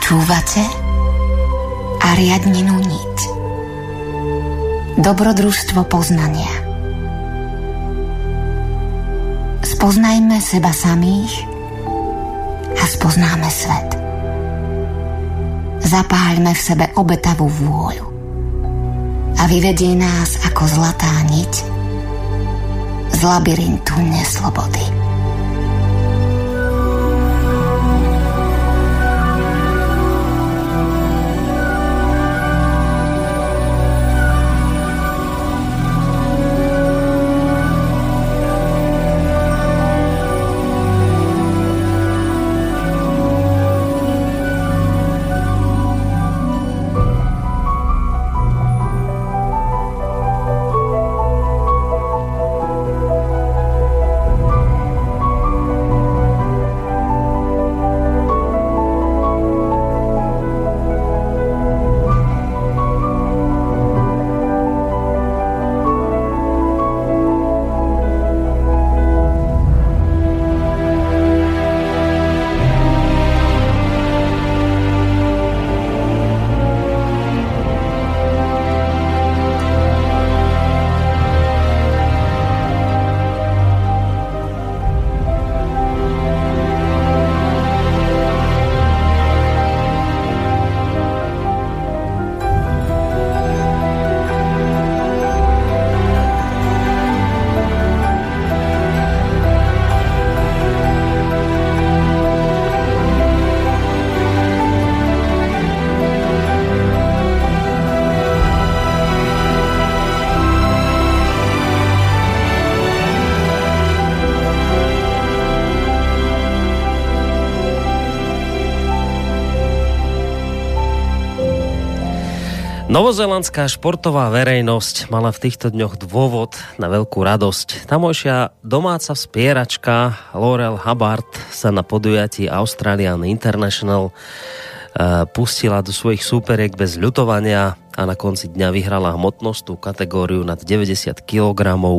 Počúvate a riadninu niť. Dobrodružstvo poznania. Spoznajme seba samých a spoznáme svet. Zapáľme v sebe obetavú vôľu a vyvedie nás ako zlatá niť z labyrintu neslobody. Novozélandská športová verejnosť mala v týchto dňoch dôvod na veľkú radosť. Tamojšia domáca vspieračka Laurel Hubbard sa na podujatí Australian International pustila do svojich súperiek bez ľutovania a na konci dňa vyhrala hmotnostnú kategóriu nad 90 kg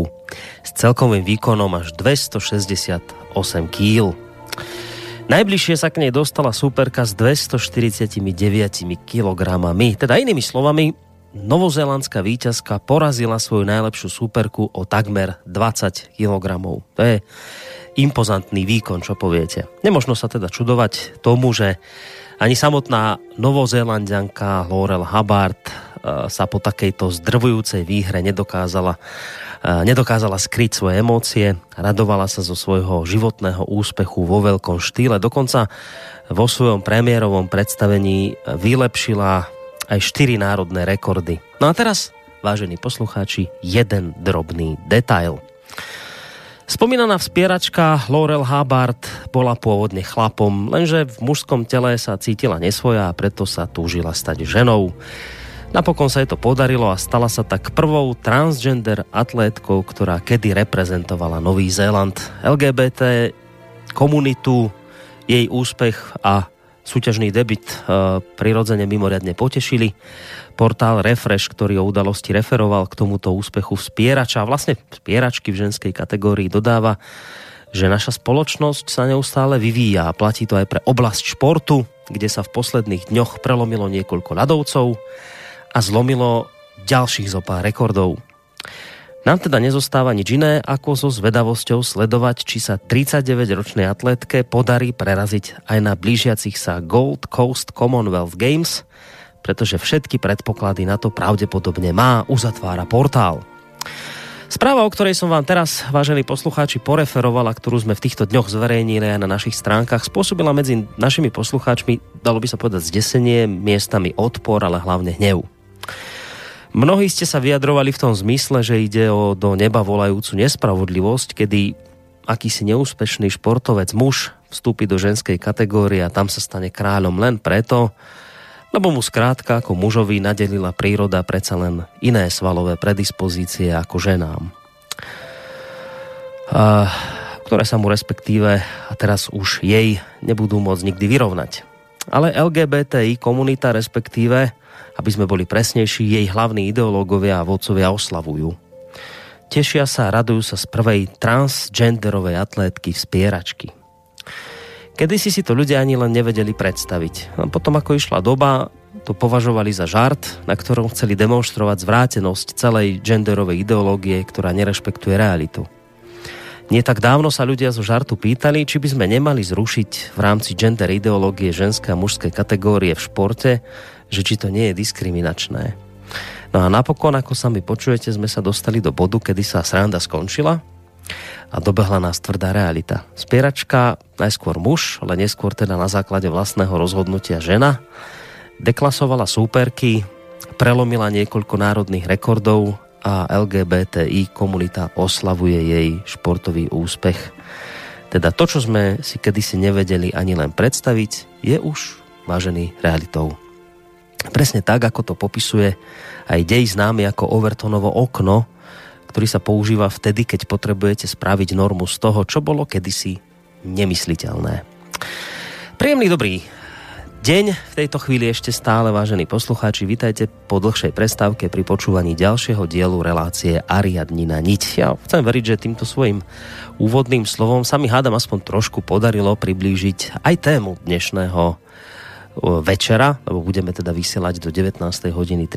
s celkovým výkonom až 268 kg. Najbližšie sa k nej dostala súperka s 249 kilogramami. Teda inými slovami, novozélandská víťazka porazila svoju najlepšiu súperku o takmer 20 kilogramov. To je impozantný výkon, čo poviete. Nemožno sa teda čudovať tomu, že ani samotná novozélanďanka Laurel Hubbard sa po takejto zdrvujúcej výhre nedokázala skryť svoje emócie, radovala sa zo svojho životného úspechu vo veľkom štýle. Dokonca vo svojom premiérovom predstavení vylepšila aj 4 národné rekordy. No a teraz, vážení poslucháči, jeden drobný detail. Spomínaná vspieračka Laurel Hubbard bola pôvodne chlapom, lenže v mužskom tele sa cítila nesvoja a preto sa túžila stať ženou. Napokon sa jej to podarilo a stala sa tak prvou transgender atlétkou, ktorá kedy reprezentovala Nový Zéland. LGBT komunitu, jej úspech a súťažný debut prirodzene mimoriadne potešili. Portál Refresh, ktorý o udalosti referoval k tomuto úspechu vspierača, vlastne vspieračky v ženskej kategórii, dodáva, že naša spoločnosť sa neustále vyvíja a platí to aj pre oblasť športu, kde sa v posledných dňoch prelomilo niekoľko ľadovcov a zlomilo ďalších zopár rekordov. Nám teda nezostáva nič iné, ako so zvedavosťou sledovať, či sa 39-ročnej atlétke podarí preraziť aj na blížiacich sa Gold Coast Commonwealth Games, pretože všetky predpoklady na to pravdepodobne má, uzatvára portál. Správa, o ktorej som vám teraz, vážení poslucháči, poreferovala, ktorú sme v týchto dňoch zverejnili aj na našich stránkach, spôsobila medzi našimi poslucháčmi, dalo by sa povedať, zdesenie, miestami odpor, ale hlavne hnev. Mnohí ste sa vyjadrovali v tom zmysle, že ide o do neba volajúcu nespravodlivosť, kedy akýsi neúspešný športovec muž vstúpi do ženskej kategórie a tam sa stane kráľom len preto, lebo mu skrátka ako mužovi nadelila príroda predsa len iné svalové predispozície ako ženám, ktoré sa mu respektíve a teraz už jej nebudú môcť nikdy vyrovnať. Ale LGBTI komunita, respektíve, aby sme boli presnejší, jej hlavní ideológovia a vodcovia oslavujú. Tešia sa a radujú sa z prvej transgenderovej atlétky vspieračky. Kedysi si to ľudia ani len nevedeli predstaviť. A potom, ako išla doba, to považovali za žart, na ktorom chceli demonštrovať zvrátenosť celej genderovej ideológie, ktorá nerešpektuje realitu. Nie tak dávno sa ľudia zo žartu pýtali, či by sme nemali zrušiť v rámci gender ideológie ženské a mužské kategórie v športe, že či to nie je diskriminačné. No a napokon, ako sami počujete, sme sa dostali do bodu, kedy sa sranda skončila a dobehla nás tvrdá realita. Spieračka, najskôr muž, ale neskôr teda na základe vlastného rozhodnutia žena, deklasovala súperky, prelomila niekoľko národných rekordov a LGBTI komunita oslavuje jej športový úspech. Teda to, čo sme si kedysi nevedeli ani len predstaviť, je už, vážený, realitou. Presne tak, ako to popisuje aj dej známy ako Overtonovo okno, ktorý sa používa vtedy, keď potrebujete spraviť normu z toho, čo bolo kedysi nemysliteľné. Príjemný dobrý deň v tejto chvíli ešte stále, vážení poslucháči. Vitajte po dlhšej prestávke pri počúvaní ďalšieho dielu relácie Ariadnina niť. Ja chcem veriť, že týmto svojim úvodným slovom sa mi hádam aspoň trošku podarilo priblížiť aj tému dnešného večera, lebo budeme teda vysielať do 19:30,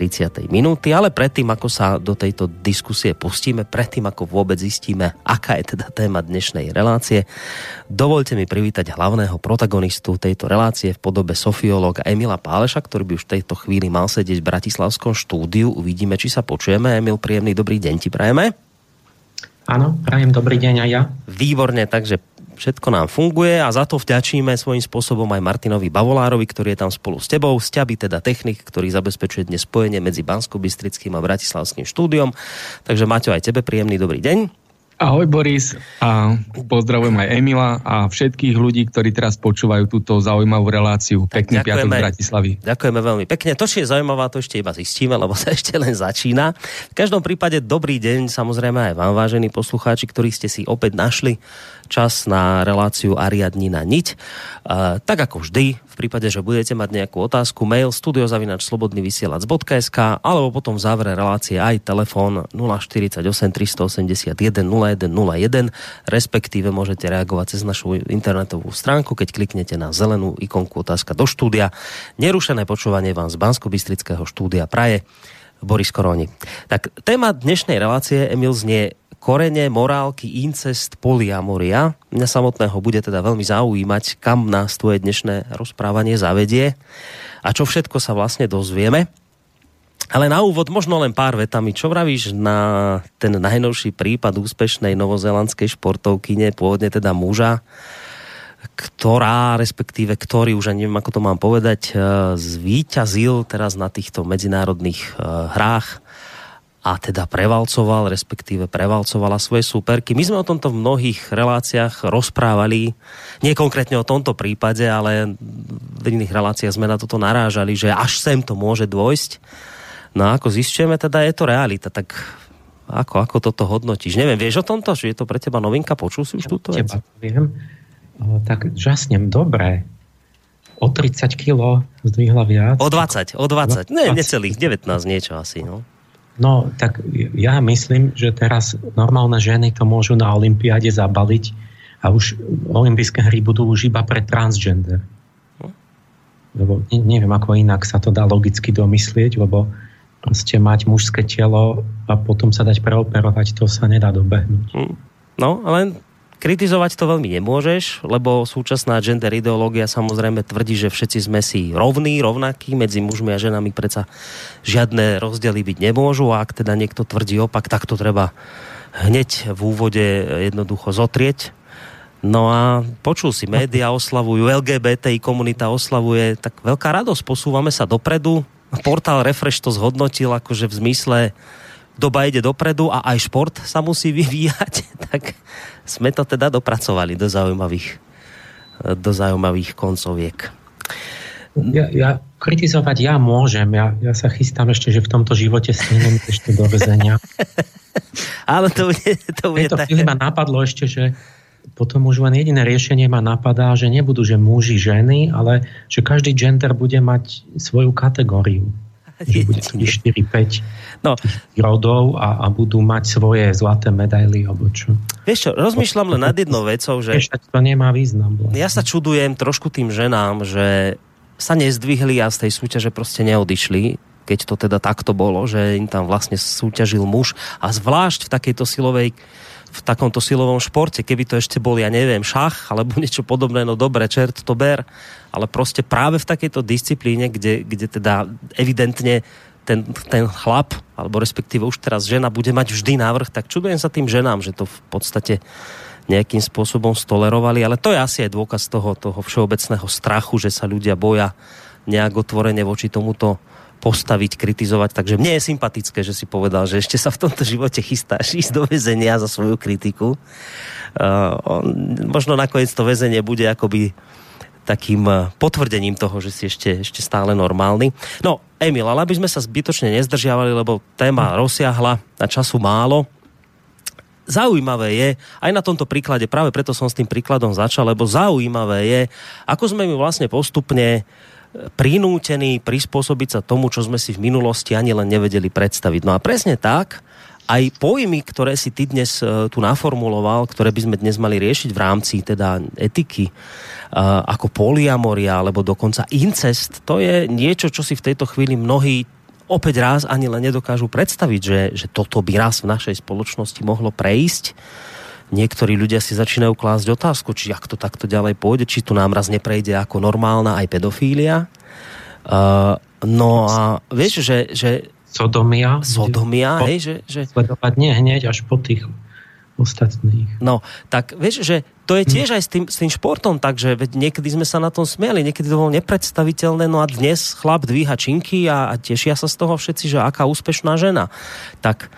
ale predtým, ako sa do tejto diskusie pustíme, predtým, ako vôbec zistíme, aká je teda téma dnešnej relácie, dovoľte mi privítať hlavného protagonistu tejto relácie v podobe sofiológa Emila Páleša, ktorý by už v tejto chvíli mal sedieť v bratislavskom štúdiu. Uvidíme, či sa počujeme. Emil, príjemný dobrý deň ti prajeme. Áno, prajem dobrý deň aj ja. Výborne, takže všetko nám funguje a za to vďačíme svojím spôsobom aj Martinovi Bavolárovi, ktorý je tam spolu s tebou. Sťaby teda technik, ktorý zabezpečuje dnes spojenie medzi Banskobystrickým a bratislavským štúdiom. Takže Maťo, aj tebe príjemný dobrý deň. Ahoj Boris a pozdravujem aj Emila a všetkých ľudí, ktorí teraz počúvajú túto zaujímavú reláciu. Pekný piatok z Bratislavy. Ďakujeme veľmi pekne. To, či je zaujímavá, to ešte iba zistíme, lebo sa ešte len začína. V každom prípade dobrý deň samozrejme aj vám, vážení poslucháči, ktorí ste si opäť našli čas na reláciu Ariadnina niť. Tak ako vždy, v prípade, že budete mať nejakú otázku, mail studio@slobodnyvysielac.sk alebo potom v závere relácie aj telefón 048 381 0101, respektíve môžete reagovať cez našu internetovú stránku, keď kliknete na zelenú ikonku otázka do štúdia. Nerušené počúvanie vám z Banskobystrického štúdia praje Boris Koroni. Tak téma dnešnej relácie, Emil, znie korene, morálky, incest, polyamoria. Mňa samotného bude teda veľmi zaujímať, kam nás tvoje dnešné rozprávanie zavedie a čo všetko sa vlastne dozvieme. Ale na úvod možno len pár vetami. Čo vravíš na ten najnovší prípad úspešnej novozélandskej športovkyne, pôvodne teda muža, ktorý už neviem, ako to mám povedať, zvíťazil teraz na týchto medzinárodných hrách a teda prevalcovala svoje súperky. My sme o tomto v mnohých reláciách rozprávali, nie konkrétne o tomto prípade, ale v iných reláciách sme na toto narážali, že až sem to môže dôjsť. No a ako zisťujeme, teda je to realita, tak ako toto hodnotíš? Neviem, vieš o tomto? Že je to pre teba novinka? Počul si už túto vec? Viem. Tak žasnem, dobre. O 30 kg zdvihla viac. O 20. Necelých 19 niečo asi, no. No, tak ja myslím, že teraz normálne ženy to môžu na olympiáde zabaliť a už olympijské hry budú už iba pre transgender. Lebo neviem, ako inak sa to dá logicky domyslieť, lebo proste mať mužské telo a potom sa dať preoperovať, to sa nedá dobehnúť. No, ale kritizovať to veľmi nemôžeš, lebo súčasná gender ideológia samozrejme tvrdí, že všetci sme si rovnakí, medzi mužmi a ženami predsa žiadne rozdiely byť nemôžu a ak teda niekto tvrdí opak, tak to treba hneď v úvode jednoducho zotrieť. No a počul si, médiá oslavujú, LGBTI komunita oslavuje, tak veľká radosť, posúvame sa dopredu. Portál Refresh to zhodnotil akože v zmysle doba ide dopredu a aj šport sa musí vyvíjať, tak sme to teda dopracovali do zaujímavých koncoviek. Ja kritizovať ja môžem. Ja sa chystám ešte, že v tomto živote stihnem ešte do väzenia. Ale to bude v tejto chvíli ma napadlo ešte, že potom už len jediné riešenie ma napadá, že nebudú, že muži, ženy, ale že každý gender bude mať svoju kategóriu. Že bude 4-5 rodov a budú mať svoje zlaté medaily alebo čo. Vieš čo, rozmýšľam len nad jednou vecou, že... To nemá význam. Ja sa čudujem trošku tým ženám, že sa nezdvihli a z tej súťaže proste neodišli, keď to teda takto bolo, že im tam vlastne súťažil muž a zvlášť v takomto silovom športe, keby to ešte bol, ja neviem, šach alebo niečo podobné, no dobre, čert to ber, ale proste práve v takejto disciplíne, kde teda evidentne ten chlap, alebo respektíve už teraz žena bude mať vždy návrh, tak čudujem sa tým ženám, že to v podstate nejakým spôsobom stolerovali, ale to je asi aj dôkaz toho všeobecného strachu, že sa ľudia boja nejak otvorene voči tomuto postaviť, kritizovať. Takže mne je sympatické, že si povedal, že ešte sa v tomto živote chystáš ísť do väzenia za svoju kritiku. Možno nakoniec to väzenie bude akoby takým potvrdením toho, že si ešte stále normálny. No, Emil, ale aby sme sa zbytočne nezdržiavali, lebo téma rozsiahla a času málo. Zaujímavé je, aj na tomto príklade, práve preto som s tým príkladom začal, lebo zaujímavé je, ako sme my vlastne postupne prinútení prispôsobiť sa tomu, čo sme si v minulosti ani len nevedeli predstaviť. No a presne tak, aj pojmy, ktoré si ty dnes tu naformuloval, ktoré by sme dnes mali riešiť v rámci teda etiky, ako polyamoria, alebo dokonca incest, to je niečo, čo si v tejto chvíli mnohí opäť raz ani len nedokážu predstaviť, že toto by raz v našej spoločnosti mohlo prejsť. Niektorí ľudia si začínajú klásť otázku, či ak to takto ďalej pôjde, či tu nám raz neprejde ako normálna aj pedofília. No a vieš, že Sodomia, hej, že sledovať nie hneď až po tých ostatných. No, tak vieš, že to je tiež aj s tým športom, takže niekedy sme sa na tom smiali, niekedy to bolo nepredstaviteľné, no a dnes chlap dvíha činky a tešia sa z toho všetci, že aká úspešná žena. Tak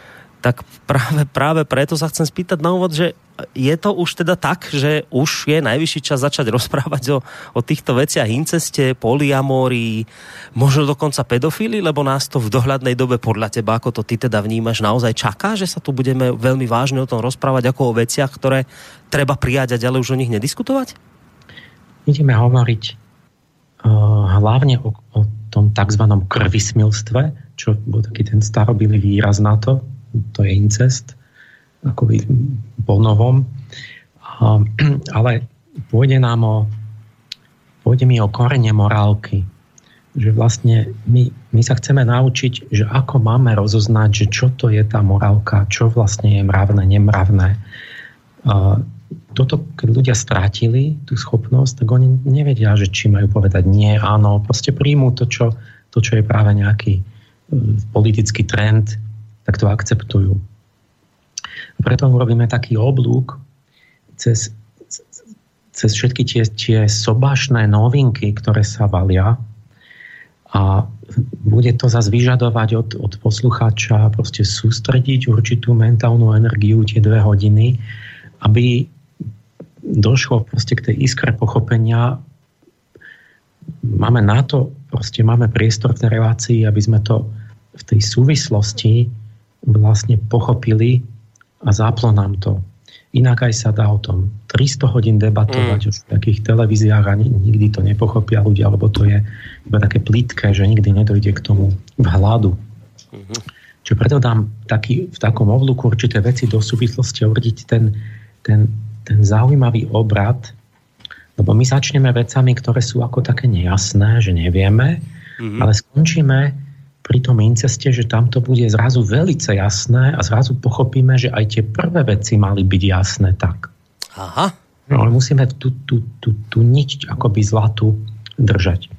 práve preto sa chcem spýtať na úvod, že je to už teda tak, že už je najvyšší čas začať rozprávať o týchto veciach, inceste, poliamórii, možno dokonca pedofílii, lebo nás to v dohľadnej dobe podľa teba, ako to ty teda vnímaš, naozaj čaká, že sa tu budeme veľmi vážne o tom rozprávať ako o veciach, ktoré treba prijať a ďalej už o nich nediskutovať? Ideme hovoriť hlavne o tom takzvanom krvismilstve, čo bol taký ten starobilý výraz na to je incest, akoby po novom. Ale pôjde mi o korene morálky. Že vlastne my sa chceme naučiť, že ako máme rozoznať, že čo to je tá morálka, čo vlastne je mravné, nemravné. Toto, keď ľudia strátili tú schopnosť, tak oni nevedia, že či majú povedať nie, áno, proste príjmú to, čo je práve nejaký politický trend, tak to akceptujú. Preto urobíme taký oblúk cez všetky tie sobášne novinky, ktoré sa valia, a bude to zase vyžadovať od poslucháča proste sústrediť určitú mentálnu energiu tie 2 hodiny, aby došlo proste k tej iskre pochopenia. Máme na to, proste máme priestor v tej relácii, aby sme to v tej súvislosti vlastne pochopili a záplo nám to. Inak aj sa dá o tom 300 hodín debatovať v takých televíziách a nikdy to nepochopia ľudia, lebo to je iba také plítke, že nikdy nedojde k tomu vhľadu. Čiže preto dám v takom oblúku určité veci do súvislosti a urdiť ten zaujímavý obrad, lebo my začneme vecami, ktoré sú ako také nejasné, že nevieme, ale skončíme pri tom inceste, že tam to bude zrazu veľce jasné a zrazu pochopíme, že aj tie prvé veci mali byť jasné tak. Aha. No ale musíme tú niť akoby zlatú držať.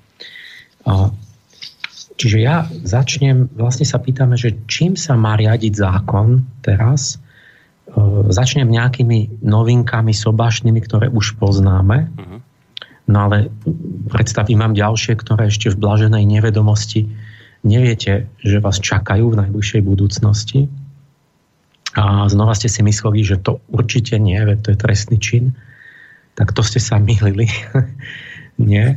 Čiže ja vlastne sa pýtame, že čím sa má riadiť zákon teraz. Začnem nejakými novinkami sobášnymi, ktoré už poznáme. No ale predstavím vám ďalšie, ktoré ešte v blaženej nevedomosti neviete, že vás čakajú v najbližšej budúcnosti. A znova ste si mysleli, že to určite nie, to je trestný čin. Tak to ste sa mýlili. Nie.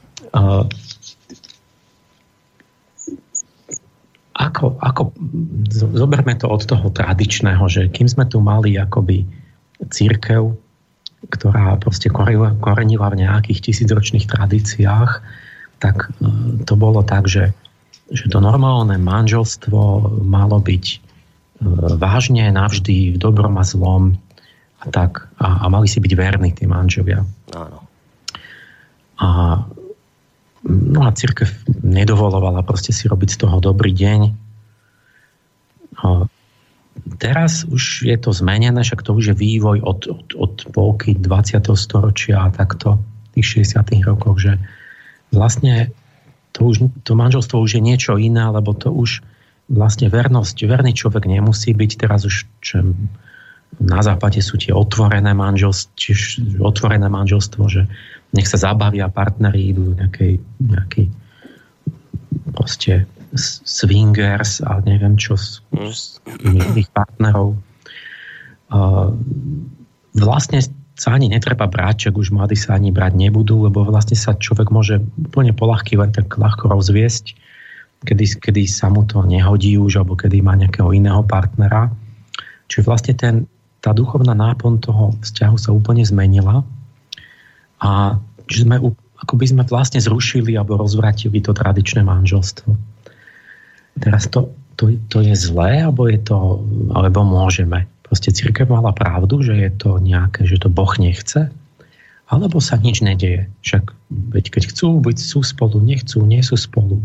Zoberme to od toho tradičného, že kým sme tu mali akoby cirkev, ktorá proste korenila v nejakých tisícročných tradíciách, tak to bolo tak, že to normálne manželstvo malo byť vážne navždy v dobrom a zlom a tak. A mali si byť verní tí manželia. Áno. No a cirkev nedovolovala proste si robiť z toho dobrý deň. Teraz už je to zmenené, však to už je vývoj od polky 20. storočia a takto v tých 60. rokoch, že vlastne to manželstvo už je niečo iné, lebo to už vlastne verný človek nemusí byť. Teraz už na západe sú tie otvorené manželstvo, že nech sa zabavia partneri, idú nejaký proste swingers a neviem čo z iných partnerov. Vlastne sa ani netreba brať, čak už mladí sa ani brať nebudú, lebo vlastne sa človek môže úplne poľahky len tak ľahko rozviesť, kedy sa mu to nehodí už, alebo kedy má nejakého iného partnera. Čiže vlastne tá duchovná náplň toho vzťahu sa úplne zmenila a že ako by sme vlastne zrušili alebo rozvratili to tradičné manželstvo. Teraz to je zlé, alebo môžeme. Proste cirkev mala pravdu, že je to nejaké, že to Boh nechce, alebo sa nič nedeje. Však keď chcú, buď sú spolu, nechcú, nie sú spolu.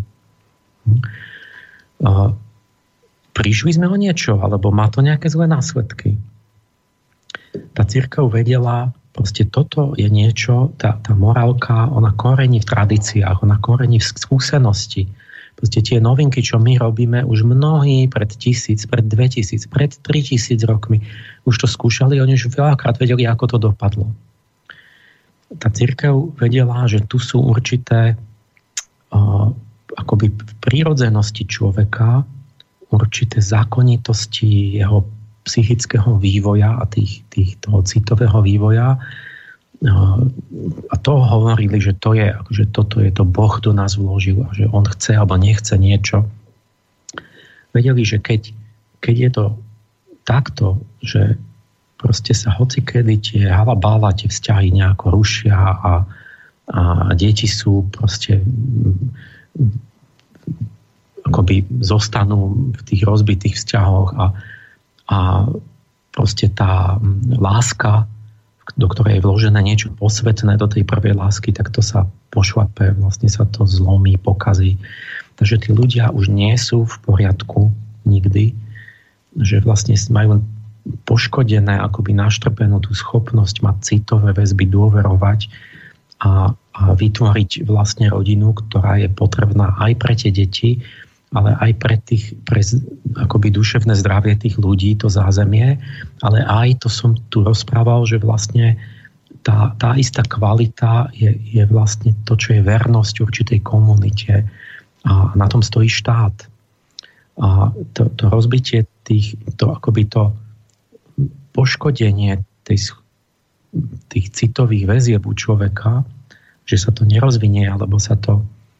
Prišli sme o niečo, alebo má to nejaké zlé následky. Tá cirkev vedela, proste toto je niečo, tá morálka, ona korení v tradíciách, ona korení v skúsenosti. Proste tie novinky, čo my robíme, už mnohí pred 1000, pred 2000, pred 3000 rokmi už to skúšali, oni už veľakrát vedeli, ako to dopadlo. Tá cirkev vedela, že tu sú určité akoby v prírodzenosti človeka určité zákonitosti jeho psychického vývoja a toho citového vývoja. A to hovorili, že to je, akože toto je to Boh do nás vložil a že on chce alebo nechce niečo. Vedeli, že keď je to takto, že proste sa hocikedy tie halabála, tie vzťahy nejako rušia a deti sú proste akoby zostanú v tých rozbitých vzťahoch a proste tá láska, do ktorej je vložené niečo posvetné do tej prvej lásky, tak to sa pošlape, vlastne sa to zlomí, pokazí. Takže tí ľudia už nie sú v poriadku nikdy, že vlastne majú poškodené, akoby naštrpenú tú schopnosť mať citové väzby, dôverovať a vytvoriť vlastne rodinu, ktorá je potrebná aj pre tie deti, ale aj pre akoby duševné zdravie tých ľudí, to zázemie, ale aj to som tu rozprával, že vlastne tá istá kvalita je vlastne to, čo je vernosť určitej komunite a na tom stojí štát. A to rozbitie akoby to poškodenie tých citových väzieb u človeka, že sa to nerozvinie, alebo sa to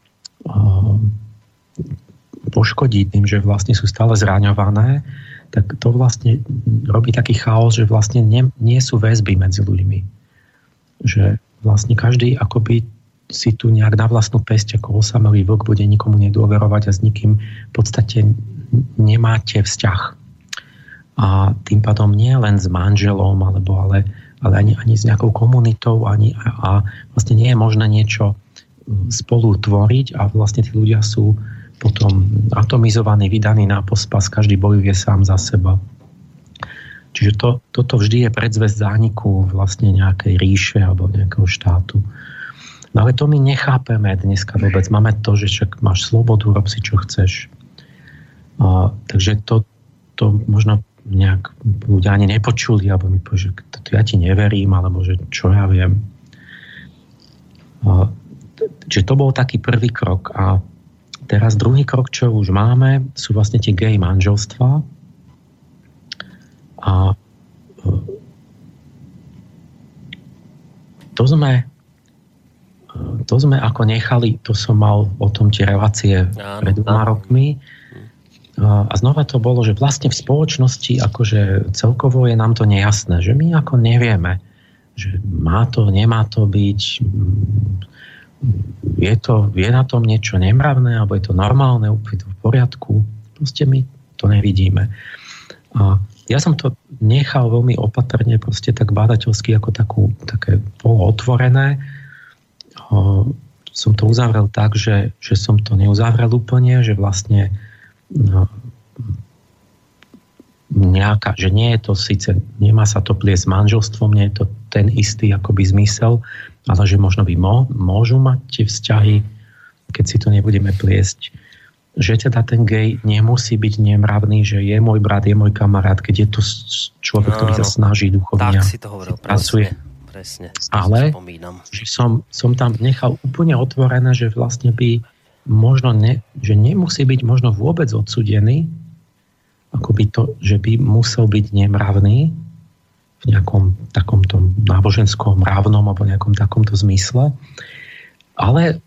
poškodí tým, že vlastne sú stále zraňované, tak to vlastne robí taký chaos, že vlastne nie sú väzby medzi ľuďmi. Že vlastne každý akoby si tu nejak na vlastnú päsť ako osamelý vlk bude nikomu nedôverovať a s nikým v podstate nemáte vzťah. A tým pádom nie len s manželom, ale ani s nejakou komunitou a vlastne nie je možné niečo spolu tvoriť a vlastne tí ľudia sú potom atomizovaný, vydaný na pospas, každý bojuje sám za seba. Čiže toto vždy je predzvesť zániku vlastne nejakej ríše alebo nejakého štátu. No ale to my nechápeme dneska vôbec. Máme to, že však máš slobodu, rob si čo chceš. Takže to možno nejak ľudia ani nepočuli, alebo mi povie, že ja ti neverím, alebo že čo ja viem. Čiže to bol taký prvý krok a teraz druhý krok, čo už máme, sú vlastne tie gay manželstvá. A to sme ako nechali, to som mal o tom tie relácie pred 2 rokmi. A znova to bolo, že vlastne v spoločnosti akože celkovo je nám to nejasné, že my ako nevieme, že má to, nemá to byť, je na tom niečo nemravné, alebo je to normálne, úplne v poriadku. Proste my to nevidíme. A Ja som to nechal veľmi opatrne, proste tak bádateľsky, ako také polootvorené. Som to uzavrel tak, že som to neuzavrel úplne, že vlastne že nie je to síce, nemá sa to pliesť s manželstvom, nie je to ten istý akoby zmysel, ale že možno by môžu mať tie vzťahy, keď si to nebudeme pliesť, že teda ten gej nemusí byť nemravný, že je môj brat, je môj kamarát, keď je to človek, ktorý sa snaží duchovne. Tak si to hovoril, presne. Ale že som tam nechal úplne otvorené, že vlastne by možno že nemusí byť možno vôbec odsúdený, akoby to, že by musel byť nemravný v nejakom takomto náboženskom mravnom alebo nejakom takomto zmysle. Ale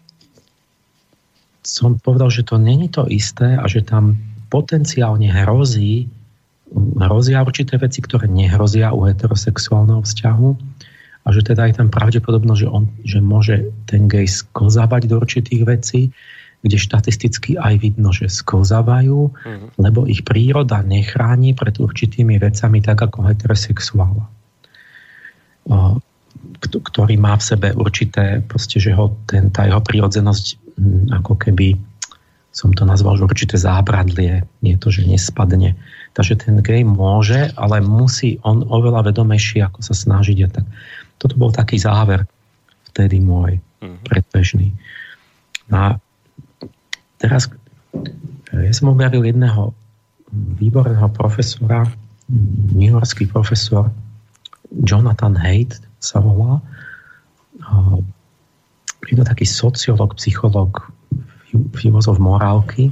som povedal, že to není to isté a že tam potenciálne hrozia určité veci, ktoré nehrozia u heterosexuálneho vzťahu a že teda je tam pravdepodobnosť, že môže ten gej sklzávať do určitých vecí, kde štatisticky aj vidno, že sklzávajú, lebo ich príroda nechráni pred určitými vecami tak ako heterosexuála, ktorý má v sebe určité, proste, že tá jeho prírodzenosť ako keby som to nazval, že určité zábradlie, nie to, že nespadne. Takže ten gej môže, ale musí on oveľa vedomejší, ako sa snažiť. A tak. Toto bol taký záver vtedy môj predbežný. A teraz ja som objavil jedného výborného profesora, newyorský profesor Jonathan Haidt sa volá. Je to taký sociológ, psychológ, filozof morálky.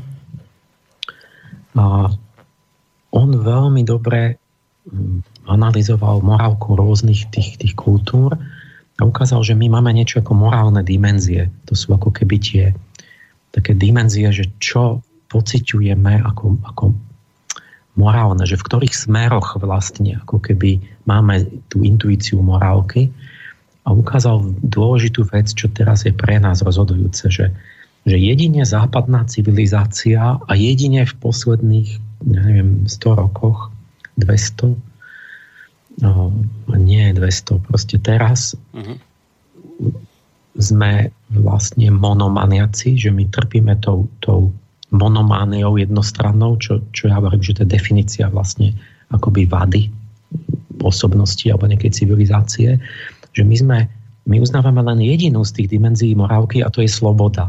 A on veľmi dobre analyzoval morálku rôznych tých kultúr a ukázal, že my máme niečo ako morálne dimenzie. To sú ako keby tie také dimenzie, že čo pociťujeme ako morálne, že v ktorých smeroch vlastne ako keby máme tú intuíciu morálky. A ukázal dôležitú vec, čo teraz je pre nás rozhodujúce, že jedine západná civilizácia a jedine v posledných, 100 rokoch, 200, nie 200, proste teraz sme vlastne monomaniaci, že my trpíme tou monomániou jednostrannou, čo ja hovorím, že to je definícia vlastne akoby vady osobnosti alebo nejakej civilizácie, že my uznávame len jedinú z tých dimenzií morálky a to je sloboda.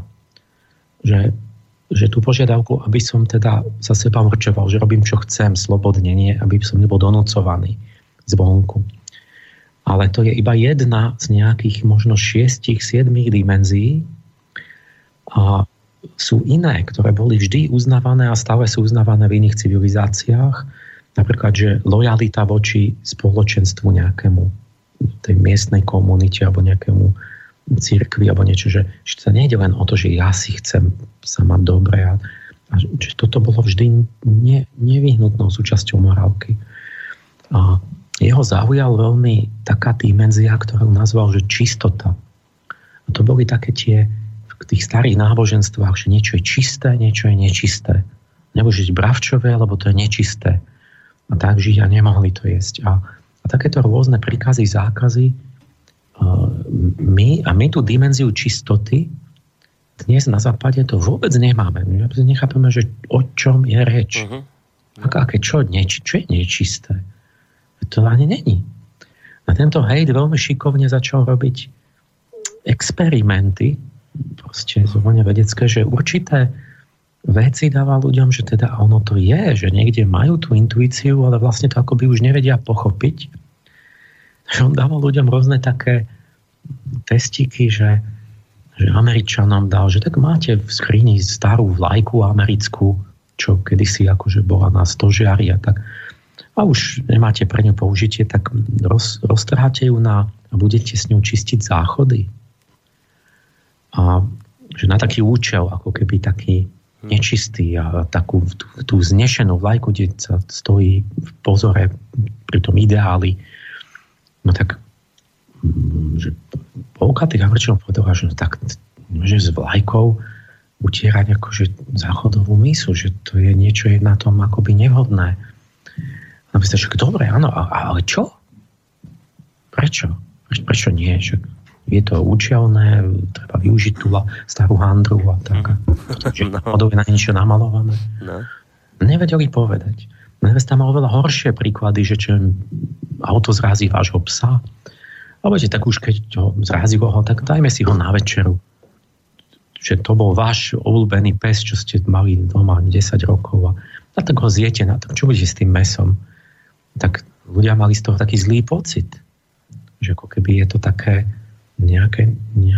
Že tú požiadavku, aby som teda za seba určoval, že robím, čo chcem, slobodne, nie, aby som nebol donúcovaný zvonku. Ale to je iba jedna z nejakých možno 6-7 dimenzií a sú iné, ktoré boli vždy uznávané a stále sú uznávané v iných civilizáciách. Napríklad, že lojalita voči spoločenstvu nejakému, tej miestnej komunite alebo nejakému cirkvi alebo niečo, že sa nejde len o to, že ja si chcem sa mať dobre a že toto bolo vždy nevyhnutnou súčasťou morálky. A jeho zaujal veľmi taká dimenzia, ktorú nazval, že čistota. A to boli také tie v tých starých náboženstvách, že niečo je čisté, niečo je nečisté. Nebudeš žiť bravčové, lebo to je nečisté. A tak Židia nemohli to jesť. A takéto rôzne príkazy, zákazy my tú dimenziu čistoty dnes na západe to vôbec nemáme. My nechápeme, že o čom je reč. Čo je nečisté? To ani není. A tento Haidt veľmi šikovne začal robiť experimenty, proste zvolne vedecké, že určité veci dáva ľuďom, že teda ono to je, že niekde majú tú intuíciu, ale vlastne to akoby už nevedia pochopiť. Že on dával ľuďom rôzne také testiky, že Američanom dal, že tak máte v skrini starú vlajku americkú, čo kedysi akože bola na stožiari a tak. A už nemáte pre ňu použitie, tak roztrháte ju a budete s ňou čistiť záchody. A že na taký účel, ako keby taký nečistý a takú tú znešenú vlajku, kde sa stojí v pozore pri tom ideáli. No tak že polka tých Američanov povedala, že s vlajkou utierať akože záchodovú misu, že to je niečo na tom akoby nevhodné. A No vy ste, že dobre, áno, ale čo? Prečo nie? Že je to účelné, treba využiť tú starú handru a tak. Že je na niečo namalované. No. Nevedeli povedať. Nevesta má oveľa horšie príklady, že čo auto zrazí vášho psa. A viete, tak už keď ho zrazilo ho, tak dajme si ho na večeru. Že to bol váš obľúbený pes, čo ste mali doma 10 rokov. A tak ho zjete. Tak čo budete s tým mesom? Tak ľudia mali z toho taký zlý pocit. Že ako keby je to také nejaké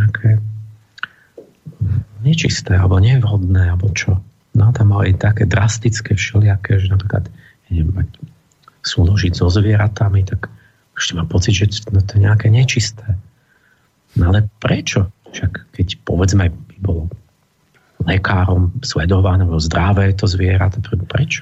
nečisté, alebo nevhodné, alebo čo. No tam mali také drastické všelijaké, že napríklad súložiť so zvieratami, tak ešte mám pocit, že to je nejaké nečisté. No ale prečo? Však keď povedzme by bolo lekárom sledované, alebo zdravé to zviera, prečo?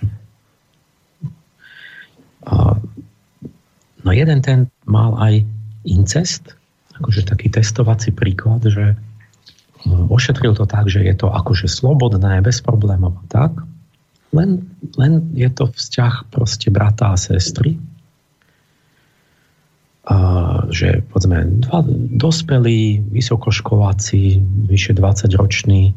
No jeden ten mal aj incest, akože taký testovací príklad, že ošetril to tak, že je to akože slobodné, bez problémov tak. Len je to vzťah proste brata a sestry. Že povedzme dva dospelí, vysokoškoláci, vyše 20-roční,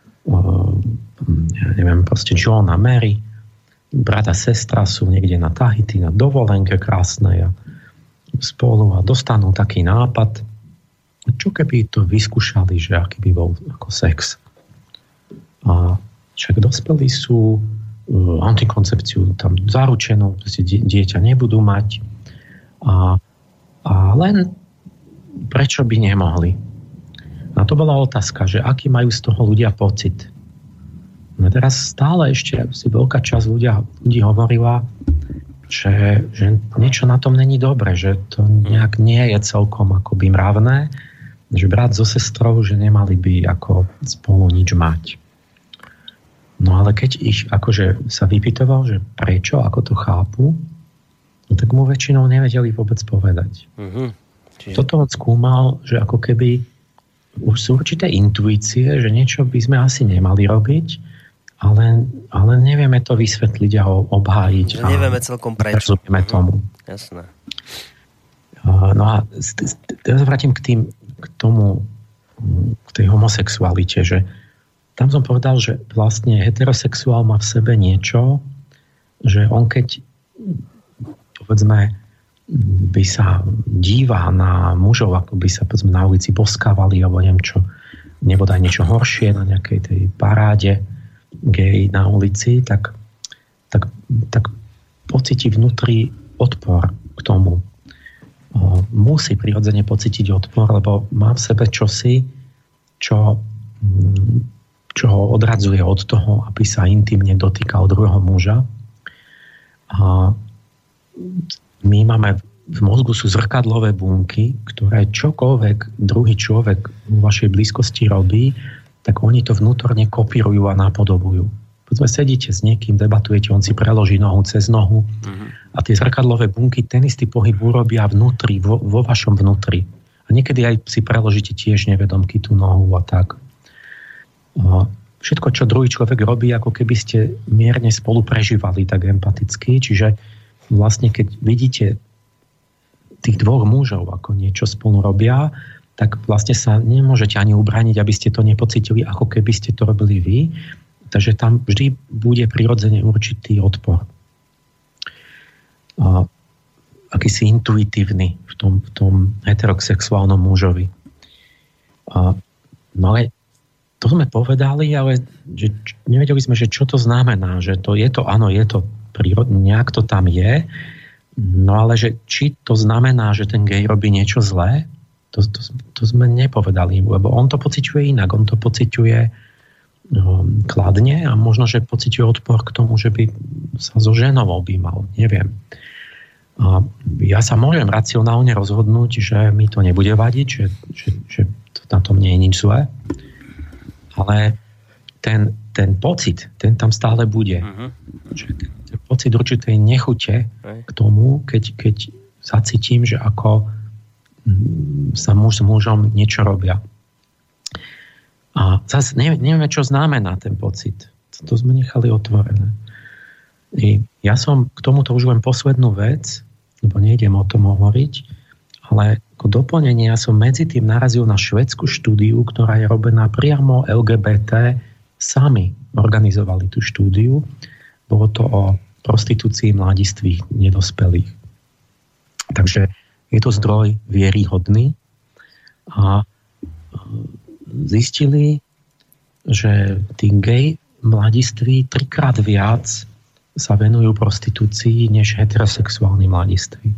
ja neviem, proste John a Mary, brat a sestra sú niekde na Tahiti, na dovolenke krásnej a spolu a dostanú taký nápad, čo keby to vyskúšali, že aký by bol ako sex. A však dospelí sú antikoncepciu tam zaručenú, dieťa nebudú mať a len prečo by nemohli? A to bola otázka, že aký majú z toho ľudia pocit. No teraz stále ešte si veľká časť ľudí hovorila, že niečo na tom není dobre, že to nejak nie je celkom akoby mravné, že brat so sestrou, že nemali by ako spolu nič mať. No ale keď ich akože sa vypytoval, že prečo, ako to chápu, no tak mu väčšinou nevedeli vôbec povedať. Toto on skúmal, že ako keby už sú určité intuície, že niečo by sme asi nemali robiť, ale nevieme to vysvetliť a obhájiť. Že nevieme celkom prečo. Rozumieme tomu. Jasné. No a teraz vrátim k tej homosexualite, že tam som povedal, že vlastne heterosexuál má v sebe niečo, že on keď povedzme by sa díva na mužov, ako by sa povedzme na ulici boskávali alebo neviem čo, nebodaj niečo horšie na nejakej tej paráde gej na ulici, tak pocíti vnútri odpor k tomu. Musí prirodzene pocítiť odpor, lebo má v sebe čosi, čo ho odradzuje od toho, aby sa intimne dotýkal druhého muža. A my máme v mozgu sú zrkadlové bunky, ktoré čokoľvek druhý človek vo vašej blízkosti robí, tak oni to vnútorne kopírujú a napodobujú. Povedzme, sedíte s niekým, debatujete, on si preloží nohu cez nohu a tie zrkadlové bunky ten istý pohyb urobia vnútri, vo vašom vnútri. A niekedy aj si preložíte tiež nevedomky tú nohu a tak. Všetko, čo druhý človek robí, ako keby ste mierne spolu prežívali tak empaticky, čiže vlastne keď vidíte tých dvoch mužov, ako niečo spolu robia, tak vlastne sa nemôžete ani ubrániť, aby ste to nepocítili, ako keby ste to robili vy. Takže tam vždy bude prirodzene určitý odpor. Akýsi intuitívny v tom heterosexuálnom mužovi. No ale to sme povedali, ale že nevedeli sme, že čo to znamená, že to je to, áno, je to prírodné, nejak to tam je, no ale že či to znamená, že ten gej robí niečo zlé, to sme nepovedali, lebo on to pociťuje inak, on to pociťuje kladne a možno, že pociťuje odpor k tomu, že by sa so ženou objímal, neviem. A ja sa môžem racionálne rozhodnúť, že mi to nebude vadiť, že na tom nie je nič zlé, ale ten pocit, ten tam stále bude. Že ten pocit určitej nechute k tomu, keď zacítim, že ako sa muž s mužom niečo robia. A zase nevieme, čo znamená ten pocit. To sme nechali otvorené. Ja som k tomuto už len poslednú vec, lebo nejdem o tom hovoriť, ale ako doplnenie ja som medzi tým narazil na švédsku štúdiu, ktorá je robená priamo LGBT, sami organizovali tú štúdiu. Bolo to o prostitúcii mladistvých nedospelých. Takže je to zdroj vieryhodný a zistili, že tí gay mladiství 3-krát viac sa venujú prostitúcii než heterosexuálni mladiství.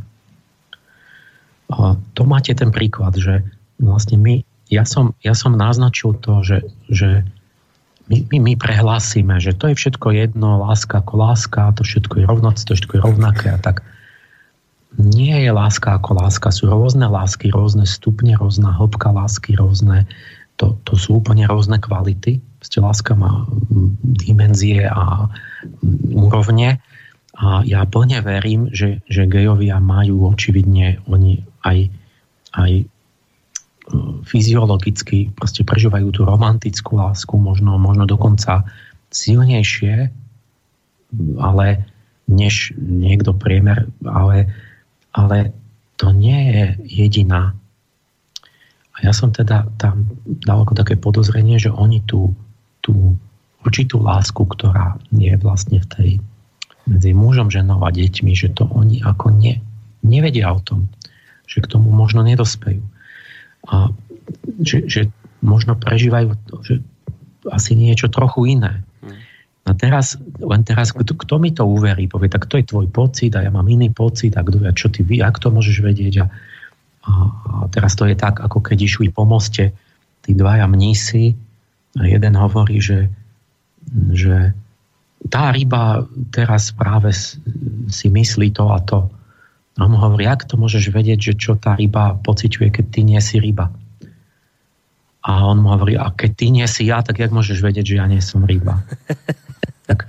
A to máte ten príklad, že vlastne ja som naznačil to, že my prehlásime, že to je všetko jedno, láska ako láska, to všetko je rovnoc, to všetko je rovnaké a tak. Nie je láska ako láska, sú rôzne lásky, rôzne stupne, rôzna hĺbka lásky, rôzne, to sú úplne rôzne kvality. Proste láska má dimenzie a úrovne a ja plne verím, že gejovia majú očividne, oni aj fyziologicky proste prežívajú tú romantickú lásku, možno dokonca silnejšie, ale než niekto priemer, ale to nie je jediná. A ja som teda tam dal ako také podozrenie, že oni tú určitú lásku, ktorá je vlastne v tej medzi mužom, ženou a deťmi, že to oni ako nevedia o tom, že k tomu možno nedospejú. A že možno prežívajú že asi niečo trochu iné. A len teraz, kto mi to uverí, povie, tak to je tvoj pocit a ja mám iný pocit a kto vie, čo ty ví, ak to môžeš vedieť. A teraz to je tak, ako keď išli po moste tí dvaja mnísi a jeden hovorí, že tá ryba teraz práve si myslí to a to. A on mu hovorí, ak to môžeš vedieť, že čo tá ryba pociťuje, keď ty nie si ryba. A on mu hovorí, a keď ty nie si ja, tak jak môžeš vedieť, že ja nie som ryba? Tak,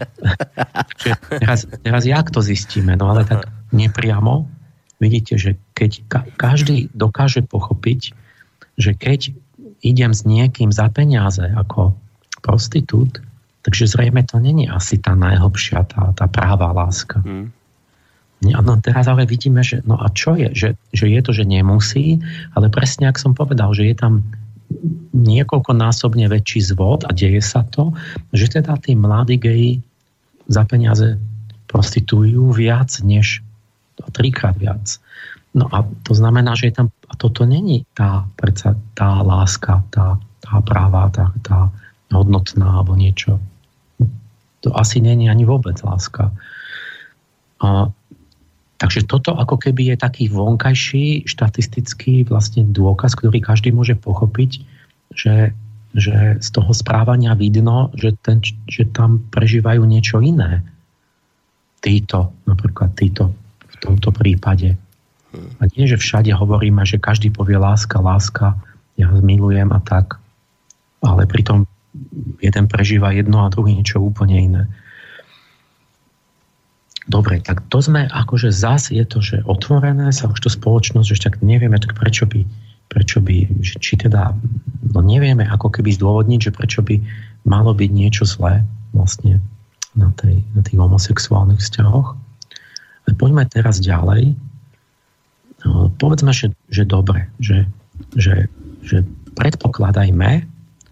teraz jak to zistíme? No ale tak nepriamo vidíte, že keď každý dokáže pochopiť, že keď idem s niekým za peniaze ako prostitút, takže zrejme to není asi tá najhlbšia, tá práva láska. No teraz ale vidíme, že no a čo je? Že je to, že nemusí, ale presne, ak som povedal, že je tam niekoľkonásobne väčší zvod a deje sa to, že teda tí mladí geji za peniaze prostitujú viac než 3-krát viac. No a to znamená, že je tam, a toto není tá láska, tá práva, tá hodnotná alebo niečo. To asi není ani vôbec láska. Takže toto ako keby je taký vonkajší štatistický vlastne dôkaz, ktorý každý môže pochopiť, že z toho správania vidno, že tam prežívajú niečo iné. Napríklad títo v tomto prípade. A nie, že všade hovoríme, že každý povie láska, ja milujem a tak, ale pritom jeden prežíva jedno a druhý niečo úplne iné. Dobre, tak to sme akože zas je to, že otvorené sa už to spoločnosť, že tak nevieme, tak prečo by, či teda, no nevieme ako keby zdôvodniť, že prečo by malo byť niečo zlé vlastne na tých homosexuálnych vzťahoch. Ale poďme teraz ďalej. No, povedzme, že dobre, že predpokladajme,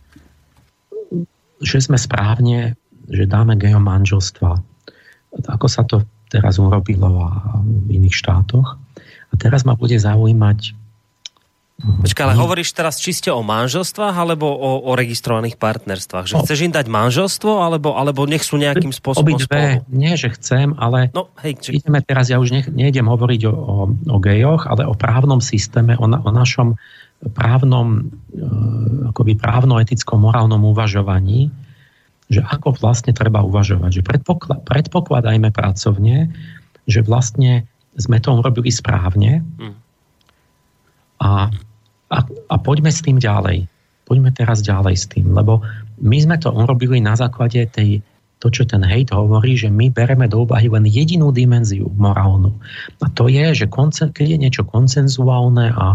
že sme správne, že dáme gejom manželstva. Ako sa to teraz urobilo v iných štátoch. A teraz ma bude zaujímať... Počkaj, ale hovoríš teraz čiste o manželstvách alebo o registrovaných partnerstvách? Že chceš im dať manželstvo alebo nech sú nejakým spôsobom spolu? Nie, že chcem, ale ideme teraz, ja už nejdem hovoriť o gejoch, ale o právnom systéme, o našom právnom, akoby právno-etickom morálnom uvažovaní, že ako vlastne treba uvažovať. Že predpokladajme pracovne, že vlastne sme to urobili správne a poďme s tým ďalej. Poďme teraz ďalej s tým, lebo my sme to urobili na základe to, čo ten hejt hovorí, že my bereme do úvahy len jedinú dimenziu morálnu. A to je, že keď je niečo konsenzuálne a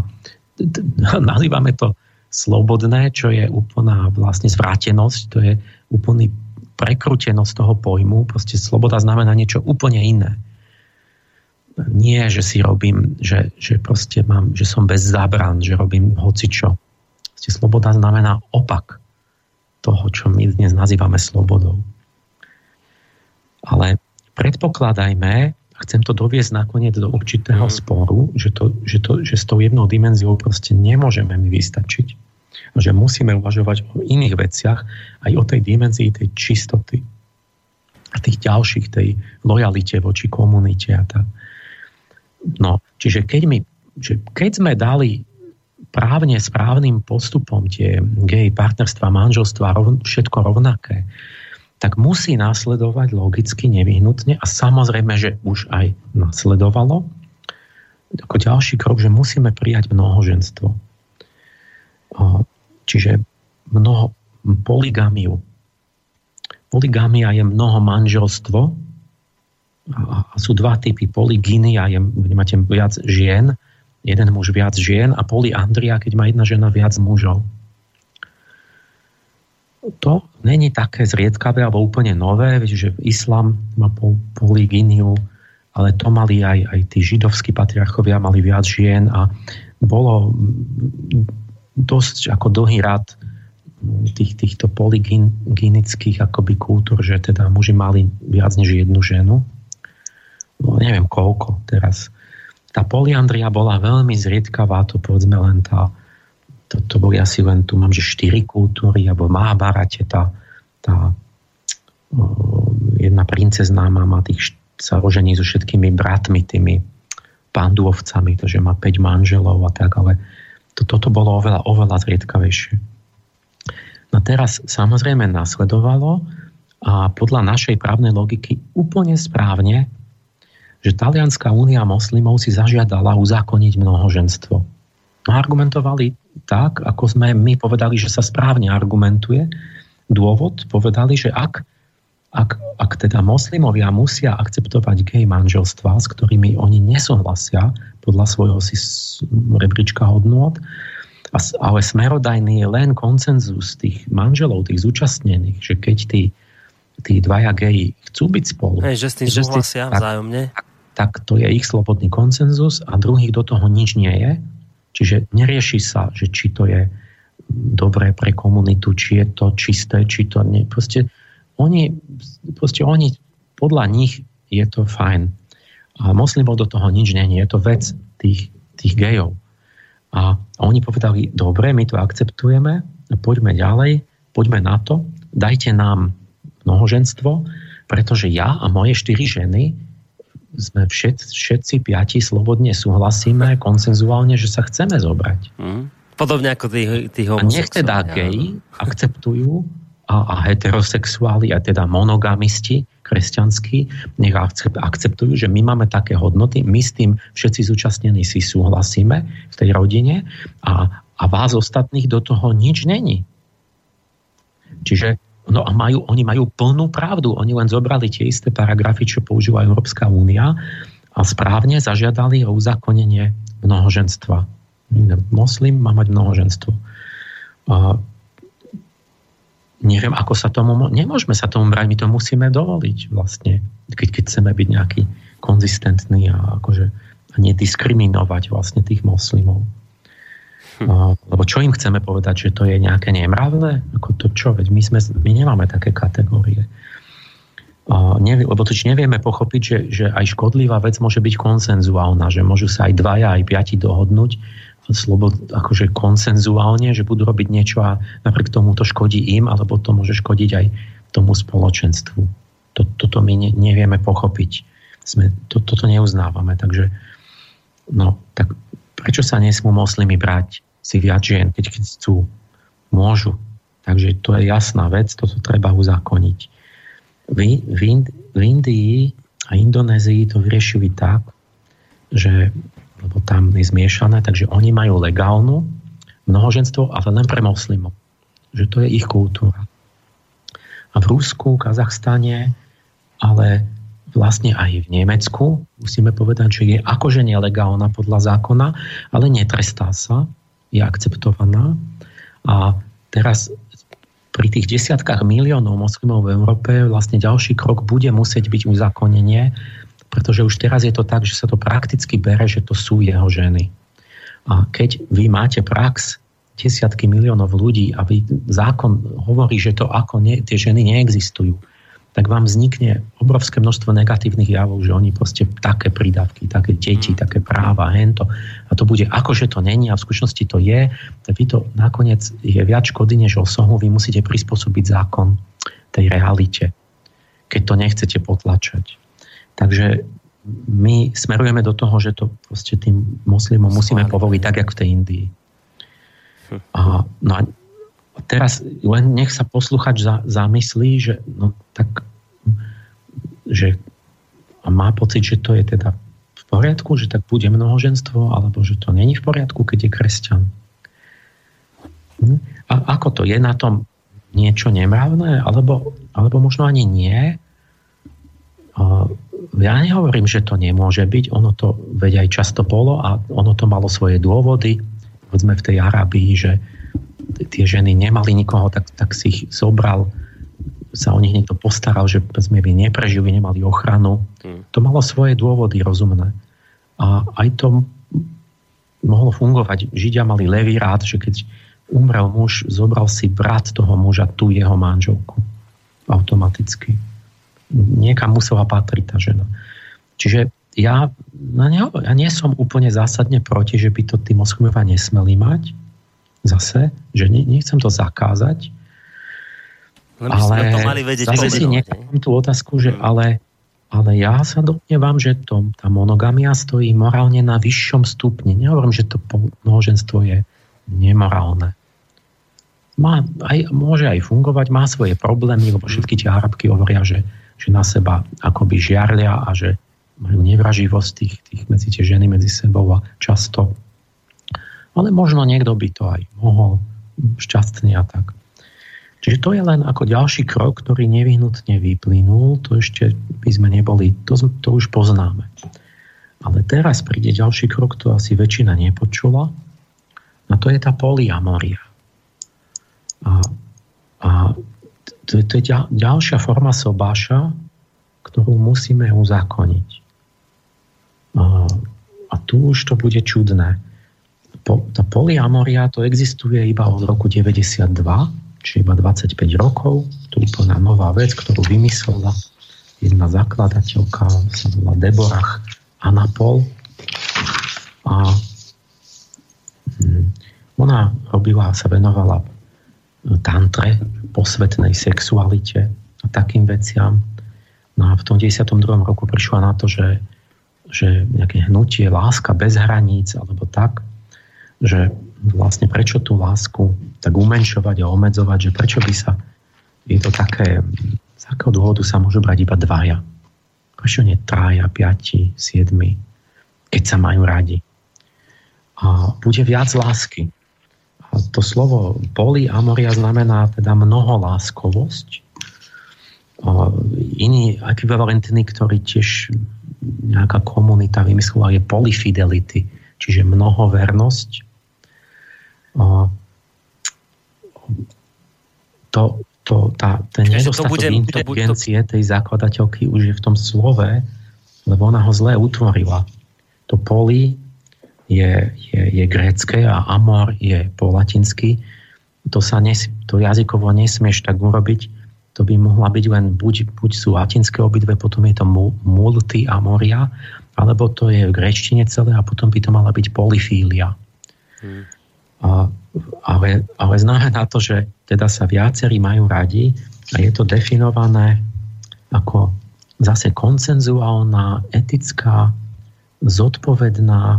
nazývame to slobodné, čo je úplná vlastne zvrátenosť, to je úplný prekrútenosť toho pojmu. Proste sloboda znamená niečo úplne iné. Nie, že si robím, že proste že som bez zábran, že robím hocičo. Proste sloboda znamená opak toho, čo my dnes nazývame slobodou. Ale predpokladajme, chcem to doviesť nakoniec do určitého sporu, že s tou jednou dimenziou proste nemôžeme my vystačiť. Že musíme uvažovať o iných veciach, aj o tej dimenzii tej čistoty a tých ďalších, tej lojalite voči komunite a tak. No, čiže keď sme dali právne správnym postupom tie gay partnerstva, manželstva, všetko rovnaké, tak musí nasledovať logicky, nevyhnutne a samozrejme, že už aj nasledovalo ako ďalší krok, že musíme prijať mnohoženstvo. Čiže poligamiu. Poligamia je mnohomanželstvo a sú dva typy. Polygynia je, kde máte viac žien, jeden muž viac žien a polyandria, keď má jedna žena viac mužov. To není také zriedkavé alebo úplne nové, že Islám má polygyniu, ale to mali aj tí židovskí patriarchovia, mali viac žien a bolo dosť ako dlhý rad týchto polygynických akoby kultúr, že teda muži mali viac než jednu ženu. No, neviem koľko teraz. Tá polyandria bola veľmi zriedkavá, to povedzme len to boli asi len, tu mám, že 4 kultúry, alebo v Mahabharate tá jedna princezná má sa rožení so všetkými bratmi, tými pandúovcami, to, že má 5 manželov a tak, ale toto bolo oveľa zriedkavejšie. No teraz samozrejme nasledovalo a podľa našej právnej logiky úplne správne, že Talianská únia moslimov si zažiadala uzákoniť mnohoženstvo. No argumentovali tak, ako sme my povedali, že sa správne argumentuje. Dôvod povedali, že ak teda moslimovia musia akceptovať gay manželstvá, s ktorými oni nesúhlasia podľa svojho rebríčka hodnôt, ale smerodajný je len konsenzus tých manželov, tých zúčastnených, že keď tí dvaja geji chcú byť spolu, že s tým súhlasia vzájomne, tak to je ich slobodný konsenzus a druhých do toho nič nie je. Čiže nerieši sa, že či to je dobré pre komunitu, či je to čisté, či to nie. Proste oni, podľa nich je to fajn. A moslimov do toho nič nie je. Je to vec tých gejov. A oni povedali, dobre, my to akceptujeme, poďme ďalej, poďme na to, dajte nám mnohoženstvo, pretože ja a moje 4 ženy sme všetci 5 slobodne súhlasíme konsenzuálne, že sa chceme zobrať. Podobne ako tí homosexuáli. A nech teda geji akceptujú a heterosexuáli, a teda monogamisti kresťanskí, nech akceptujú, že my máme také hodnoty, my s tým všetci zúčastnení si súhlasíme v tej rodine a vás ostatných do toho nič není. Čiže no a oni majú plnú pravdu. Oni len zobrali tie isté paragrafy, čo používa Európska únia a správne zažiadali o uzákonenie mnohoženstva. Moslim má mať mnohoženstvo. Neviem, ako sa tomu... Nemôžeme sa tomu brať, my to musíme dovoliť vlastne, keď chceme byť nejaký konzistentný a nediskriminovať vlastne tých moslimov. Lebo čo im chceme povedať, že to je nejaké nemravné? Ako to čo? Veď my nemáme také kategórie. Lebo to nevieme pochopiť, že aj škodlivá vec môže byť konsenzuálna, že môžu sa aj 2, aj 5 dohodnúť akože konsenzuálne, že budú robiť niečo a napriek tomu to škodí im, alebo to môže škodiť aj tomu spoločenstvu. Toto my nevieme pochopiť. Toto neuznávame. Takže tak prečo sa nesmú moslimi brať si viac žien, keď chcú? Môžu. Takže to je jasná vec, toto treba uzákoniť. V Indii a Indonézii to vyriešili tak, že lebo tam je zmiešané, takže oni majú legálnu mnohoženstvo, ale len pre moslimov. Že to je ich kultúra. A v Rusku, Kazachstane, ale vlastne aj v Nemecku, musíme povedať, že je akože nelegálna podľa zákona, ale netrestá sa, je akceptovaná. A teraz pri tých desiatkách miliónov moslimov v Európe vlastne ďalší krok bude musieť byť uzákonenie, pretože už teraz je to tak, že sa to prakticky bere, že to sú jeho ženy. A keď vy máte prax desiatky miliónov ľudí a zákon hovorí, že to tie ženy neexistujú, tak vám vznikne obrovské množstvo negatívnych javov, že oni proste také prídavky, také deti, také práva, hento. A to bude, akože to není a v skutočnosti to je, tak vy to nakoniec je viac škody než osohu, vy musíte prispôsobiť zákon tej realite, keď to nechcete potlačať. Takže my smerujeme do toho, že to proste tým moslimom musíme povoliť tak, jak v tej Indii. A teraz len nech sa posluchač zamyslí, že že má pocit, že to je teda v poriadku, že tak bude mnohoženstvo, alebo že to není v poriadku, keď je kresťan. A ako to je na tom niečo nemravné, alebo možno ani nie. Ja nehovorím, že to nemôže byť, ono to veď aj často bolo a ono to malo svoje dôvody. Povedzme v tej Arabii, že tie ženy nemali nikoho, tak si ich zobral, sa o nich niekto postaral, že sme by neprežili, nemali ochranu. To malo svoje dôvody rozumné. A aj to mohlo fungovať. Židia mali levírát, že keď umrel muž, zobral si brat toho muža tú jeho manželku. Automaticky. Niekam musela patriť tá žena. Čiže ja nie som úplne zásadne proti, že by to tí moslimovia nesmeli mať. Zase, že nechcem to zakázať, ale zase si nechám tú otázku, že ale ja sa domnievam, že tá monogamia stojí morálne na vyššom stupni. Nehovorím, že to mnohoženstvo je nemorálne. Môže aj fungovať, má svoje problémy, lebo všetky tie Arabky hovoria, že na seba akoby žiarlia a že majú nevraživosť tých medzi tie ženy medzi sebou a často. Ale možno niekto by to aj mohol šťastný a tak. Čiže to je len ako ďalší krok, ktorý nevyhnutne vyplynul. To ešte by sme neboli, to už poznáme. Ale teraz príde ďalší krok, to asi väčšina nepočula. A to je tá polyamoria. A to je ďalšia forma sobáša, ktorú musíme uzákoniť. A tu už to bude čudné. Tá polyamoria to existuje iba od roku 92, čiže iba 25 rokov. To je úplná nová vec, ktorú vymyslela jedna zakladateľka, sa volá Deborah Anapol. A ona sa venovala tantre, posvetnej sexualite a takým veciam. No a v tom 92. roku prišla na to, že nejaké hnutie, láska bez hraníc, alebo tak, že vlastne prečo tú lásku tak umenšovať a omedzovať, že prečo by sa, je to také, z akého dôvodu sa môžu brať iba dvaja. Prečo nie 3, 5, 7, keď sa majú radi. A bude viac lásky. A to slovo polyamoria znamená teda mnoholáskovosť. Iný ekvivalentný, ktorý tiež nejaká komunita vymyslela, je polyfidelity, čiže mnohovernosť. Ten nedostatok inteligencie tej zakladateľky už je v tom slove, lebo ona ho zle utvorila. To poly je grécke a amor je po latinsky. To jazykovo nesmieš tak urobiť. To by mohla byť len buď sú latinské obidve, potom je to multiamoria, alebo to je v gréčtine celé a potom by to mala byť polyfília. Ale znamená to, že teda sa viacerí majú radi a je to definované ako zase konsenzuálna, etická, zodpovedná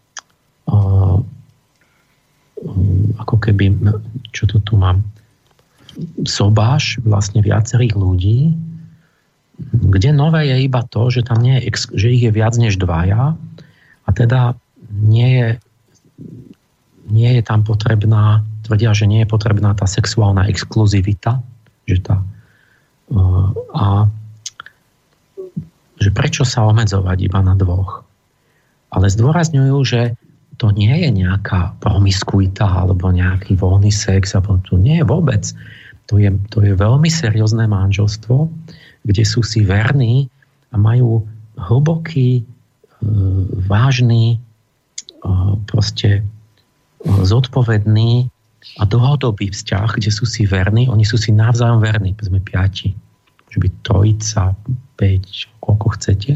ako keby, čo to tu mám, sobáš vlastne viacerých ľudí, kde nové je iba to, že tam nie je, že ich je viac než dvaja a teda nie je tam potrebná, tvrdia, že nie je potrebná tá sexuálna exkluzivita, že že prečo sa omedzovať iba na dvoch. Ale zdôrazňujú, že to nie je nejaká promiskuita alebo nejaký voľný sex, alebo to nie je vôbec. To je veľmi seriózne manželstvo, kde sú si verní a majú hlboký, vážny, proste zodpovedný a dlhodobý vzťah, kde sú si verní, oni sú si navzájom verní, povedzme 5, že by 3, 5, koľko chcete.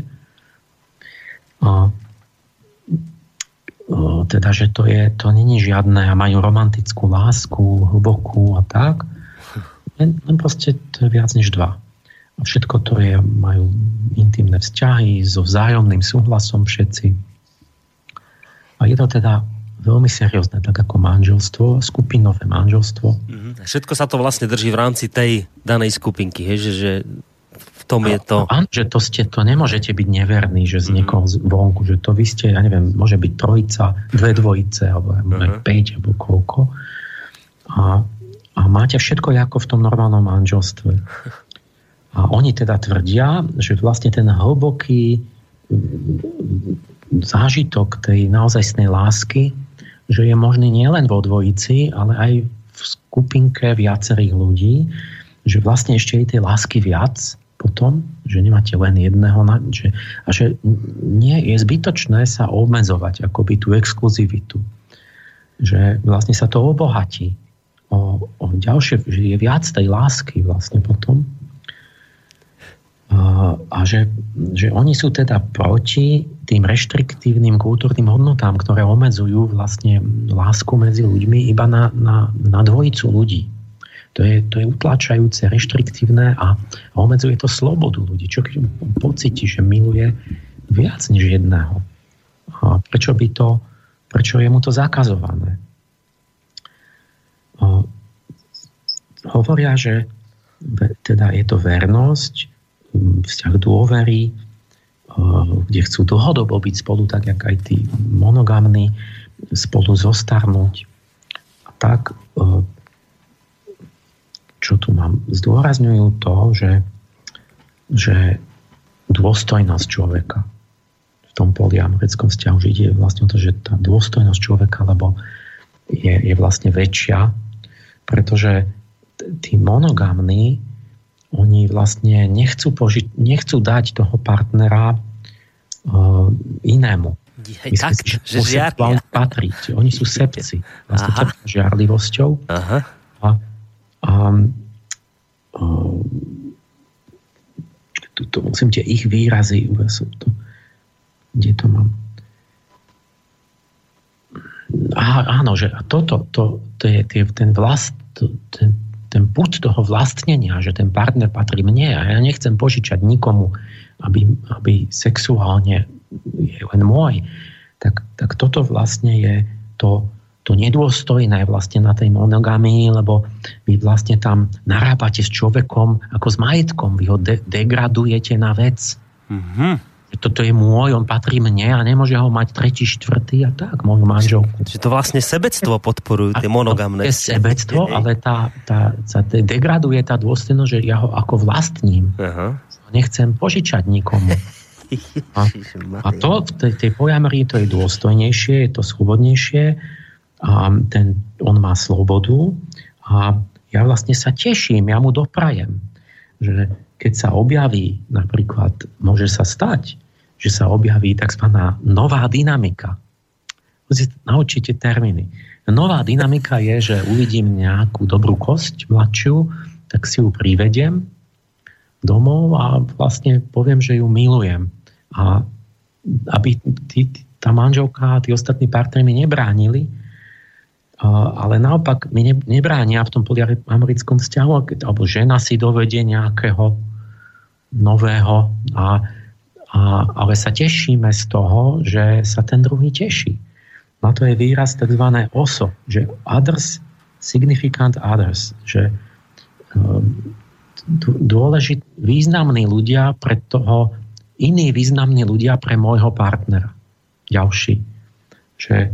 Teda, že to není žiadne a majú romantickú lásku, hlbokú a tak. Len proste to je viac než 2. A všetko to majú intimné vzťahy so vzájomným súhlasom všetci. A je to teda veľmi seriózne, tak ako manželstvo, skupinové manželstvo. Všetko sa to vlastne drží v rámci tej danej skupinky, že v tom je to... Áno, že to nemôžete byť neverní, že z niekoho zvonku, že to vy ste, ja neviem, môže byť 3, 2 dvojice, alebo 5, alebo koľko. A máte všetko ako v tom normálnom manželstve. A oni teda tvrdia, že vlastne ten hlboký zážitok tej naozajstnej lásky, že je možný nielen vo dvojici, ale aj v skupinke viacerých ľudí, že vlastne ešte je tej lásky viac potom, že nemáte len jedného, a že nie je zbytočné sa obmedzovať akoby tú exkluzivitu. Že vlastne sa to obohatí o ďalšie, že je viac tej lásky vlastne potom. A že oni sú teda proti tým reštriktívnym kultúrnym hodnotám, ktoré obmedzujú vlastne lásku medzi ľuďmi iba na dvojicu ľudí. To je utláčajúce, reštriktívne a obmedzuje to slobodu ľudí. Čo keď pocíti, že miluje viac než jedného? A prečo je mu to zakazované? Hovoria, že teda je to vernosť, vzťah dôvery, kde chcú dlhodobo byť spolu, tak jak aj tí monogamní, spolu zostarnúť. A tak, čo tu mám? Zdôrazňujú to, že dôstojnosť človeka v tom poliamoreckom vzťahu, že ide vlastne o to, že tá dôstojnosť človeka, lebo je vlastne väčšia, pretože tí monogamní oni vlastne nechcú dať toho partnera inému. Tak, že žiarlia. Patriť. Oni sú sebci. Vlastne trpia žiarlivosťou. Aha. Tu musím tie ich výrazy kde to mám? Áno, že toto je ten vlast, ten pud toho vlastnenia, že ten partner patrí mne a ja nechcem požičať nikomu, aby sexuálne je len môj, tak toto vlastne je to nedôstojné vlastne na tej monogamii, lebo vy vlastne tam narábate s človekom ako s majetkom, vy ho degradujete na vec. Toto je môj, on patrí mne a nemôže ho mať 3., 4. a tak, moju manželku. Čiže to vlastne sebectvo podporujú, tie monogamné. To je sebectvo, ale tá degraduje tá dôstojnosť, že ja ho ako vlastním. Nechcem požičať nikomu. A to v tej poliamorii to je dôstojnejšie, je to slobodnejšie a on má slobodu a ja vlastne sa teším, ja mu doprajem, že keď sa objaví, napríklad, môže sa stať, že sa objaví tzv. Nová dynamika. Naučite termíny. Nová dynamika je, že uvidím nejakú dobrú kosť mladšiu, tak si ju privediem domov a vlastne poviem, že ju milujem. A aby tá manželka a tí ostatní partneri mi nebránili, ale naopak mi nebránia v tom poliamerickom vzťahu, alebo žena si dovedie nejakého nového, ale sa tešíme z toho, že sa ten druhý teší. Na to je výraz tzv. OSO, že others, significant others, že významní ľudia pre toho, iní významní ľudia pre môjho partnera. Ďalší. Že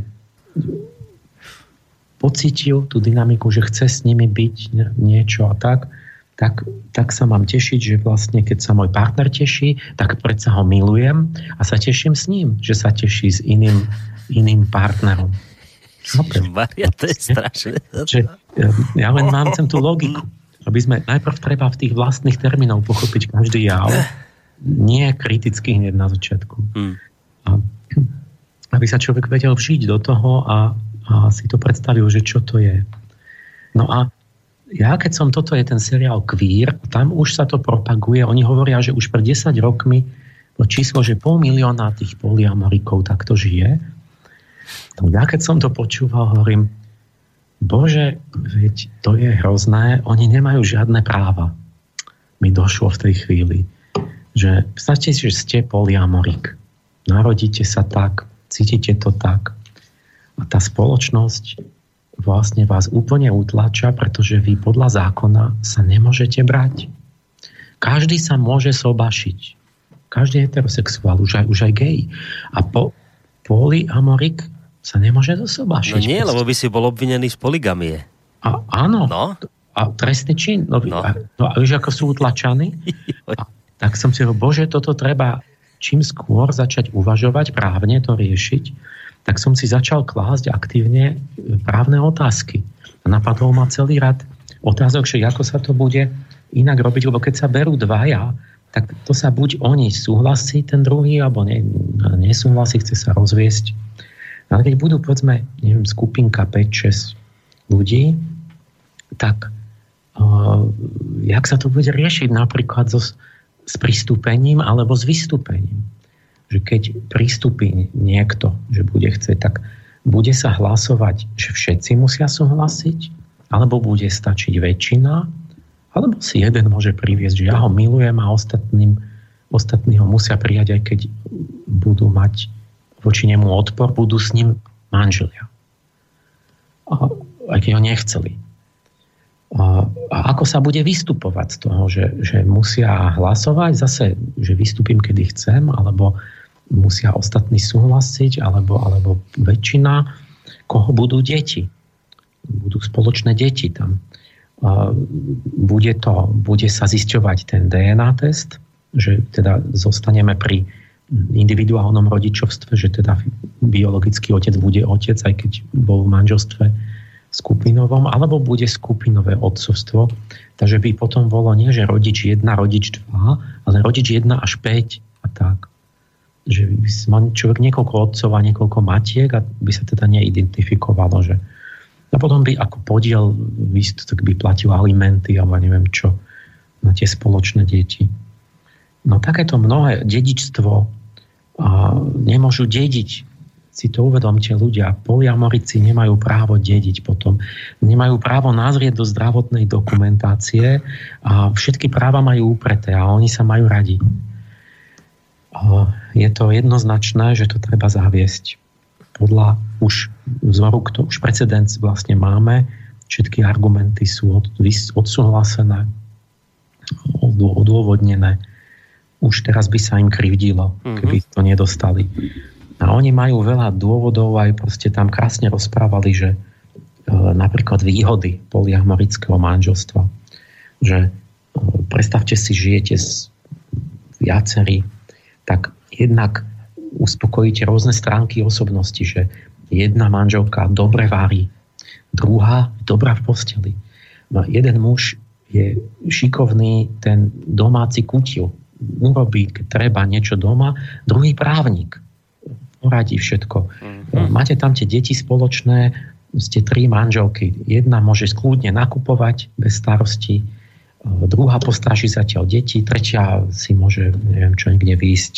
pocítil tú dynamiku, že chce s nimi byť niečo a tak sa mám tešiť, že vlastne keď sa môj partner teší, tak predsa ho milujem a sa teším s ním, že sa teší s iným partnerom. Maria, to je strašné. Ja len mám sem tú logiku. aby sme najprv treba v tých vlastných termínov pochopiť každý jav, nie kriticky hneď na začiatku. A aby sa človek vedel vžiť do toho a si to predstavil, že čo to je. No a ja, keď som, toto je ten seriál Queer, tam už sa to propaguje, oni hovoria, že už pred 10 rokmi to číslo, že 500 000 tých polyamorikov takto žije. No ja, keď som to počúval, hovorím, Bože, veď to je hrozné, oni nemajú žiadne práva. Mi došlo v tej chvíli, že predstavte si, že ste polyamorik. Narodíte sa tak, cítite to tak. A tá spoločnosť vlastne vás úplne utláča, pretože vy podľa zákona sa nemôžete brať. Každý sa môže sobašiť. Každý heterosexuál, už aj gej. A polyamorik sa nemôže dosobášiť. No nie, lebo by si bol obvinený z poligamie. Áno. No? A trestný čin. No a už ako sú utlačaní. Tak som si hovoril, Bože, toto treba čím skôr začať uvažovať, právne to riešiť. Tak som si začal klásť aktívne právne otázky. A napadol ma celý rad otázok, že ako sa to bude inak robiť, lebo keď sa berú dvaja, tak to sa buď oni súhlasí, ten druhý, alebo nesúhlasí, chce sa rozviesť. Ale keď budú, povedzme, neviem, skupinka 5-6 ľudí, tak jak sa to bude riešiť napríklad s pristúpením alebo s vystúpením? Že keď pristúpi niekto, že bude chcieť, tak bude sa hlasovať, že všetci musia súhlasiť, alebo bude stačiť väčšina, alebo si jeden môže priviesť, že ja ho milujem a ostatní ho musia prijať, aj keď budú mať voči nemu odpor, budú s ním manželia. Aj keď ho nechceli. A ako sa bude vystupovať z toho, že musia hlasovať zase, že vystúpim, kedy chcem, alebo musia ostatní súhlasiť, alebo väčšina, koho budú deti. Budú spoločné deti tam. Bude sa zisťovať ten DNA test, že teda zostaneme pri individuálnom rodičovstve, že teda biologický otec bude otec, aj keď bol v manželstve skupinovom, alebo bude skupinové otcovstvo. Takže by potom bolo nie, že rodič 1, rodič 2, ale rodič 1 až 5 a tak. Že by mal človek niekoľko otcov a niekoľko matiek a by sa teda neidentifikovalo, že a potom by ako podiel tak by platil alimenty alebo neviem čo na tie spoločné deti. No takéto mnohé dedičstvo nemôžu dediť. Si to uvedomte ľudia. Polyamorici nemajú právo dediť potom. Nemajú právo nazrieť do zdravotnej dokumentácie a všetky práva majú upreté a oni sa majú radi. Je to jednoznačné, že to treba zaviesť. Podľa už vzoru, už precedens vlastne máme, všetky argumenty sú odsúhlasené, odôvodnené. Už teraz by sa im krivdilo, keby to nedostali. A oni majú veľa dôvodov, aj proste tam krásne rozprávali, že napríklad výhody polyamorického manželstva. Že predstavte si, žijete s viacerí, tak jednak uspokojíte rôzne stránky osobnosti, že jedna manželka dobre varí, druhá dobrá v posteli. No jeden muž je šikovný, ten domáci kutil, urobí, keď treba niečo doma, druhý právnik, poradí všetko. Máte tam tie deti spoločné, ste 3 manželky, jedna môže skľudne nakupovať bez starosti, druhá postráži zatiaľ deti, tretia si môže, neviem čo, niekde výjsť.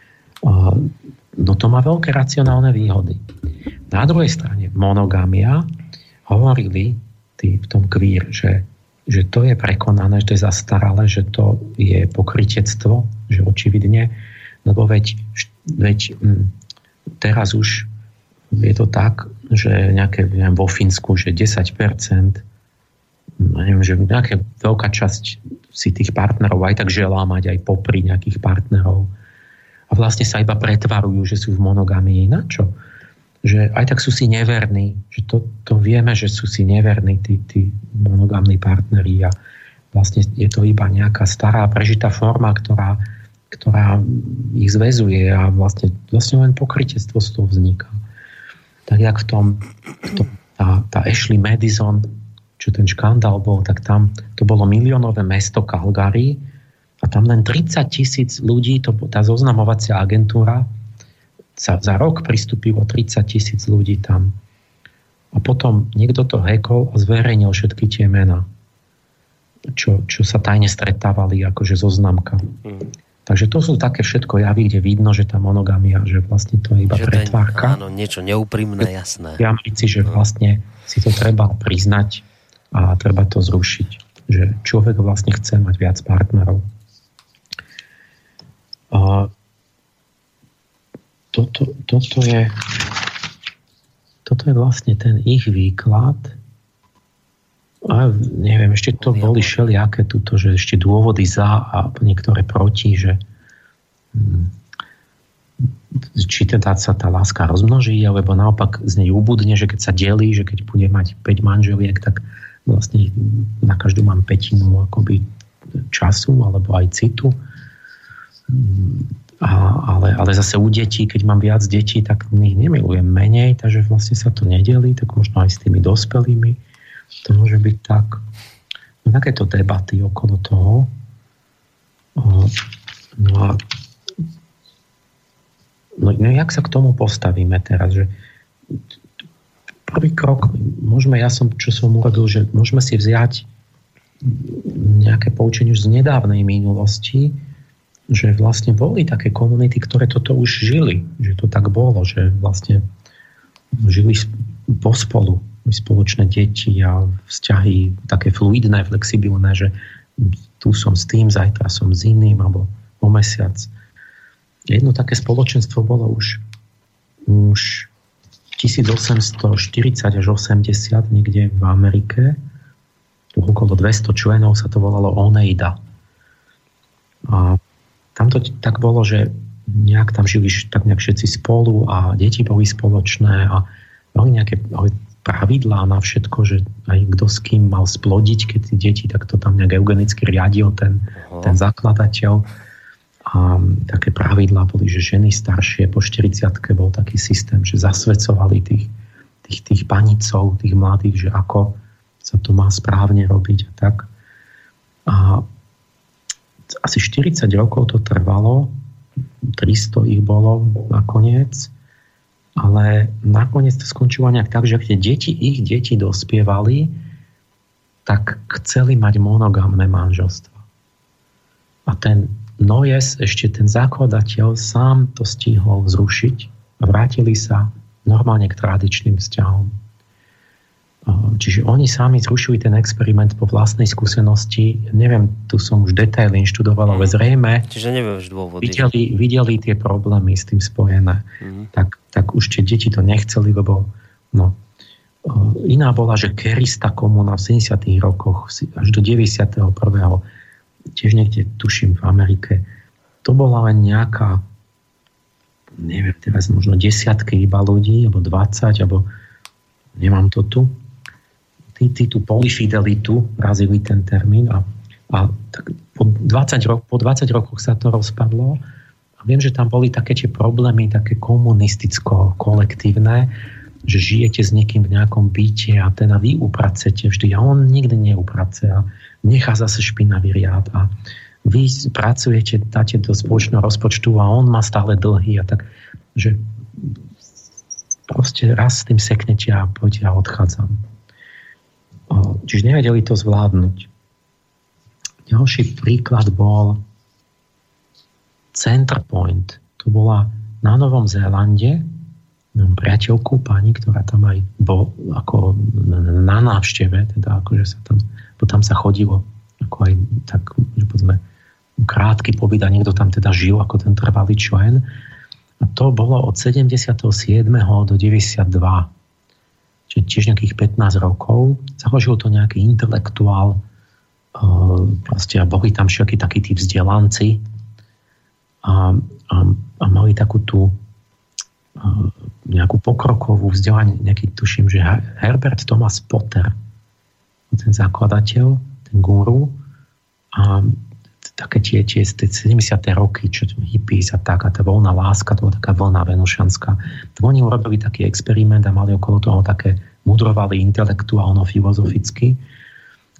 No to má veľké racionálne výhody. Na druhej strane monogamia, hovorili tí v tom Queer, že to je prekonané, že to je zastaralé, že to je pokrytectvo, že očividne, lebo veď teraz už je to tak, že nejaké, neviem, vo Fínsku, že 10%, neviem, že nejaká veľká časť si tých partnerov aj tak želá mať aj popri nejakých partnerov. A vlastne sa iba pretvarujú, že sú v monogamii. Na čo? Že aj tak sú si neverní. Že to vieme, že sú si neverní tí monogamní partneri a vlastne je to iba nejaká stará prežitá forma, ktorá ich zväzuje a vlastne len pokrytectvo z toho vzniká. Tak jak tá Ashley Madison, čo ten škandál bol, tak tam to bolo miliónové mesto Calgary a tam len 30,000 ľudí, tá zoznamovacia agentúra, za rok pristúpilo 30,000 ľudí tam. A potom niekto to hackol a zverejnil všetky tie mená, čo sa tajne stretávali akože zoznamka. Takže to sú také všetko javy, kde vidno, že tá monogamia, že vlastne to je iba pretvárka. Áno, niečo neúprimné, jasné. Ja myslím, že vlastne si to treba priznať a treba to zrušiť. Že človek vlastne chce mať viac partnerov. Toto je vlastne ten ich výklad. A neviem, ešte to boli všelijaké tuto, že ešte dôvody za a niektoré proti, že či teda sa tá láska rozmnoží, alebo naopak z nej ubudne, že keď sa delí, že keď bude mať 5 manželiek, tak vlastne na každú mám 5 akoby času, alebo aj citu. Ale zase u detí, keď mám viac detí, tak ich nemilujem menej, takže vlastne sa to nedelí, tak možno aj s tými dospelými. To môže byť tak. No, takéto debaty okolo toho. No jak sa k tomu postavíme teraz? Že prvý krok, čo som urobil, že môžeme si vziať nejaké poučenie už z nedávnej minulosti, že vlastne boli také komunity, ktoré toto už žili. Že to tak bolo, že vlastne žili pospolu, spoločné deti a vzťahy také fluidné, flexibilné, že tu som s tým, zajtra som s iným, alebo o mesiac. Jedno také spoločenstvo bolo už 1840 až 80 niekde v Amerike. Okolo 200 členov sa to volalo Oneida. A tam to tak bolo, že nejak tam žili tak nejak všetci spolu a deti boli spoločné a mali nejaké pravidlá na všetko, že aj kto s kým mal splodiť, keď tí deti, tak to tam nejak eugenicky riadil ten zakladateľ. A také pravidlá boli, že ženy staršie po 40-ke bol taký systém, že zasvedcovali tých panicov, tých mladých, že ako sa to má správne robiť a tak. A asi 40 rokov to trvalo, 300 ich bolo nakoniec, ale nakoniec to skončilo nejak tak, že keď ich deti dospievali, tak chceli mať monogamné manželstvo. A ten Noyes, ešte ten zakladateľ, sám to stihol zrušiť a vrátili sa normálne k tradičným vzťahom. Čiže oni sami zrušili ten experiment po vlastnej skúsenosti. Neviem, tu som už detaily inštudoval, ale zrejme videli tie problémy s tým spojené. Tak už tie deti to nechceli, lebo iná bola, že kerista komuna v 70. rokoch až do 91. tiež niekde tuším v Amerike. To bola len nejaká, neviem, teraz možno desiatky iba ľudí, alebo 20, alebo nemám to tu. Tí tú polyfidelitu razili ten termín a tak po 20 rokoch sa to rozpadlo a viem, že tam boli také tie problémy, také komunisticko-kolektívne, že žijete s niekým v nejakom byte a teda vy upracete vždy a on nikdy neuprace a nechá zase špinavý riad a vy pracujete, dáte do spoločného rozpočtu a on má stále dlhy a tak, že proste raz s tým seknete a poďte a odchádzam. Čiže nevedeli to zvládnuť. Ďalší príklad bol Centerpoint. To bola na Novom Zélande priateľku pani, ktorá tam aj bol ako na návšteve, teda akože sa tam sa chodilo ako aj tak, že povedzme krátky pobyt a niekto tam teda žil ako ten trvalý člen. A to bolo od 77. do 92. Čiže tiež nejakých 15 rokov. Založil to nejaký intelektuál, proste a boli tam všetky takí tí vzdelanci a mali takú tú nejakú pokrokovú vzdelanie, nejaký tuším, že Herbert Thomas Potter, ten zakladateľ, ten guru a také tie 70. roky, čo hippies a tak, a tá voľná láska, to bola taká vlna venušanská. Tak oni urobili taký experiment a mali okolo toho také mudrovali intelektuálno-filozoficky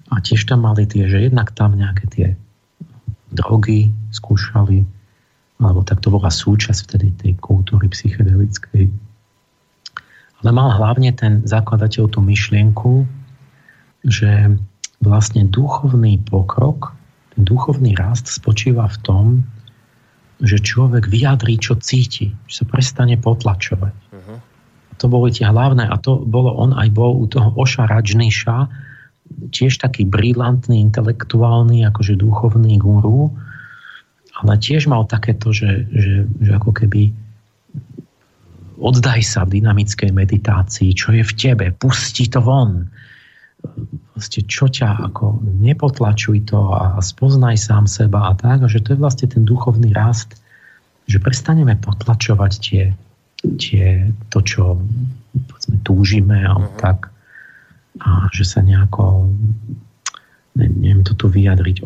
A tiež tam mali tie, že jednak tam nejaké tie drogy skúšali, alebo tak to bola súčasť vtedy tej kultúry psychedelickej. Ale mal hlavne ten zakladateľ tú myšlienku, že vlastne duchovný pokrok, ten duchovný rast spočíva v tom, že človek vyjadrí, čo cíti, že sa prestane potlačovať. Uh-huh. To boli tie hlavné, a to bolo, on aj bol u toho Oša Rajneesha, tiež taký brilantný, intelektuálny, akože duchovný guru, ale tiež mal takéto, že ako keby oddaj sa v dynamickej meditácii, čo je v tebe, pusti to von. Vlastne čo ťa, ako nepotlačuj to a spoznaj sám seba a tak, a že to je vlastne ten duchovný rast, že prestaneme potlačovať to, čo povedzme, túžime alebo tak, a že sa nejako neviem to tu vyjadriť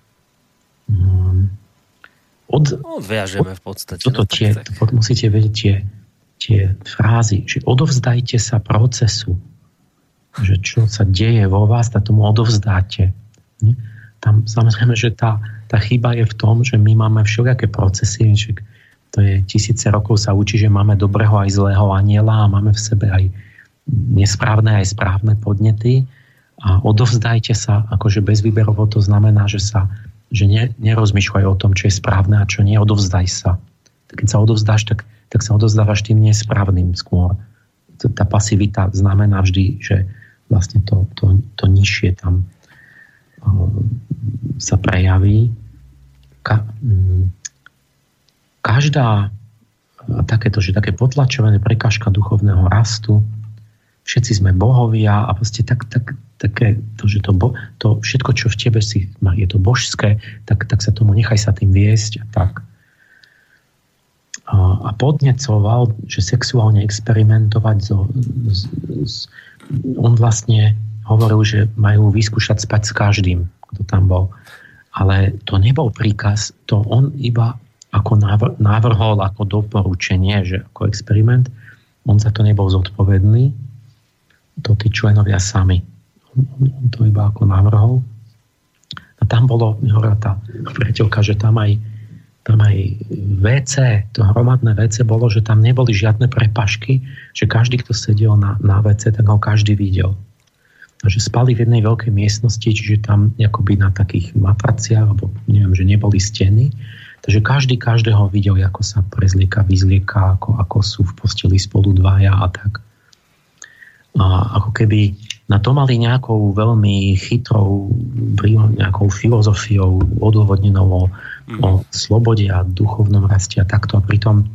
odviažeme v podstate. Musíte vedieť tie frázy, že odovzdajte sa procesu, že čo sa deje vo vás, a tomu odovzdáte. Tam samozrejme, že tá chyba je v tom, že my máme všelijaké procesy, že to je 1000 rokov sa učí, že máme dobrého aj zlého aniela a máme v sebe aj nesprávne, aj správne podnety a odovzdajte sa, akože bezvýberovo to znamená, že nerozmýšľaj o tom, čo je správne a čo nie, odovzdaj sa. Keď sa odovzdáš, tak sa odovzdávaš tým nesprávnym skôr. Tá pasivita znamená vždy, že vlastne to nižšie tam sa prejaví. Každá takéto, že také potlačované prekážka duchovného rastu, všetci sme bohovia a proste také to, že to všetko, čo v tebe je to božské, tak sa tomu nechaj sa tým viesť a tak. A podnecoval, že sexuálne experimentovať on vlastne hovoril, že majú vyskúšať spať s každým, kto tam bol. Ale to nebol príkaz, to on iba ako navrhol, ako doporučenie, že ako experiment, on za to nebol zodpovedný, to tí členovia sami. On to iba ako navrhol. A tam bolo, mi hovorila tá priateľka, že tam aj WC, to hromadné WC bolo, že tam neboli žiadne prepašky, že každý, kto sedel na WC, tak ho každý videl. A že spali v jednej veľkej miestnosti, čiže tam akoby na takých matraciach, alebo neviem, že neboli steny. Takže každý každého videl, ako sa prezlieka, vyzlieka, ako sú v posteli spolu dvaja a tak. A ako keby na to mali nejakou veľmi chytrou nejakou filozofiou odôvodnenou o slobode a duchovnom raste a takto. A pritom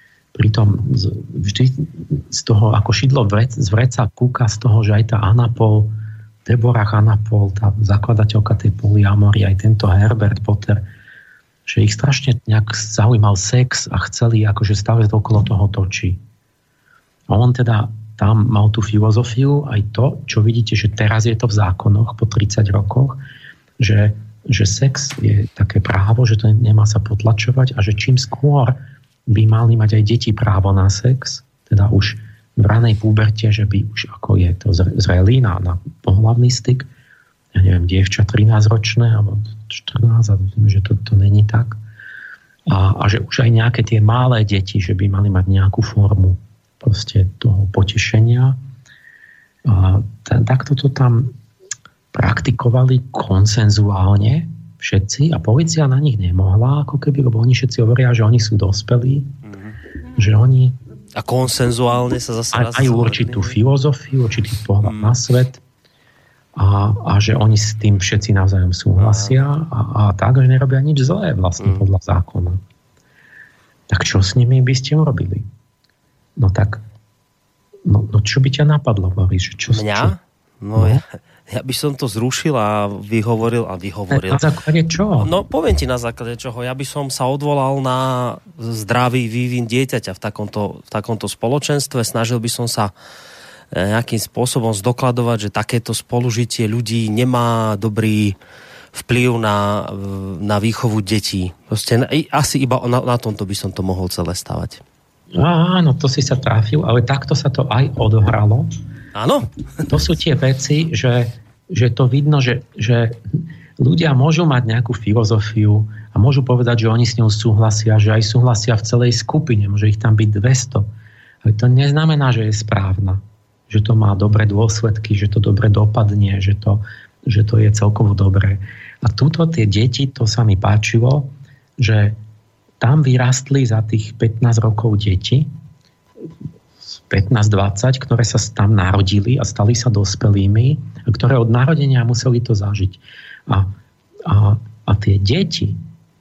vždy z toho, ako šidlo z vreca kúka z toho, že aj tá Deborah Anapol, tá zakladateľka tej polyamory, aj tento Herbert Potter, že ich strašne nejak zaujímal sex a chceli akože stále okolo toho točí. A on teda tam mal tú filozofiu, aj to, čo vidíte, že teraz je to v zákonoch po 30 rokoch, že sex je také právo, že to nemá sa potlačovať a že čím skôr by mali mať aj deti právo na sex, teda už v ranej púberte, že by už ako je to zrelý na pohlavný styk, ja neviem, dievča 13-ročné alebo 14, a myslím, že to není tak. A že už aj nejaké tie malé deti, že by mali mať nejakú formu proste toho potešenia. A takto to tam praktikovali konsenzuálne všetci a polícia na nich nemohla, ako keby, lebo oni všetci hovoria, že oni sú dospelí, že oni a konsenzuálne sa zase majú určitú filozofiu, určitý pohľad na svet a že oni s tým všetci navzájom súhlasia a tak, že nerobia nič zlé vlastne podľa zákona. Tak čo s nimi by ste urobili? No tak, no čo by ťa napadlo, Boris? Mňa? No. Ja by som to zrušil a vyhovoril. Na základe čoho? No poviem ti na základe čoho. Ja by som sa odvolal na zdravý vývin dieťaťa v takomto spoločenstve. Snažil by som sa nejakým spôsobom zdokladovať, že takéto spolužitie ľudí nemá dobrý vplyv na výchovu detí. Proste asi iba na tomto by som to mohol celé stavať. Áno, to si sa trafil, ale takto sa to aj odohralo. Áno. To sú tie veci, že že to vidno, že ľudia môžu mať nejakú filozofiu a môžu povedať, že oni s ňou súhlasia, že aj súhlasia v celej skupine, môže ich tam byť 200. Ale to neznamená, že je správna, že to má dobré dôsledky, že to dobre dopadne, že to je celkovo dobré. A tuto tie deti, to sa mi páčilo, že tam vyrastli za tých 15 rokov deti, 15-20, ktoré sa tam narodili a stali sa dospelými, ktoré od narodenia museli to zažiť. A tie deti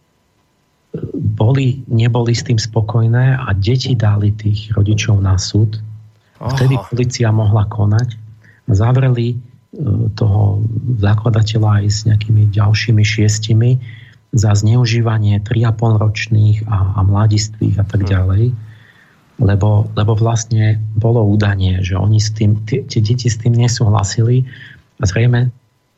neboli s tým spokojné a deti dali tých rodičov na súd. Vtedy polícia mohla konať a zavreli toho zakladateľa aj s nejakými ďalšími 6 za zneužívanie 3,5 ročných a mladistvých a tak ďalej. Lebo vlastne bolo údanie, že oni tie deti s tým nesúhlasili a zrejme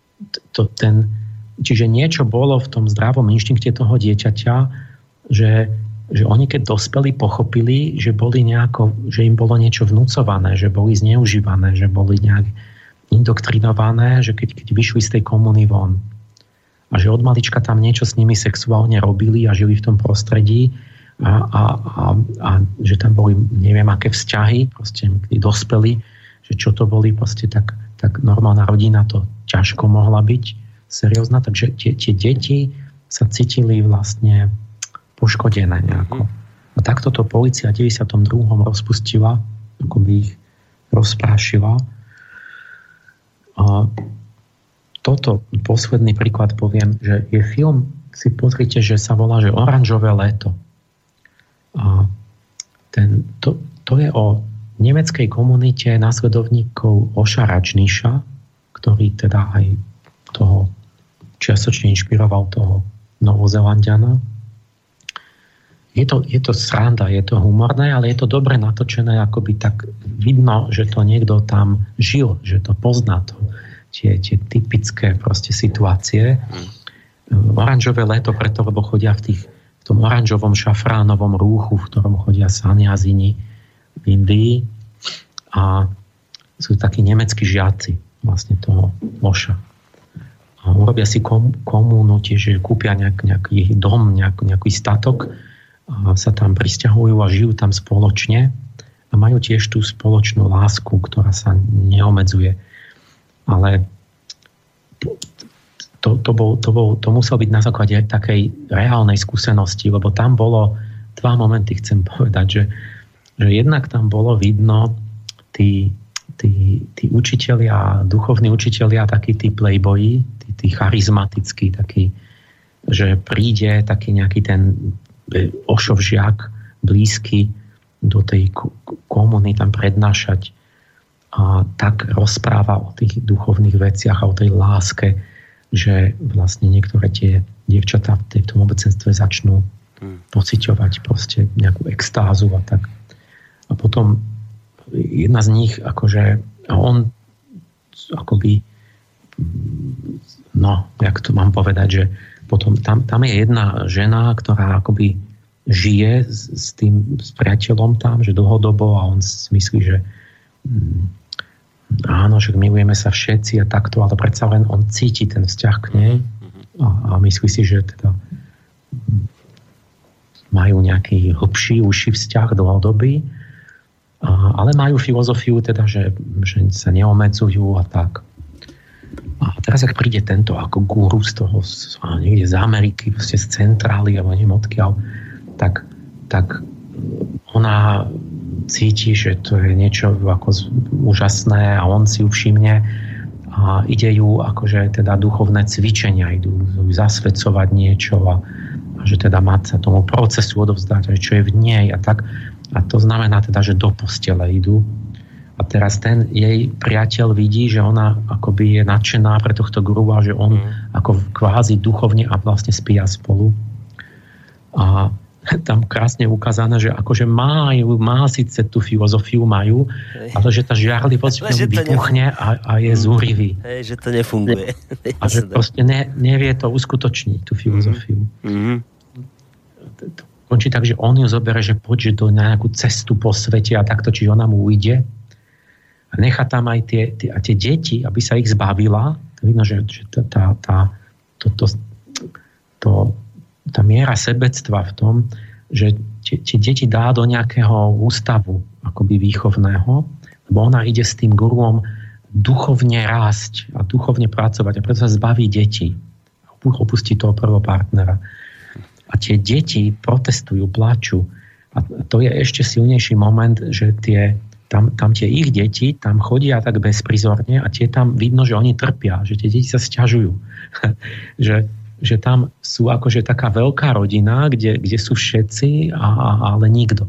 čiže niečo bolo v tom zdravom inštinkte toho dieťaťa, že oni keď dospeli, pochopili, že im bolo niečo vnúcované, že boli zneužívané, že boli nejak indoktrinované, že keď vyšli z tej komuny von a že od malička tam niečo s nimi sexuálne robili a žili v tom prostredí a že tam boli neviem aké vzťahy, proste keď dospeli, že čo to boli, proste tak normálna rodina to ťažko mohla byť seriózna, takže tie deti sa cítili vlastne poškodené nejako. A takto to polícia v 92. rozpustila, ako by ich rozprášila. A toto posledný príklad poviem, že je film, si pozrite, že sa volá, že Oranžové léto. A to je o nemeckej komunite následovníkov Oša Rajniša, ktorý teda aj toho čiastočne inšpiroval toho Novozelanďana. Je to sranda, je to humorné, ale je to dobre natočené, akoby tak vidno, že to niekto tam žil, že to pozná to, tie typické proste situácie. Oranžové léto preto, lebo chodia v tom oranžovom šafránovom rúchu, v ktorom chodia saniazini v Indii a sú takí nemeckí žiaci vlastne toho Oša. A urobia si komúnu, tiež kúpia nejaký dom, nejaký statok a sa tam prisťahujú a žijú tam spoločne a majú tiež tú spoločnú lásku, ktorá sa neomedzuje. Ale to muselo byť na základe takej reálnej skúsenosti, lebo tam bolo 2 momenty, chcem povedať, že jednak tam bolo vidno tí učitelia, duchovní učitelia, takí tí playboyi, tí charizmatickí, takí, že príde taký nejaký ten Ošov žiak blízky do tej komuny tam prednášať a tak rozpráva o tých duchovných veciach a o tej láske, že vlastne niektoré tie dievčatá v tom obecenstve začnú pociťovať proste nejakú extázu a tak. A potom jedna z nich akože, a on akoby jak to mám povedať, že potom tam je jedna žena, ktorá akoby žije s priateľom tam, že dlhodobo a on si myslí, že áno, že milujeme sa všetci a takto, ale predsa len on cíti ten vzťah k nej a myslí si, že teda majú nejaký hlbší, užší vzťah dlhodobý, ale majú filozofiu teda, že sa neomedzujú a tak. A teraz, ak príde tento ako guru z toho, niekde z Ameriky, z centrály, alebo neviem odkiaľ, tak ona cíti, že to je niečo ako úžasné a on si ju všimne a ide ju akože teda duchovné cvičenia, idú zasvedcovať niečo a že teda má sa tomu procesu odovzdať, čo je v nej a tak. A to znamená teda, že do postele idú. A teraz ten jej priateľ vidí, že ona akoby je nadšená pre tohto gurua, že on ako kvázi duchovne a vlastne spia spolu. A tam krásne ukázané, že akože má síce tú filozofiu majú, ale že tá žiarlivosť vypuchne a je zúrivý. Že to nefunguje. A že proste nevie to uskutočniť, tú filozofiu. Končí tak, že on ju zoberie, že poď do nejakú cestu po svete a takto, čiže ona mu ujde a nechá tam aj tie deti, aby sa ich zbavila, vidno, že tá miera sebectva v tom, že tie deti dá do nejakého ústavu akoby výchovného, lebo ona ide s tým guruom duchovne rásť a duchovne pracovať a preto sa zbaví detí. Opustí toho prvého partnera. A tie deti protestujú, plačú. A to je ešte silnejší moment, že tam tie ich deti tam chodia tak bezprizorne a tie tam vidno, že oni trpia, že tie deti sa sťažujú. že tam sú akože taká veľká rodina, kde sú všetci, ale nikto.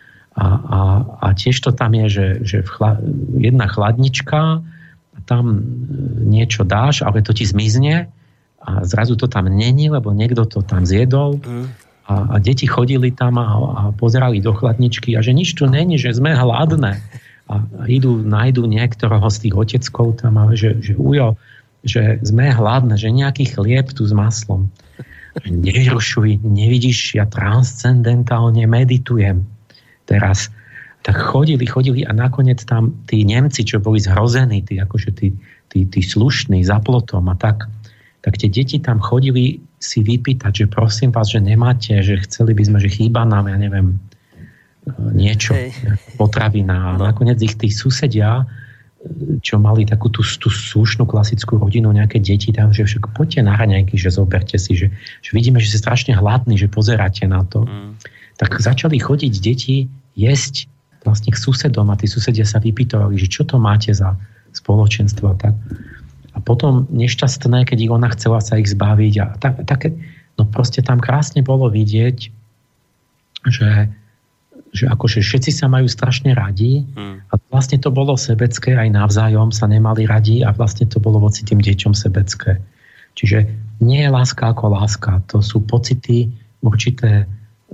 A tiež to tam je, že jedna chladnička, tam niečo dáš, ale to ti zmizne a zrazu to tam není, lebo niekto to tam zjedol a deti chodili tam a pozerali do chladničky a že nič tu není, že sme hladné a nájdu niektorého z tých oteckov tam a že ujo, že sme hladné, že nejaký chlieb tu s maslom. Nerušuj, nevidíš, ja transcendentálne meditujem teraz. Tak chodili a nakoniec tam tí Nemci, čo boli zhrození, tí slušní za plotom a tak tie deti tam chodili si vypýtať, že prosím vás, že nemáte, že chceli by sme, že chýba nám, ja neviem, niečo, potravina. A nakoniec ich tí susedia, čo mali takú tú slušnú klasickú rodinu, nejaké deti tam, že však poďte na raňajky, že zoberte si, že vidíme, že ste strašne hladní, že pozeráte na to. Tak začali chodiť deti jesť vlastne k susedom a tí susedia sa vypýtovali, že čo to máte za spoločenstvo. A potom nešťastné, keď ona chcela sa ich zbaviť a no proste tam krásne bolo vidieť, že akože všetci sa majú strašne radi a vlastne to bolo sebecké, aj navzájom sa nemali radi a vlastne to bolo voči tým deťom sebecké. Čiže nie je láska ako láska, to sú pocity určité,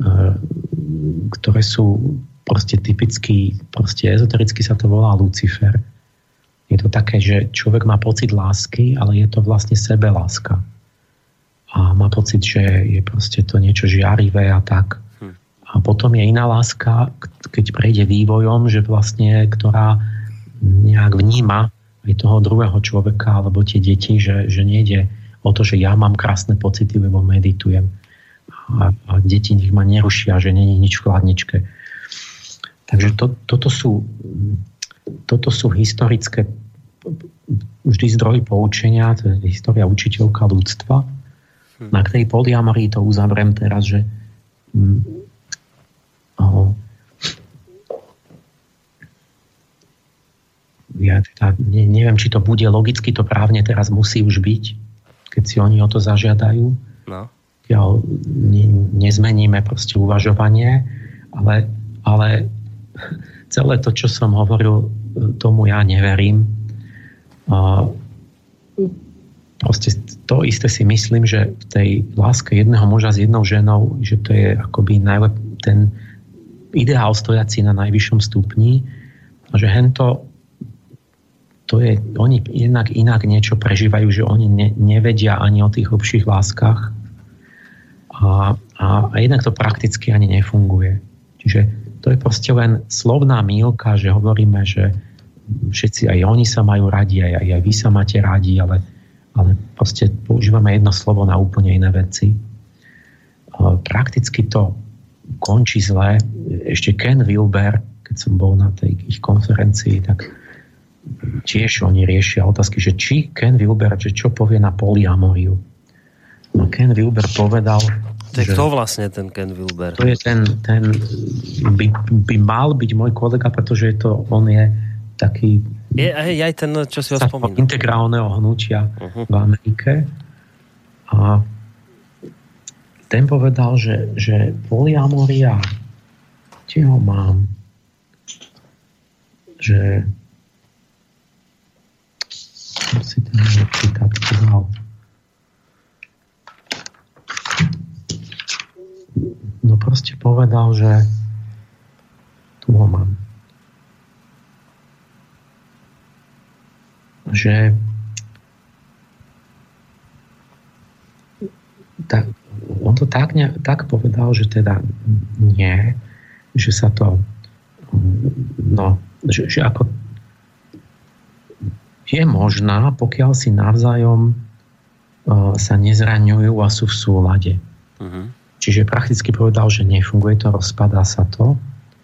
ktoré sú proste typicky, proste ezotericky sa to volá Lucifer. Je to také, že človek má pocit lásky, ale je to vlastne sebeláska. A má pocit, že je proste to niečo žiarivé a tak. A potom je iná láska, keď prejde vývojom, že vlastne, ktorá nejak vníma aj toho druhého človeka, alebo tie deti, že nejde o to, že ja mám krásne pocity, lebo meditujem. A deti nech ma nerušia, že nie je nič v chladničke. Takže toto sú historické vždy zdroj poučenia, to je história učiteľka ľudstva. Na ktorej polyamorii to uzavriem teraz, že ja teda neviem, či to bude logicky, to právne teraz musí už byť, keď si oni o to zažiadajú. No. Nezmeníme proste uvažovanie, ale celé to, čo som hovoril, tomu ja neverím. Proste to isté si myslím, že v tej láske jedného muža s jednou ženou, že to je akoby ten ideál stojací na najvyššom stupni a že to je, oni inak niečo prežívajú, že oni nevedia ani o tých hlbších láskach a jednak to prakticky ani nefunguje. Čiže to je proste len slovná mýlka, že hovoríme, že všetci, aj oni sa majú radi, aj vy sa máte radi, ale proste používame jedno slovo na úplne iné veci. Prakticky to končí zle. Ešte Ken Wilber, keď som bol na tej ich konferencii, tak tiež oni riešia otázky, že či Ken Wilber, že čo povie na polyamoriu. No Ken Wilber povedal, to je kto vlastne ten Ken Wilber? To je ten by mal byť môj kolega, pretože on je taký aj ten, čo si ho spomínal. Integrálneho hnutia v Amerike. A ten povedal, že polyamoria, kde ho mám, že si ten citát povedal. No proste povedal, že tu ho mám. Že on to tak povedal, že teda nie, že sa to že ako je možná, pokiaľ si navzájom sa nezraňujú a sú v súlade. Čiže prakticky povedal, že nefunguje to, rozpadá sa to.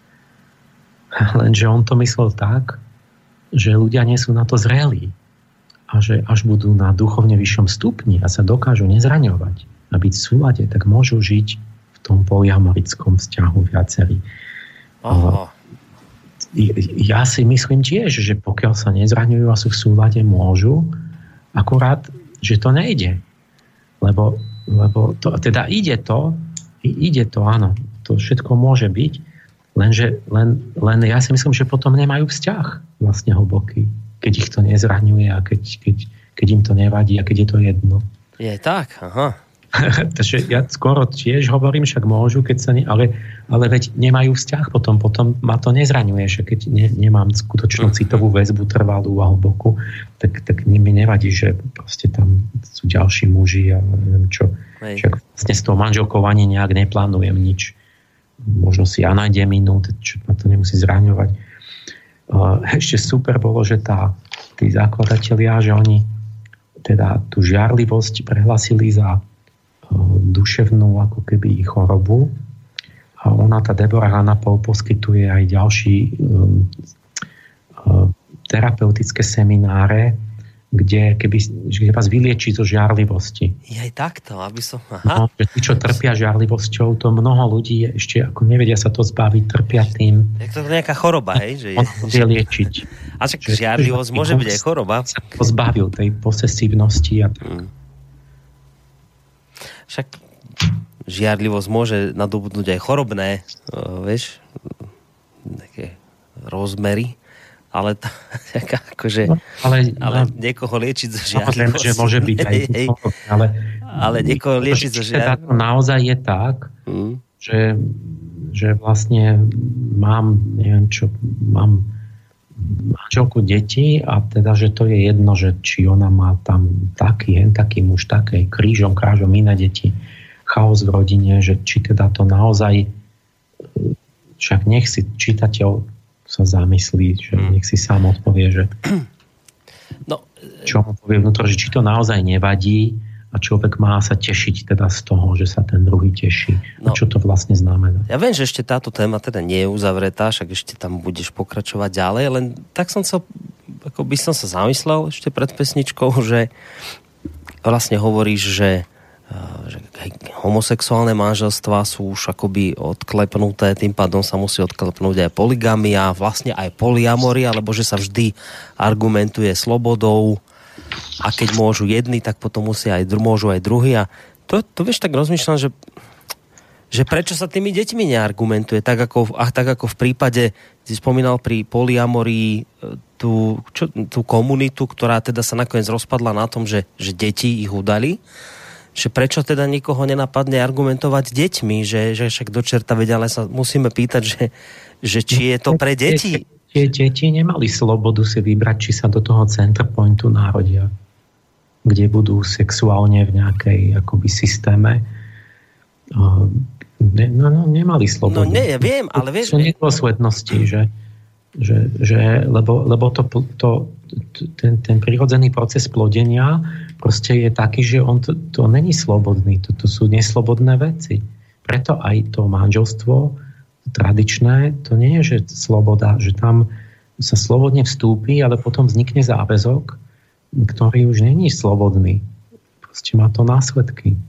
Lenže on to myslel tak, že ľudia nie sú na to zrelí. A že až budú na duchovne vyššom stupni a sa dokážu nezraňovať a byť v súlade, tak môžu žiť v tom polyamorickom vzťahu viacerí. Ja si myslím tiež, že pokiaľ sa nezraňujú a sú v súlade, môžu, akurát, že to nejde. Lebo to, teda ide to, áno, to všetko môže byť, len ja si myslím, že potom nemajú vzťah vlastne hlboký, keď ich to nezraňuje a keď im to nevadí a keď je to jedno. Je tak, aha. Takže ja skoro tiež hovorím, však môžu, keď sa ale veď nemajú vzťah, potom ma to nezraňuje, že keď nemám skutočnú citovú väzbu trvalú a hlbokú, tak mi nevadí, že proste tam sú ďalší muži a neviem čo. Však vlastne s tou manželkou ani nejak neplánujem nič. Možno si ja nájdem inú, čo ma to nemusí zraňovať. Ešte super bolo, že tí zakladatelia, že oni teda tú žiarlivosť prehlasili za duševnú ako keby chorobu a ona, tá Deborah Hanapol, poskytuje aj ďalší terapeutické semináre, kde vás vylieči zo žiarlivosti. Je aj takto, aby som... No, že tí, čo trpia žiarlivosťou, to mnoho ľudí ešte ako nevedia sa to zbaviť, trpia tým. Je to nejaká choroba, hej? Že on vie liečiť. A však žiarlivosť môže byť aj choroba. Sa pozbavil tej posesívnosti a však žiarlivosť môže nadobudnúť aj chorobné, vieš, také rozmery, ale to, akože, ale niekoho liečiť zo žiarlivosti. Že môže byť aj ale niekoho liečiť zo žiarlivosti. Naozaj je tak, že vlastne mám manželku, deti a teda, že to je jedno, že či ona má tam taký muž, také krížom, krážom iné deti, chaos v rodine, že či teda to naozaj, však nech si čitateľ sa zamyslí, že nech si sám odpovie, že čo mu povie vnútro, že či to naozaj nevadí a človek má sa tešiť teda z toho, že sa ten druhý teší. A čo to vlastne znamená? Ja viem, že ešte táto téma teda nie je uzavretá, však ešte tam budeš pokračovať ďalej, len tak som sa, ako by som sa zamyslel ešte pred pesničkou, že vlastne hovoríš, že homosexuálne manželstvá sú už akoby odklepnuté, tým pádom sa musí odklepnúť aj poligamia, vlastne aj polyamoria, alebo že sa vždy argumentuje slobodou a keď môžu jedni, tak potom môžu aj druhí a to vieš, tak rozmýšľam, že prečo sa tými deťmi neargumentuje, tak ako v prípade, si spomínal pri polyamorii tú komunitu, ktorá teda sa nakoniec rozpadla na tom, že deti ich udali, že prečo teda nikoho nenapadne argumentovať deťmi, že však do čerta vedia, ale sa musíme pýtať, že či je to pre deti. Tie deti nemali slobodu si vybrať, či sa do toho center pointu narodia, kde budú sexuálne v nejakej akoby systéme. Nemali slobodu. No nie, ja viem, ale vieš... Sú nedôslednosti, lebo ten prirodzený proces plodenia proste je taký, že on to není slobodný, to sú neslobodné veci. Preto aj to manželstvo tradičné, to nie je, že sloboda, že tam sa slobodne vstúpi, ale potom vznikne záväzok, ktorý už není slobodný. Proste má to následky.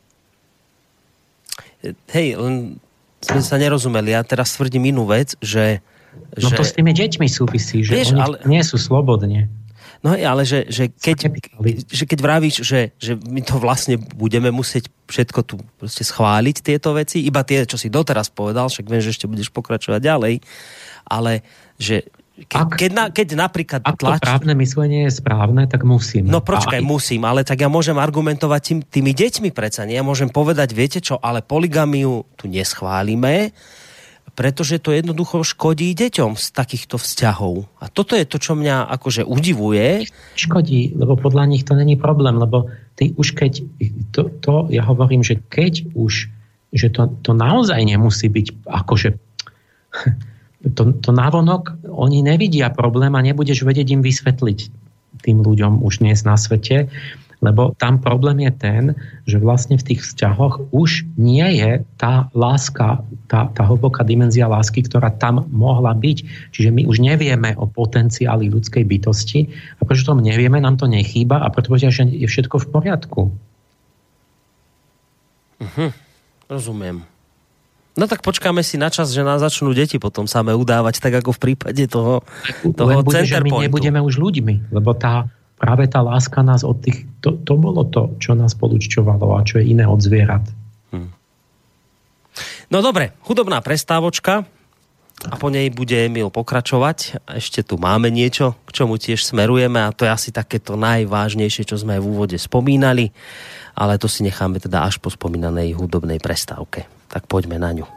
Hej, len sme sa nerozumeli. Ja teraz tvrdím inú vec, že... No to s tými deťmi súvisí, že vieš, oni nie sú slobodne. No ale že keď vravíš, že my to vlastne budeme musieť všetko tu proste schváliť tieto veci, iba tie, čo si doteraz povedal, však viem, že ešte budeš pokračovať ďalej, ale že keď napríklad ak to právne myslenie je správne, tak musím. No počkaj, musím, ale tak ja môžem argumentovať tými deťmi predsa, nie? Ja môžem povedať, viete čo, ale poligamiu tu neschválime, pretože to jednoducho škodí deťom z takýchto vzťahov. A toto je to, čo mňa akože udivuje. Škodí, lebo podľa nich to není problém, lebo ty už keď, ja hovorím, že keď už, že to naozaj nemusí byť akože to navonok, oni nevidia problém a nebudeš vedieť im vysvetliť tým ľuďom už dnes na svete, lebo tam problém je ten, že vlastne v tých vzťahoch už nie je tá láska, tá hlboká dimenzia lásky, ktorá tam mohla byť. Čiže my už nevieme o potenciáli ľudskej bytosti a pretože to nevieme, nám to nechýba a pretože je všetko v poriadku. Rozumiem. No tak počkáme si na čas, že nás začnú deti potom same udávať, tak ako v prípade toho center pointu. My nebudeme už ľuďmi, lebo práve tá láska nás od tých... To bolo to, čo nás podúčťovalo a čo je iné od zvierat. No dobre, hudobná prestávočka a po nej bude Emil pokračovať. Ešte tu máme niečo, k čomu tiež smerujeme a to je asi takéto najvážnejšie, čo sme aj v úvode spomínali, ale to si necháme teda až po spomínanej hudobnej prestávke. Tak poďme na ňu.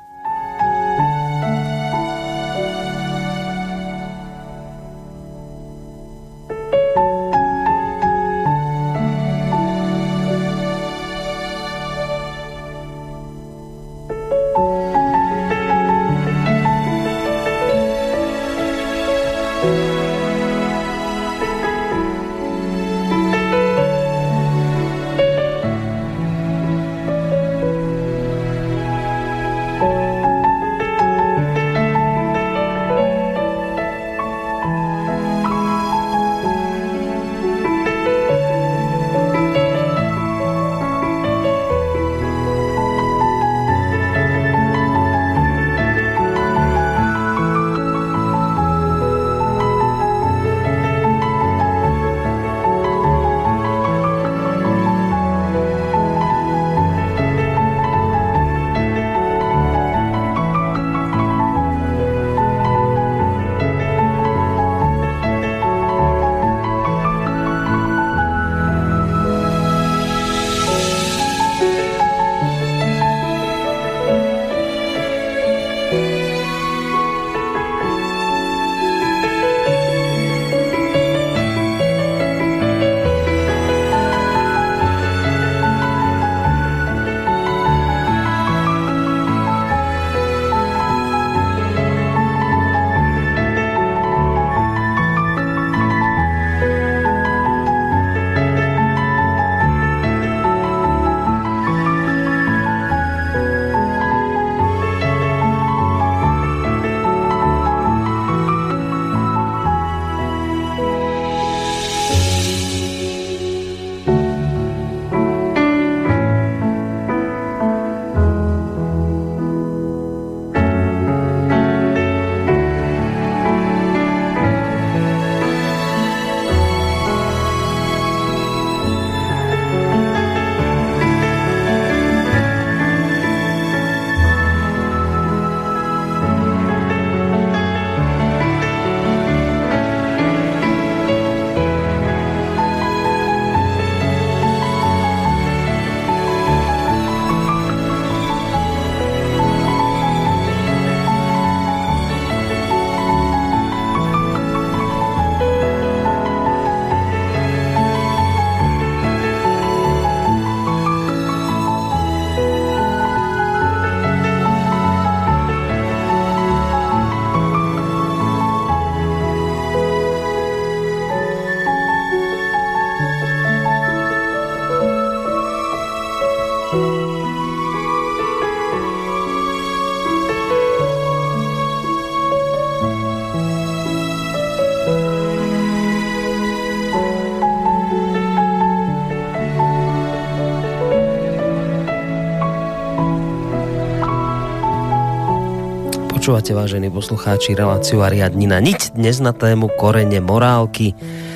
Počúvate, vážení poslucháči, reláciu Ariadnina niť, dnes na tému korene morálky,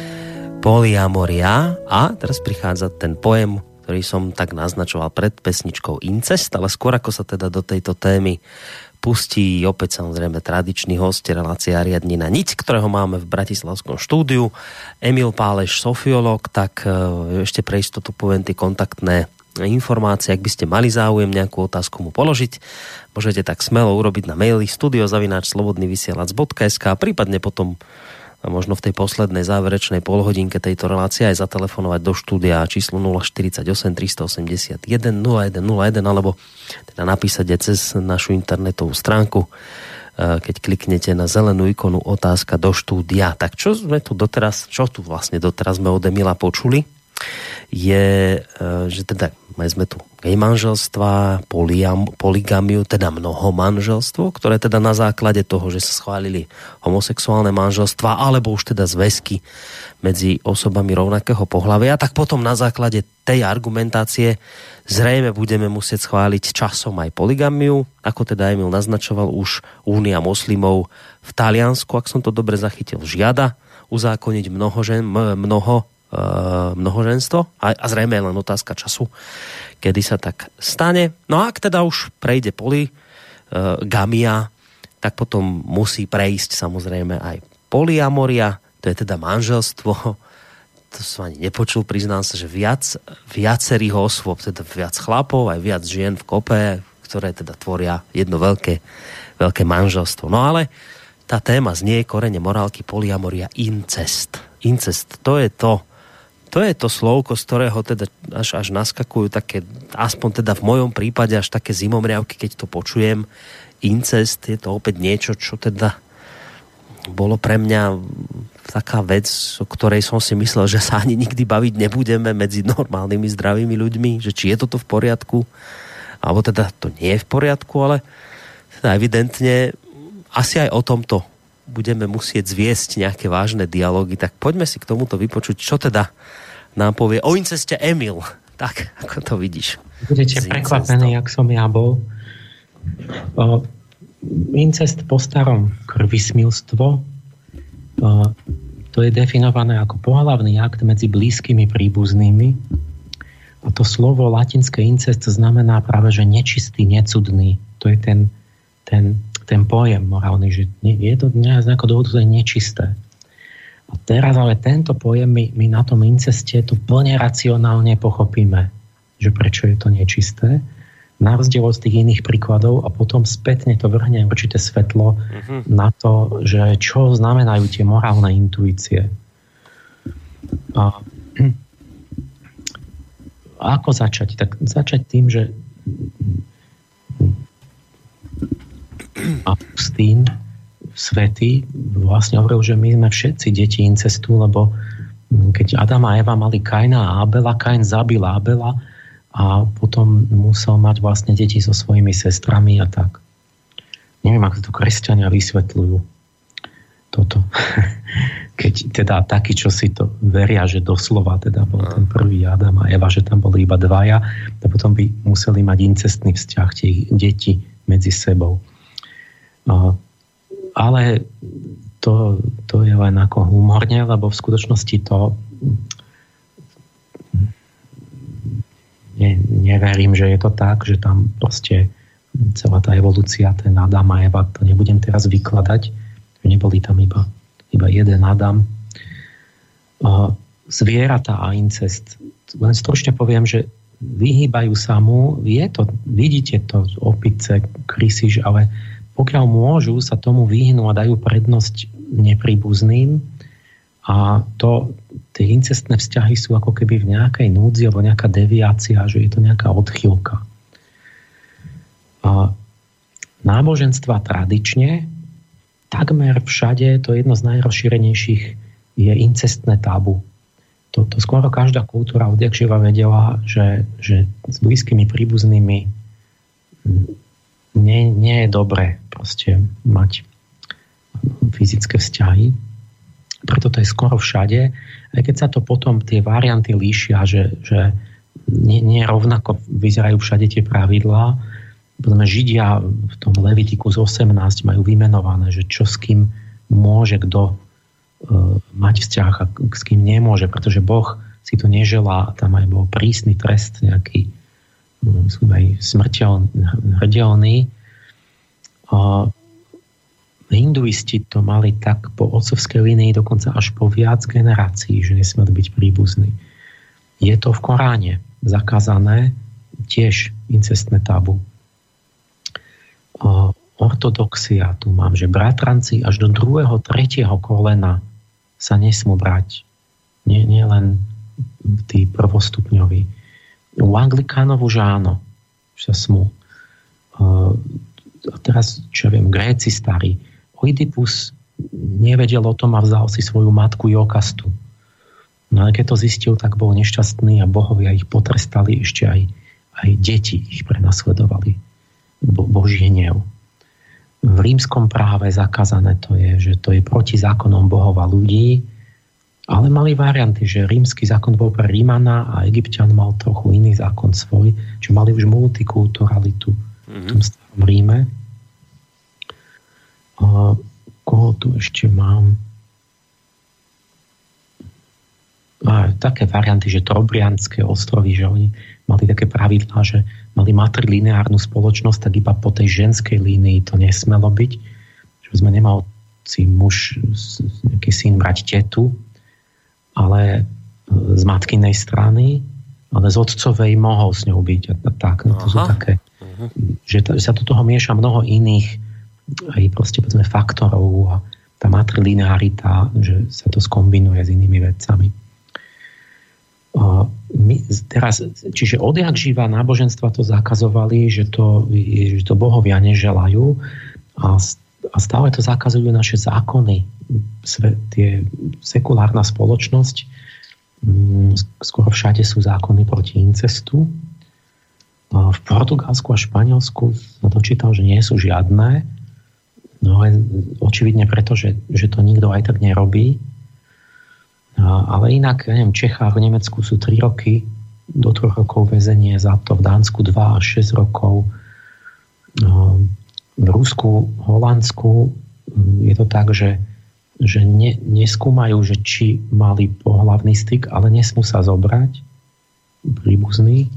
polyamoria. A teraz prichádza ten pojem, ktorý som tak naznačoval pred pesničkou, incest, ale skôr ako sa teda do tejto témy pustí opäť samozrejme tradičný host relácie Ariadnina niť, ktorého máme v bratislavskom štúdiu, Emil Páleš, sofiológ, tak ešte pre istotu poviem tie kontaktné informácie, ak by ste mali záujem nejakú otázku mu položiť, môžete tak smelo urobiť na maili studio@slobodnyvysielac.sk a prípadne potom možno v tej poslednej záverečnej polhodinke tejto relácie aj zatelefonovať do štúdia číslo 048 381 0101 alebo teda napísať aj cez našu internetovú stránku keď kliknete na zelenú ikonu otázka do štúdia. Tak čo tu vlastne doteraz sme od Emila počuli, je, že teda sme tu gej manželstva, poligamiu, teda mnoho manželstvo, ktoré teda na základe toho, že sa schválili homosexuálne manželstva, alebo už teda zväzky medzi osobami rovnakého pohlavia, tak potom na základe tej argumentácie zrejme budeme musieť schváliť časom aj poligamiu, ako teda Emil naznačoval, už Únia moslimov v Taliansku, ak som to dobre zachytil, žiada uzákoniť mnohoženstvo a zrejme len otázka času, kedy sa tak stane. No a ak teda už prejde poligamia, tak potom musí prejsť samozrejme aj polyamoria, to je teda manželstvo, to som ani nepočul, priznám sa, že viacerých osôb, teda viac chlapov, aj viac žien v kope, ktoré teda tvoria jedno veľké manželstvo. No ale tá téma znie korene morálky, polyamoria, incest. Incest, to je to slovko, z ktorého teda až naskakujú také, aspoň teda v mojom prípade až také zimomriavky, keď to počujem. Incest je to opäť niečo, čo teda bolo pre mňa taká vec, o ktorej som si myslel, že sa ani nikdy baviť nebudeme medzi normálnymi zdravými ľuďmi, že či je toto v poriadku, alebo teda to nie je v poriadku, ale teda evidentne asi aj o tomto budeme musieť zviesť nejaké vážne dialógy, tak poďme si k tomuto vypočuť, čo teda nám povie o inceste Emil. Tak, ako to vidíš? Budete prekvapení, jak som ja bol. Incest po starom krvismilstvo, to je definované ako pohlavný akt medzi blízkymi príbuznými. A to slovo latinské incest znamená práve, že nečistý, necudný. To je ten pojem morálny, že je to nejakého dôvodu, to je nečisté. A teraz ale tento pojem my na tom inceste to plne racionálne pochopíme, že prečo je to nečisté, na rozdiel od tých iných príkladov, a potom spätne to vrhne určité svetlo na to, že čo znamenajú tie morálne intuície. A ako začať? Tak začať tým, že Augustín svätý vlastne hovoril, že my sme všetci deti incestu, lebo keď Adam a Eva mali Kaina a Abela, Kain zabil Abela a potom musel mať vlastne deti so svojimi sestrami a tak. Neviem, ako to kresťania vysvetľujú toto. Keď teda takí, čo si to veria, že doslova teda bol ten prvý Adam a Eva, že tam boli iba dvaja, a potom by museli mať incestný vzťah tie deti medzi sebou. Ale to je len ako humorne, lebo v skutočnosti to neverím, že je to tak, že tam proste celá tá evolúcia, ten Adam a Eva, to nebudem teraz vykladať, že neboli tam iba jeden Adam. Zvieratá a incest. Len stručne poviem, že vyhýbajú sa mu, vidíte to z opice, krysy, ale pokiaľ môžu, sa tomu vyhnú a dajú prednosť nepríbuzným, a tie incestné vzťahy sú ako keby v nejakej núdzi alebo nejaká deviácia, že je to nejaká odchýlka. Náboženstva tradične takmer všade, to jedno z najrozšírenejších, je incestné tabu. To skoro každá kultúra odjakživa vedela, že s blízkymi príbuznými nie je dobré proste mať fyzické vzťahy. Preto to je skoro všade. Aj keď sa to potom tie varianty líšia, že nie rovnako vyzerajú všade tie pravidlá. Potom Židia v tom Levitikus 18 majú vymenované, že čo s kým môže kto mať vzťah a s kým nemôže, pretože Boh si to neželá. Tam aj bol prísny trest nejaký, aj hrdelný. Hinduisti to mali tak po otcovskej línii dokonca až po viac generácií, že nesmeli byť príbuzní. Je to v Koráne zakázané, tiež incestné tabu. Ortodoxia tu mám, že bratranci až do 2., 3. kolena sa nesmú brať. Nie len tí prvostupňoví. U Anglikánov už áno, že sa smú. teraz, čo ja viem, Gréci starí, Oidipus nevedel o tom a vzal si svoju matku Jokastu. No ale keď to zistil, tak bol nešťastný a bohovia ich potrestali, ešte aj deti ich prenasledovali. Boží hnev. V rímskom práve zakázané to je, že to je proti zákonom bohov a ľudí, ale mali varianty, že rímsky zákon bol pre Rímana a Egypťan mal trochu iný zákon svoj, že mali už multikulturalitu v tom starom Ríme. Koho tu ešte mám? Také varianty, že Trobrianské ostrovy, že oni mali také pravidlá, že mali matrilineárnu spoločnosť, tak iba po tej ženskej línii to nesmelo byť. Že sme nemal si muž, nejaký syn brať tetu, ale z matkinej strany, ale z otcovej mohol s ňou byť. A tak, to sú také, že sa do toho mieša mnoho iných aj proste povedzme faktorov a tá matrilinearita, že sa to skombinuje s inými vecami. Teraz, čiže odjak živa náboženstva to zakazovali, že to bohovia neželajú a stále to zakazujú naše zákony. Tie sekulárna spoločnosť, skoro všade sú zákony proti incestu. V Portugalsku a Španielsku som dočítal, že nie sú žiadne, no očividne preto, že to nikto aj tak nerobí. Ale inak, neviem, v Čechách, v Nemecku sú 3 roky, do 3 rokov väzenie za to, v Dánsku 2 až 6 rokov, v Rusku, Holandsku je to tak, že neskúmajú, že či mali pohlavný styk, ale nesmú sa zobrať príbuzný.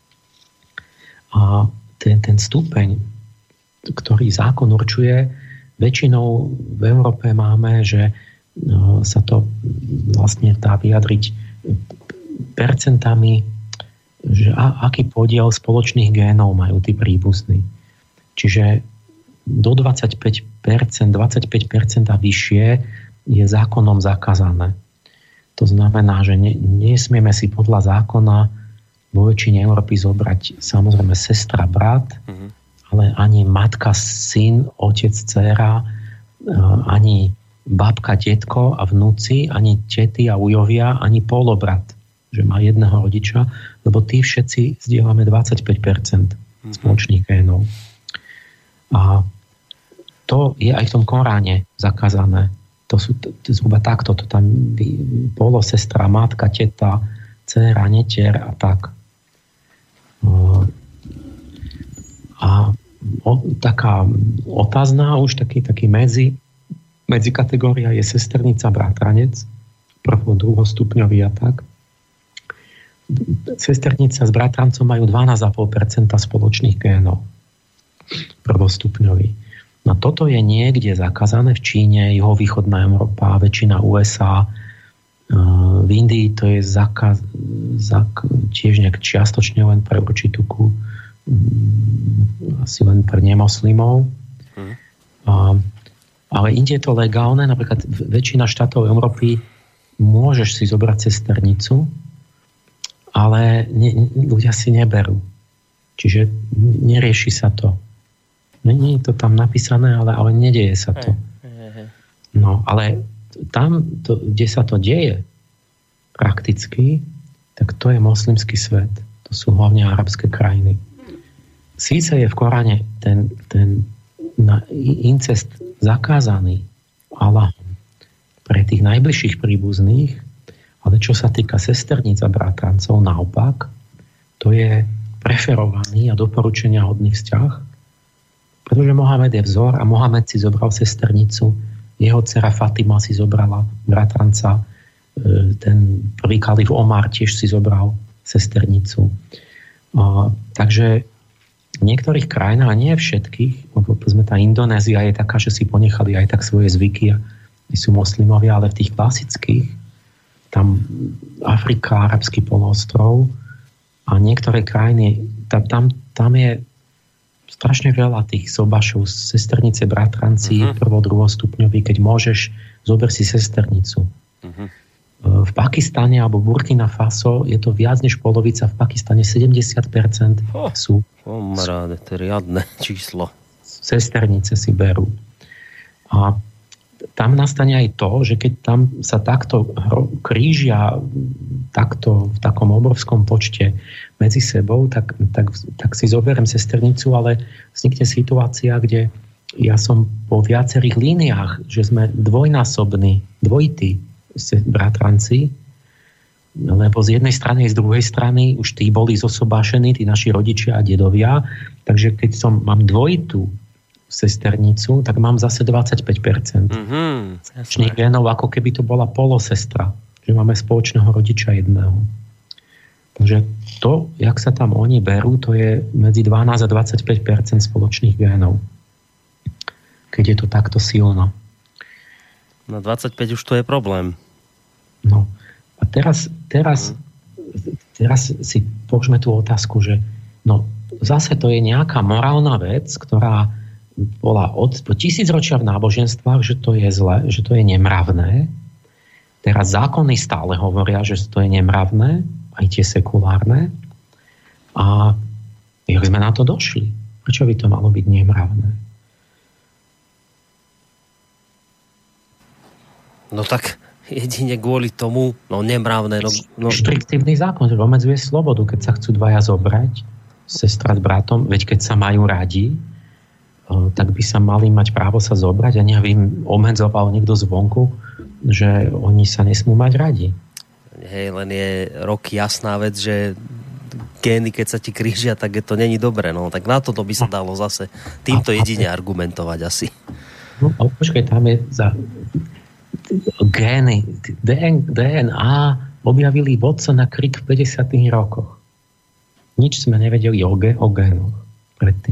A ten stupeň, ktorý zákon určuje, väčšinou v Európe máme, že sa to vlastne dá vyjadriť percentami, že aký podiel spoločných génov majú tí príbuzní. Čiže do 25% a vyššie je zákonom zakázané. To znamená, že nesmieme si podľa zákona vo väčšine Európy zobrať samozrejme sestra, brat, ale ani matka, syn, otec, dcéra, ani babka, detko a vnúci, ani tety a ujovia, ani polobrat, že má jedného rodiča, lebo tí všetci zdieľame 25% spoločných génov. A to je aj v tom Koráne zakázané. To sú zhruba takto, to tam polosestra, matka, teta, dcéra, netier a tak. A taká otázna, už taký medzikategória je sesternica, bratranec, prvo, druhostupňový a tak. Sesternica s bratrancom majú 12,5% spoločných génov. Prvostupňový. No toto je niekde zakázané v Číne, juhovýchodná Európa, väčšina USA. V Indii to je tiež nejak čiastočne len pre určitú asi len pre nemoslimov. Ale inde je to legálne, napríklad väčšina štátov Európy môžeš si zobrať sesternicu, ale ľudia si neberú. Čiže nerieši sa to. Nie je to tam napísané, ale nedieje sa to. No, ale tam, kde sa to deje prakticky, tak to je moslimský svet. To sú hlavne arabské krajiny. Síce je v Koráne ten incest zakázaný Allahom pre tých najbližších príbuzných, ale čo sa týka sesterníc a bratrancov, naopak, to je preferovaný a doporučenia hodný vzťah, pretože Mohamed je vzor a Mohamed si zobral sesternicu, jeho dcera Fatima si zobrala bratranca, ten prvý kalif Omar tiež si zobral sesternicu. Takže v niektorých krajinách, a nie všetkých, lebo povedzme tá Indonézia je taká, že si ponechali aj tak svoje zvyky a sú moslimovia, ale v tých klasických, tam Afrika, arabský poloostrov a niektoré krajiny, tam je strašne veľa tých sobašov, sesternice, bratranci, prvo, druhostupňový, keď môžeš, zober si sesternicu. V Pakistane alebo Burkina Faso je to viac než polovica, v Pakistane 70% sú. Maráde, to je riadne číslo. sesternice si berú. A tam nastane aj to, že keď tam sa takto krížia takto v takom obrovskom počte medzi sebou, tak si zoberiem sesternicu, ale vznikne situácia, kde ja som po viacerých líniách, že sme dvojnásobní, dvojití bratranci, lebo z jednej strany a z druhej strany už tí boli zosobášení, tí naši rodičia a dedovia, takže keď mám dvojitú sesternicu, tak mám zase 25%. Spoločných génov, ako keby to bola polosestra. Že máme spoločného rodiča jedného. Takže to, jak sa tam oni berú, to je medzi 12 a 25% spoločných génov. Keď je to takto silno. Na 25 už to je problém. No. A teraz si položme tú otázku, že no zase to je nejaká morálna vec, ktorá bola od tisícročia v náboženstvách, že to je zle, že to je nemravné. Teraz zákony stále hovoria, že to je nemravné, aj tie sekulárne. A jak sme na to došli? Prečo by to malo byť nemravné? No tak jedine kvôli tomu, no nemravné. No. Štriktívny zákon, že obmedzuje slobodu, keď sa chcú dvaja zobrať, sestra s bratom, veď keď sa majú radi, tak by sa mali mať právo sa zobrať a aby im obmedzoval niekto zvonku, že oni sa nesmú mať radi. Hej, len je rok jasná vec, že gény, keď sa ti krížia, tak to není dobre. No, tak na toto by sa dalo zase týmto jedine argumentovať asi. No, počkaj, tam je za gény, DNA objavili Watsona Crick v 50. rokoch. Nič sme nevedeli o génoch predtým.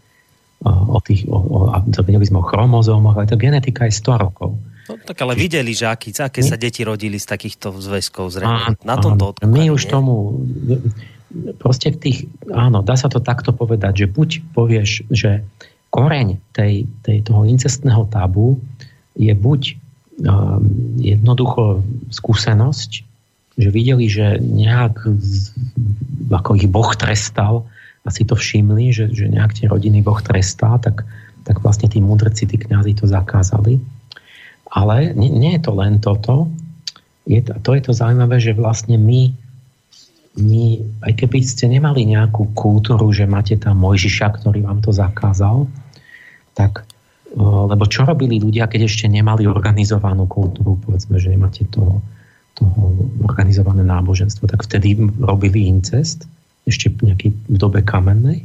Vedeli sme o chromozómoch, ale tá genetika je 100 rokov. No tak ale videli, že aké sa deti rodili z takýchto zväzkov zrejme. Na tomto odkúkali. My už tomu proste áno, dá sa to takto povedať, že buď povieš, že koreň toho incestného tabu je buď jednoducho skúsenosť, že videli, že nejak ako ich Boh trestal a si to všimli, že nejak tie rodiny Boh trestá, tak vlastne tí múdrci, tí kňazi to zakázali. Ale nie je to len toto. To je to zaujímavé, že vlastne my, aj keby ste nemali nejakú kultúru, že máte tam Mojžiša, ktorý vám to zakázal, tak, lebo čo robili ľudia, keď ešte nemali organizovanú kultúru, povedzme, že nemáte toho organizované náboženstvo, tak vtedy robili incest, ešte v dobe kamennej.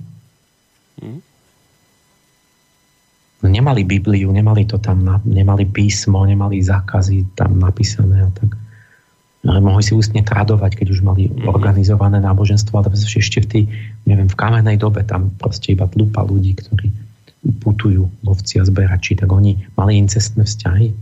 No, nemali Bibliu, nemali to tam, nemali písmo, nemali zákazy tam napísané a tak. Ale mohli si ústne tradovať, keď už mali organizované náboženstvo, ale ešte v kamennej dobe tam proste iba tlupa ľudí, ktorí putujú, lovci a zberači, tak oni mali incestné vzťahy.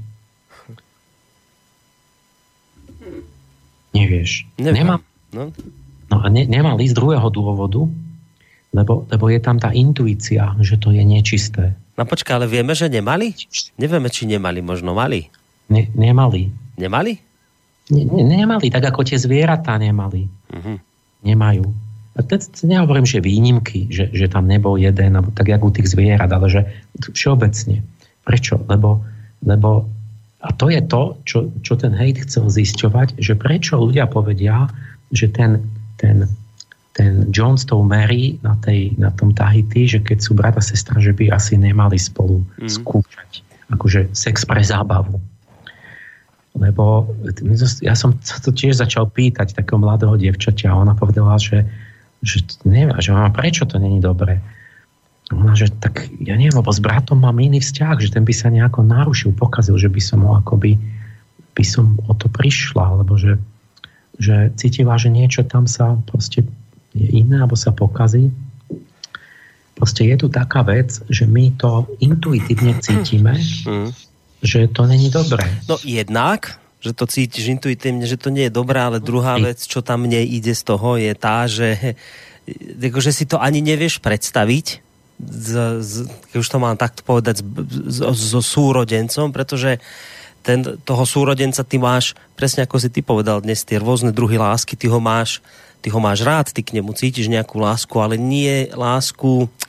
Nevieš. Nemám. No a nemali z druhého dôvodu, lebo je tam tá intuícia, že to je nečisté. No počkaj, ale vieme, že nemali? Nevieme, či nemali, možno mali. Nemali. Nemali? Nemali, tak ako tie zvieratá nemali. Nemajú. A teď nehovorím, že výnimky, že tam nebol jeden, tak jak u tých zvierat, ale že všeobecne. Prečo? Lebo a to je to, čo ten hejt chcel zisťovať, že prečo ľudia povedia, že ten John s tou Mary na tom Tahiti, že keď sú brat a sestra, že by asi nemali spolu skúšať. Akože sex pre zábavu. Lebo ja som to tiež začal pýtať takého mladého dievčaťa a ona povedala, že neviem, že mama, prečo to není dobré? Ona, že tak ja neviem, lebo s bratom mám iný vzťah, že ten by sa nejako narušil, pokazil, že by som ho akoby by som o to prišla, alebo že cítila, že niečo tam sa proste je iné, alebo sa pokazí. Proste je tu taká vec, že my to intuitívne cítime, že to není dobré. No jednak, že to cítiš intuitívne, že to nie je dobré, ale druhá vec, čo tam mne ide z toho, je tá, že si to ani nevieš predstaviť, keď už to mám takto povedať, so súrodencom, pretože toho súrodenca ty máš, presne ako si ty povedal dnes, tie rôzne druhy lásky, ty ho máš rád, ty k nemu cítiš nejakú lásku, ale nie lásku,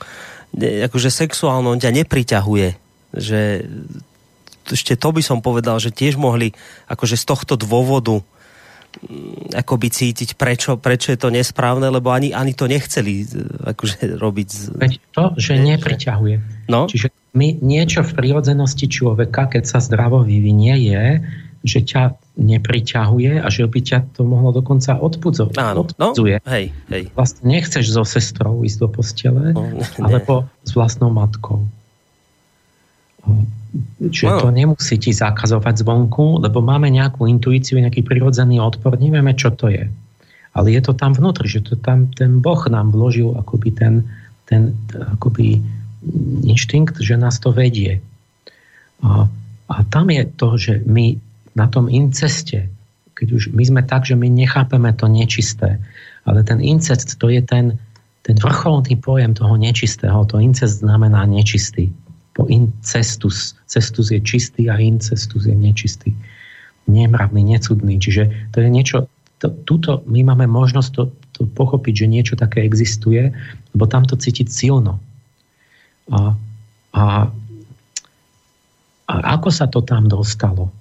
akože sexuálne on ťa nepriťahuje. Že ešte to by som povedal, že tiež mohli akože z tohto dôvodu akoby cítiť, prečo je to nesprávne, lebo ani to nechceli akože robiť. Veď to, že nepriťahuje. No? Čiže niečo v prírodzenosti človeka, keď sa zdravo vyvinie, je, že ťa nepriťahuje a že by ťa to mohlo dokonca odpudzovať. Áno, odpudzuje. No, hej. Vlastne nechceš so sestrou ísť do postele, alebo s vlastnou matkou. Čiže to nemusí ti zakazovať zvonku, lebo máme nejakú intuíciu, nejaký prirodzený odpor, nevieme, čo to je. Ale je to tam vnútri, že to tam ten Boh nám vložil akoby ten akoby inštinkt, že nás to vedie. A tam je to, že my na tom inceste, keď už my sme tak, že my nechápeme to nečisté, ale ten incest, to je ten vrcholný pojem toho nečistého. To incest znamená nečistý. Po incestus. Cestus je čistý a incestus je nečistý. Nemravný, necudný. Čiže to je niečo, tuto my máme možnosť to pochopiť, že niečo také existuje, lebo tam to cítiť silno. A ako sa to tam dostalo?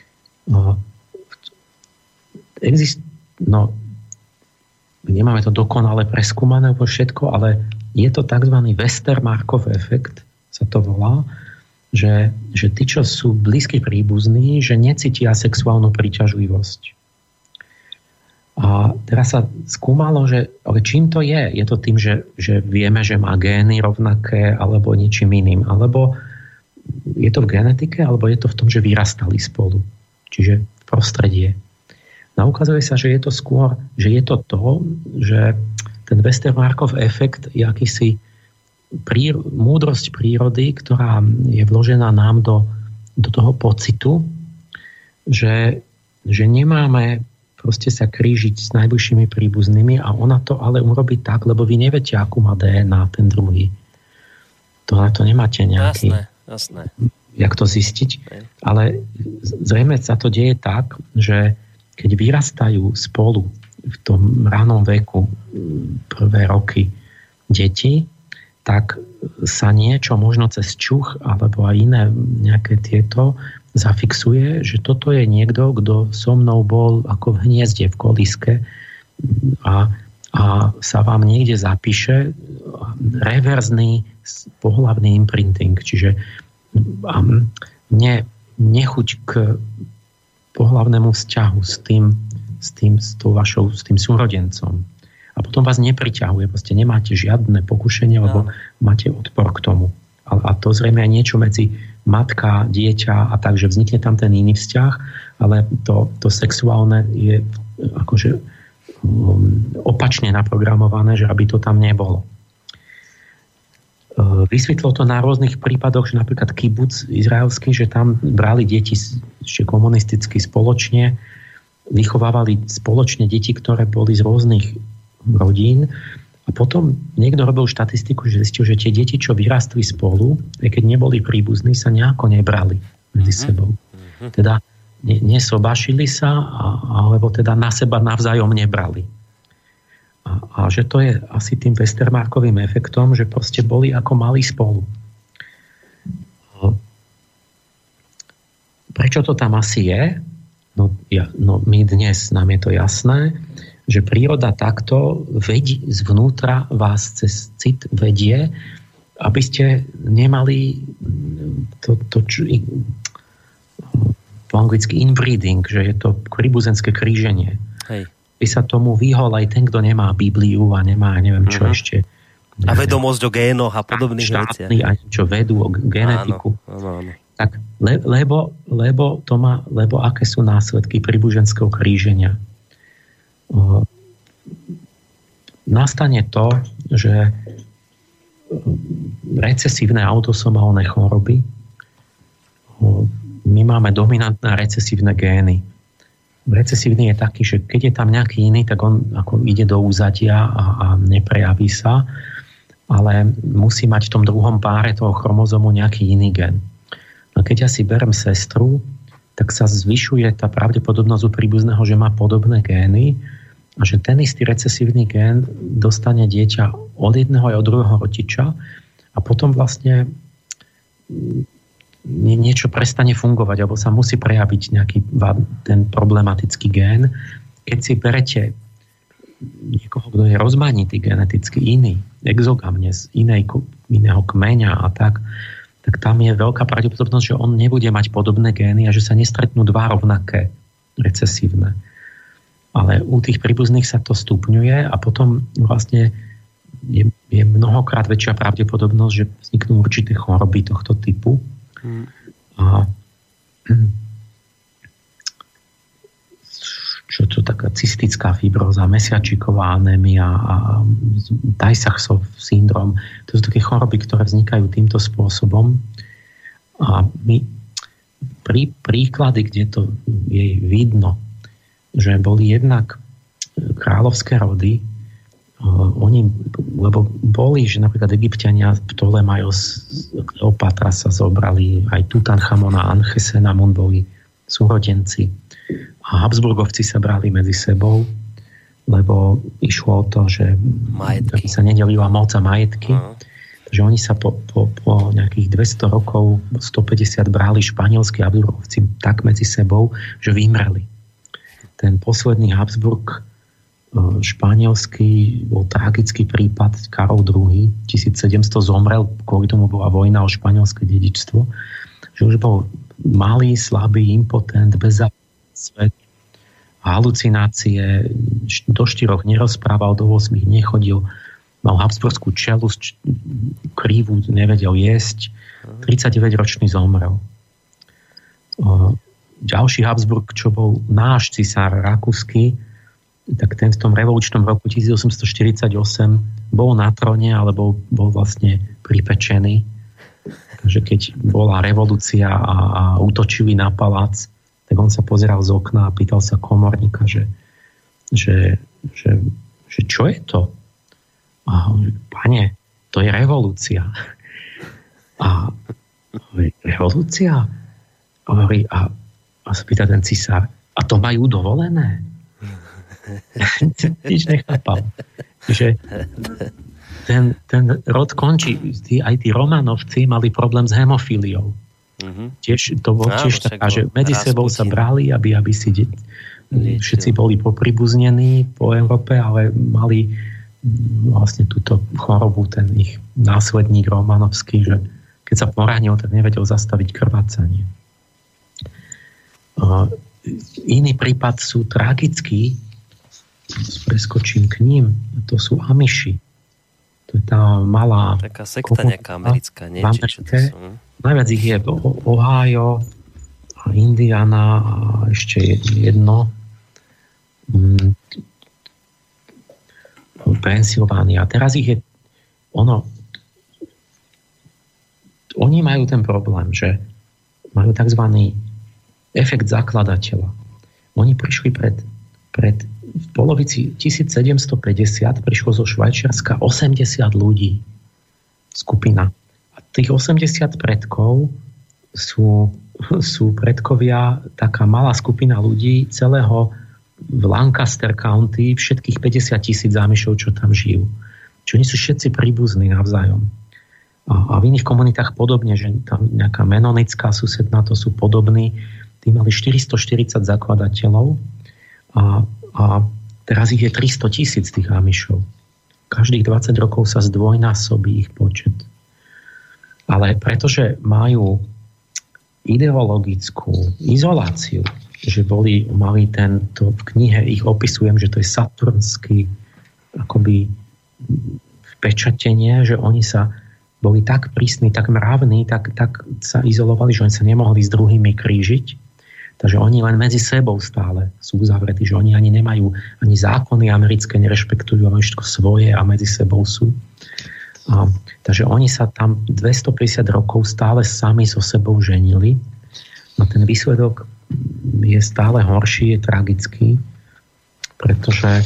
Nemáme to dokonale preskúmané vo všetko, ale je to tzv. Westermarkov efekt, sa to volá, že tí, čo sú blízky príbuzní, že necítia sexuálnu príťažlivosť. A teraz sa skúmalo, že ale čím to je? Je to tým, že vieme, že má gény rovnaké, alebo niečím iným? Alebo je to v genetike, alebo je to v tom, že vyrastali spolu? Čiže v prostredie. No ukazuje sa, že je to skôr, že je to to, že ten Westermarkov efekt je akýsi múdrosť prírody, ktorá je vložená nám do toho pocitu, že nemáme proste sa krížiť s najbližšími príbuznými a ona to ale urobí tak, lebo vy neviete, akú má DNA ten druhý. To na to nemáte nejaký... Jasné. Jak to zistiť? Ale zrejme sa to deje tak, že keď vyrastajú spolu v tom ranom veku prvé roky deti, tak sa niečo možno cez čuch alebo aj iné nejaké tieto zafixuje, že toto je niekto, kto so mnou bol ako v hniezde, v kolíske a sa vám niekde zapíše reverzný pohlavný imprinting, čiže nechuť k pohlavnému vzťahu s tým súrodencom. A potom vás nepriťahuje, proste nemáte žiadne pokušenie, lebo máte odpor k tomu. A to zrejme je niečo medzi matka, dieťa a tak, že vznikne tam ten iný vzťah, ale to sexuálne je akože opačne naprogramované, že aby to tam nebolo. Vysvetlo to na rôznych prípadoch, že napríklad kibuc izraelský, že tam brali deti ešte komunisticky spoločne, vychovávali spoločne deti, ktoré boli z rôznych rodín a potom niekto robil štatistiku, že zistil, že tie deti, čo vyrástli spolu, keď neboli príbuzní, sa nejako nebrali medzi sebou. Teda nesobašili sa, alebo teda na seba navzájom nebrali. A že to je asi tým Westermarkovým efektom, že proste boli ako mali spolu. Prečo to tam asi je? No my dnes, nám je to jasné, že príroda takto zvnútra vás cez cit vedie, aby ste nemali po anglicky inbreeding, že je to príbuzenské kríženie. Hej. By sa tomu vyhol aj ten, kto nemá Bibliu a nemá neviem čo ešte. A vedomosť o génoch a podobných veciach. A čo vedú o genetiku. Áno. Tak, lebo aké sú následky príbuženského kríženia? Nastane to, že recesívne autosomálne choroby, my máme dominantné recesívne gény. Recesívny je taký, že keď je tam nejaký iný, tak on ako ide do úzadia a neprejaví sa, ale musí mať v tom druhom páre toho chromozomu nejaký iný gen. No keď ja si berem sestru, tak sa zvyšuje tá pravdepodobnosť u príbuzného, že má podobné gény a že ten istý recesívny gén dostane dieťa od jedného aj od druhého rodiča a potom vlastne niečo prestane fungovať, alebo sa musí prejaviť nejaký ten problematický gén. Keď si berete niekoho, kto je rozmanitý geneticky iný, exogamne z iného kmeňa a tak tam je veľká pravdepodobnosť, že on nebude mať podobné gény a že sa nestretnú dva rovnaké recesívne. Ale u tých príbuzných sa to stupňuje a potom vlastne je mnohokrát väčšia pravdepodobnosť, že vzniknú určité choroby tohto typu. A čo to taká cystická fibróza, mesiačiková anémia a Tay-Sachsov syndrom. To sú také choroby, ktoré vznikajú týmto spôsobom. A my príklady, kde to je vidno, že boli jednak kráľovské rody, lebo boli, že napríklad Egypťania Ptolemaios, Kleopatra sa zobrali, aj Tutanchamona, Anchesenamun boli súrodenci. A Habsburgovci sa brali medzi sebou, lebo išlo o to, že sa nedelila moc a majetky. Takže oni sa po nejakých 200 rokov, 150 brali španielskí Habsburgovci tak medzi sebou, že vymreli. Ten posledný Habsburg španielský bol tragický prípad. Karol II 1700 zomrel, kvôli tomu bola vojna o španielské dedičstvo, že už bol malý, slabý, impotent, bez svet, halucinácie, do 4 nerozprával, do 8 nechodil, mal habsburskú čelusť, krívu, nevedel jesť, 39-ročný zomrel. Ďalší Habsburg, čo bol náš cisár rakúsky, tak ten v tom revolučnom roku 1848 bol na tróne, alebo bol vlastne pripečený. Takže keď bola revolúcia a útočili na palác, tak on sa pozeral z okna a pýtal sa komorníka, že čo je to? A on, pane, to je revolúcia. A revolúcia? A sa pýta ten cisár, a to majú dovolené? Nič nechápal. Že ten rod končí. Aj tí Romanovci mali problém s hemofíliou. Tiež, to bol tiež taká, že medzi sebou sa brali, aby si všetci boli popribuznení po Európe, ale mali vlastne túto chorobu, ten ich následník Romanovský, že keď sa poranil, tak nevedel zastaviť krvácanie. Iný prípad sú tragickí, preskočím k ním, to sú Amiši. To je tá malá... Taká sekta nejaká americká, nie? Čo to sú? Najviac ich je Ohio a Indiana a ešte jedno Pensylvánia. Teraz ich je oni majú ten problém, že majú tzv. Efekt zakladateľa. Oni prišli v polovici 1750 prišlo zo Švajčiarska 80 ľudí. Skupina. A tých 80 predkov sú predkovia, taká malá skupina ľudí celého v Lancaster County, všetkých 50,000 Amišov, čo tam žijú. Čo oni sú všetci príbuzní navzájom. A v iných komunitách podobne, že tam nejaká menonická susedná, to sú podobní. Tí mali 440 zakladateľov a teraz ich je 300,000 tých Amišov. Každých 20 rokov sa zdvojnásobí ich počet. Ale pretože majú ideologickú izoláciu, že mali tento, v knihe ich opisujem, že to je saturnský akoby vpečatenie, že oni sa boli tak prísni, tak mravní, tak sa izolovali, že oni sa nemohli s druhými krížiť. Takže oni len medzi sebou stále sú uzavretí, že oni ani nemajú, ani zákony americké nerešpektujú, ale všetko svoje a medzi sebou sú. Takže oni sa tam 250 rokov stále sami so sebou ženili. No ten výsledok je stále horší, je tragický, pretože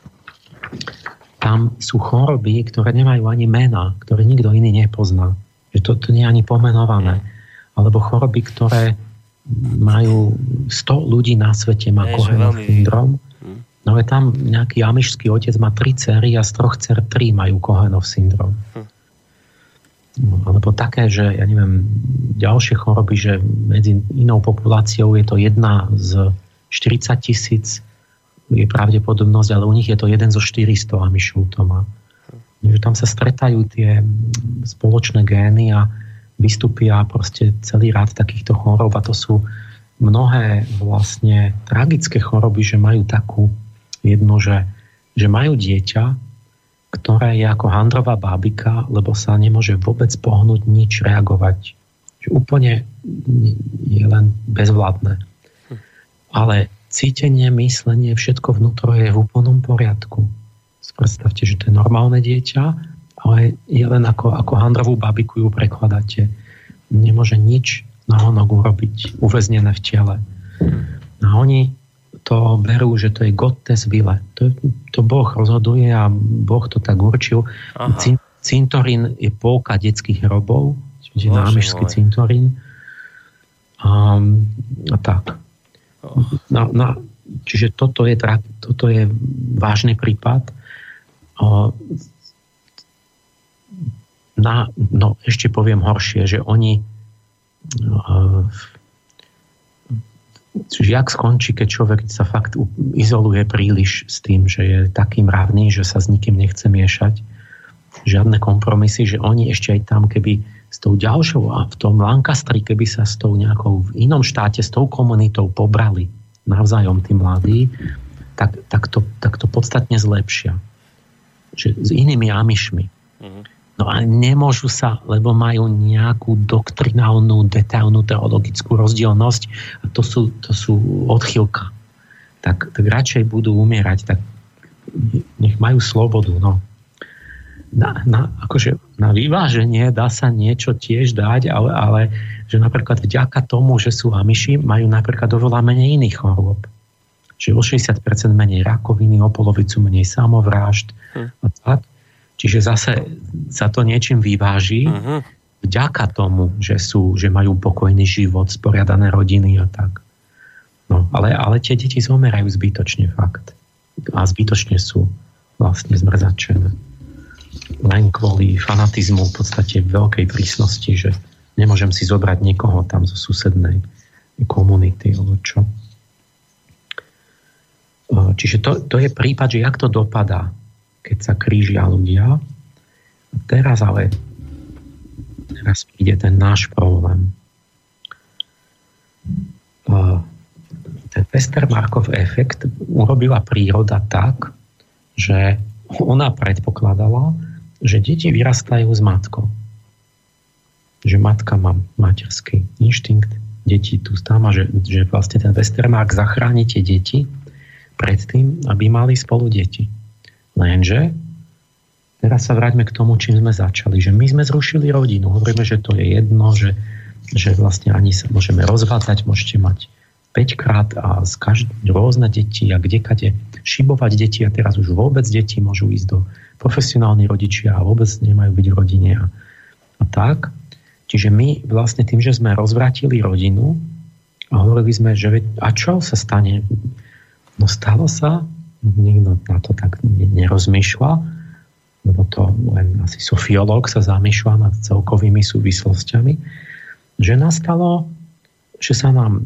tam sú choroby, ktoré nemajú ani mena, ktoré nikto iný nepozná. Že to nie je ani pomenované. Alebo choroby, ktoré majú 100 ľudí na svete má Cohenov syndrom. No je tam nejaký amišský otec má 3 dcery a z 3 dcer 3 majú Cohenov syndrom. alebo také, že ja neviem, ďalšie choroby, že medzi inou populáciou je to 1 z 40 000 je pravdepodobnosť, ale u nich je to 1 zo 400 amyšov to má. Že tam sa stretajú tie spoločné gény a vystúpia proste celý rád takýchto chorób a to sú mnohé vlastne tragické choroby, že majú takú jednu, že majú dieťa, ktoré je ako handrová bábika, lebo sa nemôže vôbec pohnúť, nič reagovať. Že úplne je len bezvládne. Ale cítenie, myslenie, všetko vnútro je v úplnom poriadku. Predstavte, že to je normálne dieťa, ale je len ako handrovú babiku ju prekladáte. Nemôže nič nahonok urobiť, uväznené v tele. A oni to berú, že to je Gottes Wille. To Boh rozhoduje a Boh to tak určil. Cintorín je polka detských hrobov, čiže námišský cintorín. A tak. Čiže toto je vážny prípad. Ešte poviem horšie, že oni čiže jak skončí, keď človek sa fakt izoluje príliš s tým, že je taký mravný, že sa s nikým nechce miešať, žiadne kompromisy, že oni ešte aj tam, keby s tou ďalšou a v tom Lancasteri, keby sa s tou nejakou v inom štáte, s tou komunitou pobrali navzájom tí mladí, tak to podstatne zlepšia. Že s inými Amišmi. No a nemôžu sa, lebo majú nejakú doktrinálnu, detailnú teologickú rozdielnosť a to sú odchýlka. Tak radšej budú umierať, tak nech majú slobodu. No. Akože na vyváženie dá sa niečo tiež dať, ale že napríklad vďaka tomu, že sú Amiši, majú napríklad oveľa menej iných chorôb. Že o 60% menej rakoviny, o polovicu menej samovrážd a tak. Čiže zase sa to niečím vyváži vďaka tomu, že majú pokojný život, sporiadané rodiny a tak. No, ale tie deti zomerajú zbytočne fakt. A zbytočne sú vlastne zmrzačené. Len kvôli fanatizmu v podstate veľkej prísnosti, že nemôžem si zobrať niekoho tam zo susednej komunity alebo čo. Čiže to je prípad, že jak to dopadá, keď sa krížia ľudia. Teraz príde ten náš problém. Ten Westermarkov efekt urobila príroda tak, že ona predpokladala, že deti vyrastajú s matkou. Že matka má materský inštinkt, deti tu tam a že vlastne ten Westermark zachráni tie deti pred tým, aby mali spolu deti. Lenže teraz sa vráťme k tomu, čím sme začali. Že my sme zrušili rodinu. Hovoríme, že to je jedno, že vlastne ani sa môžeme rozvádzať, môžete mať 5-krát a rôzne deti a kdekade šibovať deti a teraz už vôbec deti môžu ísť do profesionálni rodičia a vôbec nemajú byť v rodine a tak. Čiže my vlastne tým, že sme rozvrátili rodinu a hovorili sme, že a čo sa stane? No stalo sa, nikto na to tak nerozmýšľa, lebo to len asi sofiológ sa zamýšľa nad celkovými súvislostiami, že nastalo, že sa nám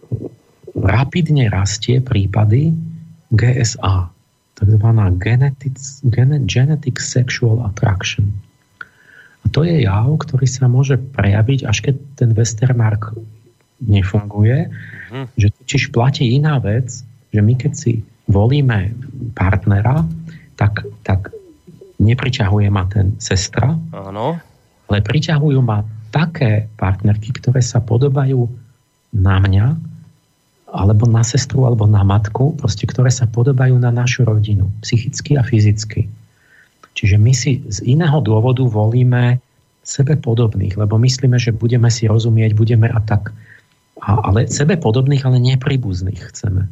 rapidne rastie prípady GSA, takzvaná Genetic Sexual Attraction. A to je jav, ktorý sa môže prejaviť, až keď ten Westermark nefunguje, že čiž platí iná vec, že my keď si volíme partnera, tak nepriťahuje ma ten sestra, áno, ale priťahujú ma také partnerky, ktoré sa podobajú na mňa, alebo na sestru, alebo na matku, proste, ktoré sa podobajú na našu rodinu, psychicky a fyzicky. Čiže my si z iného dôvodu volíme sebe podobných, lebo myslíme, že budeme si rozumieť, budeme a tak. Ale sebe podobných, ale nepríbuzných chceme.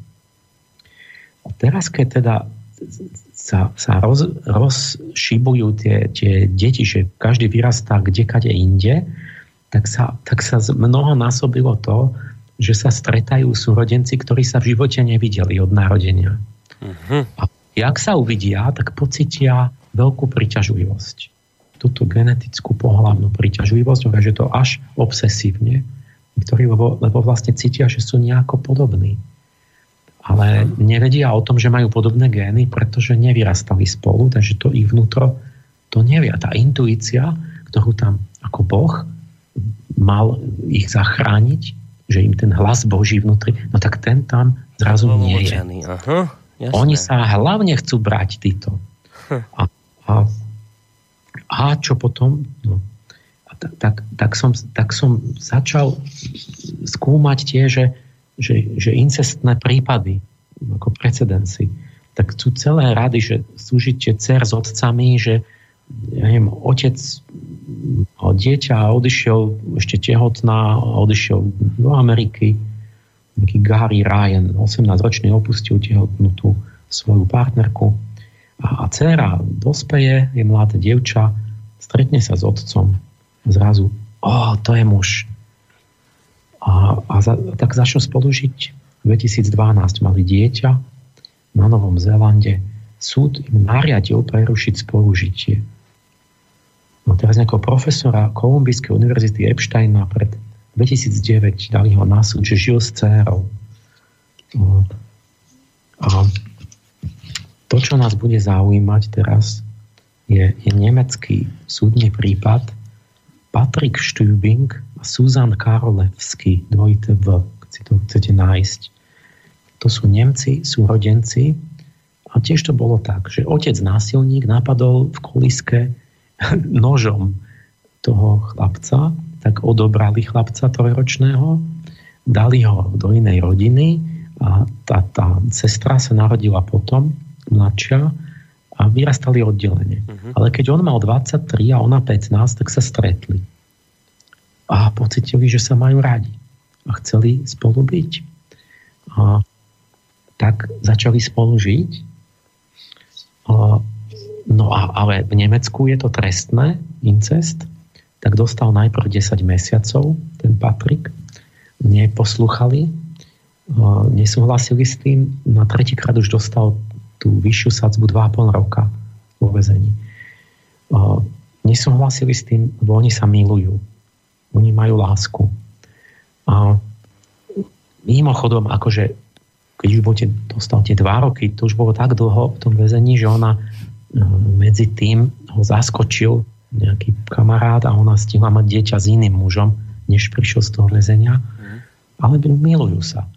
A teraz, keď teda sa rozšibujú tie deti, že každý vyrastá kdekade inde, tak sa mnohonásobilo to, že sa stretajú súrodenci, ktorí sa v živote nevideli od narodenia. A jak sa uvidia, tak pocítia veľkú priťažlivosť. To túto genetickú pohlavnú príťažlivosť, že to až obsesívne, lebo vlastne cítia, že sú nejako podobní. Ale nevedia o tom, že majú podobné gény, pretože nevyrastali spolu, takže to ich vnútro to nevie. Tá intuícia, ktorú tam ako Boh mal ich zachrániť, že im ten hlas Boží vnútri, no tak ten tam zrazu nie je. Aha, oni sa hlavne chcú brať títo. A čo potom? No, tak som začal skúmať tie, že incestné prípady, ako precedenci, tak sú celé rady, že súžitie dcer s otcami, že ja neviem, otec dieťa odišiel ešte tehotná, odišiel do Ameriky, nejaký Gary Ryan, 18-ročný, opustil tehotnutú svoju partnerku a dcera dospeje, je mladé dievča, stretne sa s otcom a zrazu, to je muž. Tak začal spolu žiť. V 2012 mali dieťa na Novom Zélande. Súd im nariadil prerušiť spolužitie. No teraz nejakého profesora Kolumbijskej univerzity Epsteina pred 2009 dali ho na súd, že žil s dcérou. A to, čo nás bude zaujímať teraz, je nemecký súdny prípad Patrick Stübing a Susan Karolevsky, dvojité V, keď si to chcete nájsť. To sú Nemci, súrodenci a tiež to bolo tak, že otec násilník napadol v koliske nožom toho chlapca, tak odobrali chlapca trojročného, dali ho do inej rodiny a tá sestra sa narodila potom, mladšia, a vyrastali oddelenie. Ale keď on mal 23 a ona 15, tak sa stretli. A pocitili, že sa majú radi. A chceli spolu byť. A tak začali spolu žiť. Ale v Nemecku je to trestné, incest, tak dostal najprv 10 mesiacov ten Patrik. Neposlúchali, nesúhlasili s tým. Na tretíkrát už dostal tú vyššiu sadzbu 2,5 roka vo väzení. Nesúhlasili s tým, lebo oni sa milujú. Oni majú lásku. A mimochodom, akože keď už dostal tie 2 roky, to už bolo tak dlho v tom väzení, že ona medzi tým ho zaskočil nejaký kamarát a ona stihla mať dieťa s iným mužom, než prišiel z toho väzenia. Ale milujú sa.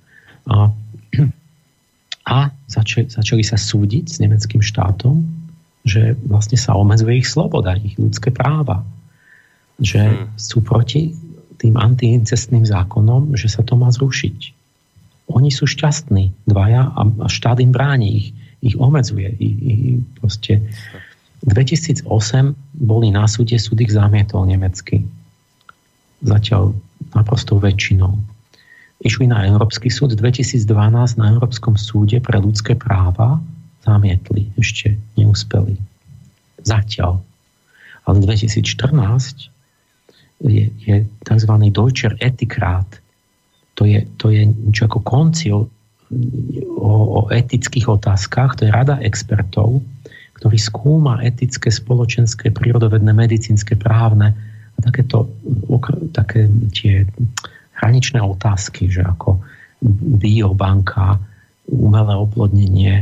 A začali sa súdiť s nemeckým štátom, že vlastne sa obmedzuje ich sloboda, ich ľudské práva. Že sú proti tým antiincestným zákonom, že sa to má zrušiť. Oni sú šťastní, dvaja, a štát im bráni, ich obmedzuje. Proste. V 2008 boli na súde, súd ich zamietol nemecky. Zatiaľ naprostou väčšinou. Išli na Európsky súd, 2012 na Európskom súde pre ľudské práva zamietli, ešte neúspeli. Zatiaľ. Ale 2014 je tzv. Deutscher Ethikrat. To je niečo ako koncil o etických otázkach, to je rada expertov, ktorý skúma etické, spoločenské, prírodovedné, medicínske, právne a také tie hraničné otázky, že ako biobanka, umelé oplodnenie,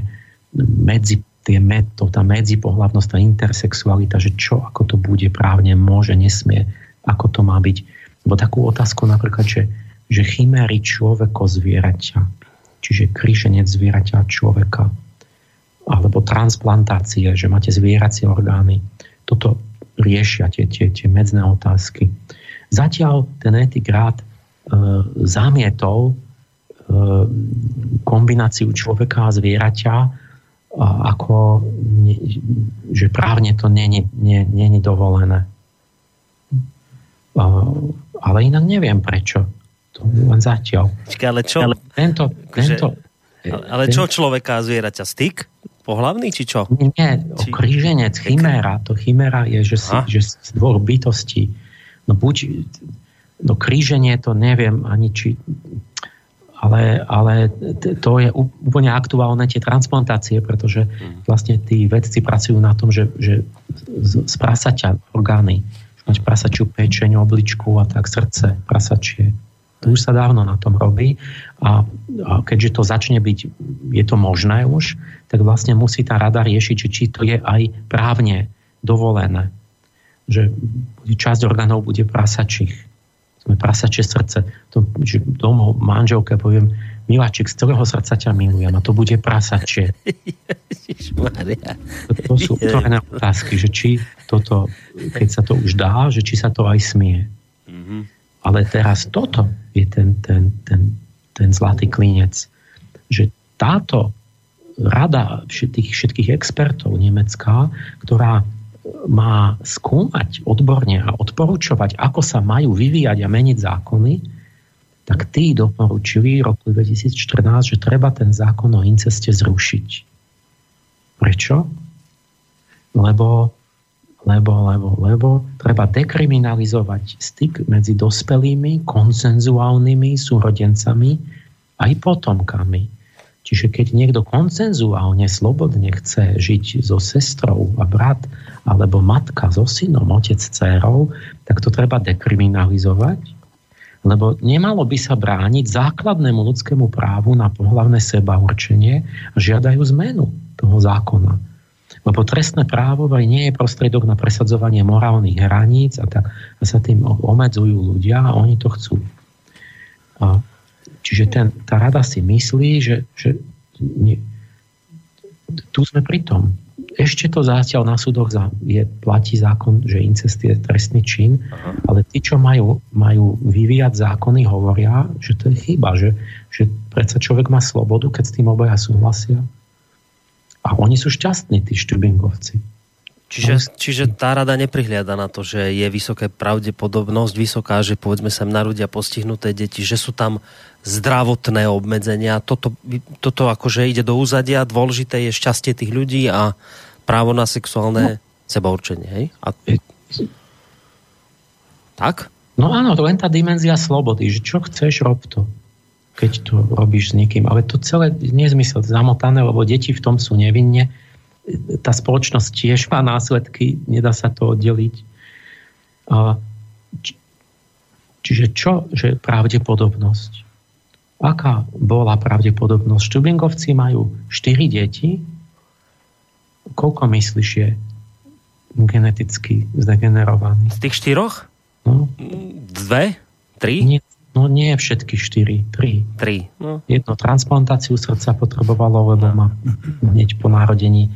tá medzipohlavnosť, tá intersexualita, že čo, ako to bude právne, môže, nesmie, ako to má byť. Lebo takú otázku napríklad, že chiméry človeko-zvieraťa, čiže kríženec zvieraťa a človeka, alebo transplantácie, že máte zvieracie orgány. Toto riešia tie medzné otázky. Zatiaľ ten etikrát zamietol kombináciu človeka a zvieraťa, ako že právne to není dovolené. Ale inak neviem prečo. To len zatiaľ. Ale čo? Ale čo človeka a zvieraťa? Styk? Pohlavný, či čo? Nie, kríženec, chiméra. To chiméra je, že z dvoch bytostí. No kríženie to neviem ani či... Ale to je úplne aktuálne tie transplantácie, pretože vlastne tí vedci pracujú na tom, že z prasaťa orgány, mať prasačiu pečeň, obličku a tak srdce prasačie. To už sa dávno na tom robí a keďže to začne byť, je to možné už, tak vlastne musí tá rada riešiť, či to je aj právne dovolené. Že časť orgánov bude prasačích. Prasačie srdce. Že domov manželke poviem, miláčik, z celého srdca ťa milujem a to bude prasačie. To sú otvorené otázky, že či toto, keď sa to už dá, že či sa to aj smie. Ale teraz toto je ten zlatý klinec, že táto rada všetkých expertov nemecká, ktorá má skúmať odborne a odporúčovať, ako sa majú vyvíjať a meniť zákony, tak tí doporučili v roku 2014, že treba ten zákon o inceste zrušiť. Prečo? Lebo treba dekriminalizovať styk medzi dospelými, konsenzuálnymi súrodencami aj potomkami. Čiže keď niekto konsenzuálne, slobodne chce žiť so sestrou a brat, alebo matka so synom, otec s dcérou, tak to treba dekriminalizovať, lebo nemalo by sa brániť základnému ľudskému právu na pohlavné sebaurčenie a žiadajú zmenu toho zákona. Lebo trestné právo aj nie je prostriedok na presadzovanie morálnych hraníc a sa tým obmedzujú ľudia a oni to chcú. Čiže tá rada si myslí, že tu sme pri tom. Ešte to zatiaľ na súdoch platí zákon, že incest je trestný čin, ale tí, čo majú vyvíjať zákony, hovoria, že to je chyba, že predsa človek má slobodu, keď s tým obaja súhlasia. A oni sú šťastní, tí Štübingovci. Čiže tá rada neprihliada na to, že je vysoká pravdepodobnosť, vysoká, že povedzme sa narodia postihnuté deti, že sú tam zdravotné obmedzenia. Toto akože ide do úzadia, dôležité je šťastie tých ľudí a právo na sexuálne sebaurčenie, hej? Tak? No áno, to len tá dimenzia slobody, že čo chceš, rob to, keď to robíš s niekým. Ale to celé nezmysel zamotané, lebo deti v tom sú nevinne. Tá spoločnosť tiež má následky, nedá sa to oddeliť. Čiže čo, že pravdepodobnosť? Aká bola pravdepodobnosť? Štübingovci majú 4 deti. Koľko myslíš je geneticky zdegenerovaný? Z tých 4? No. 2? 3? Nie všetky 4. 3. No. Jedno transplantáciu srdca potrebovalo, lebo má hneď po narodení.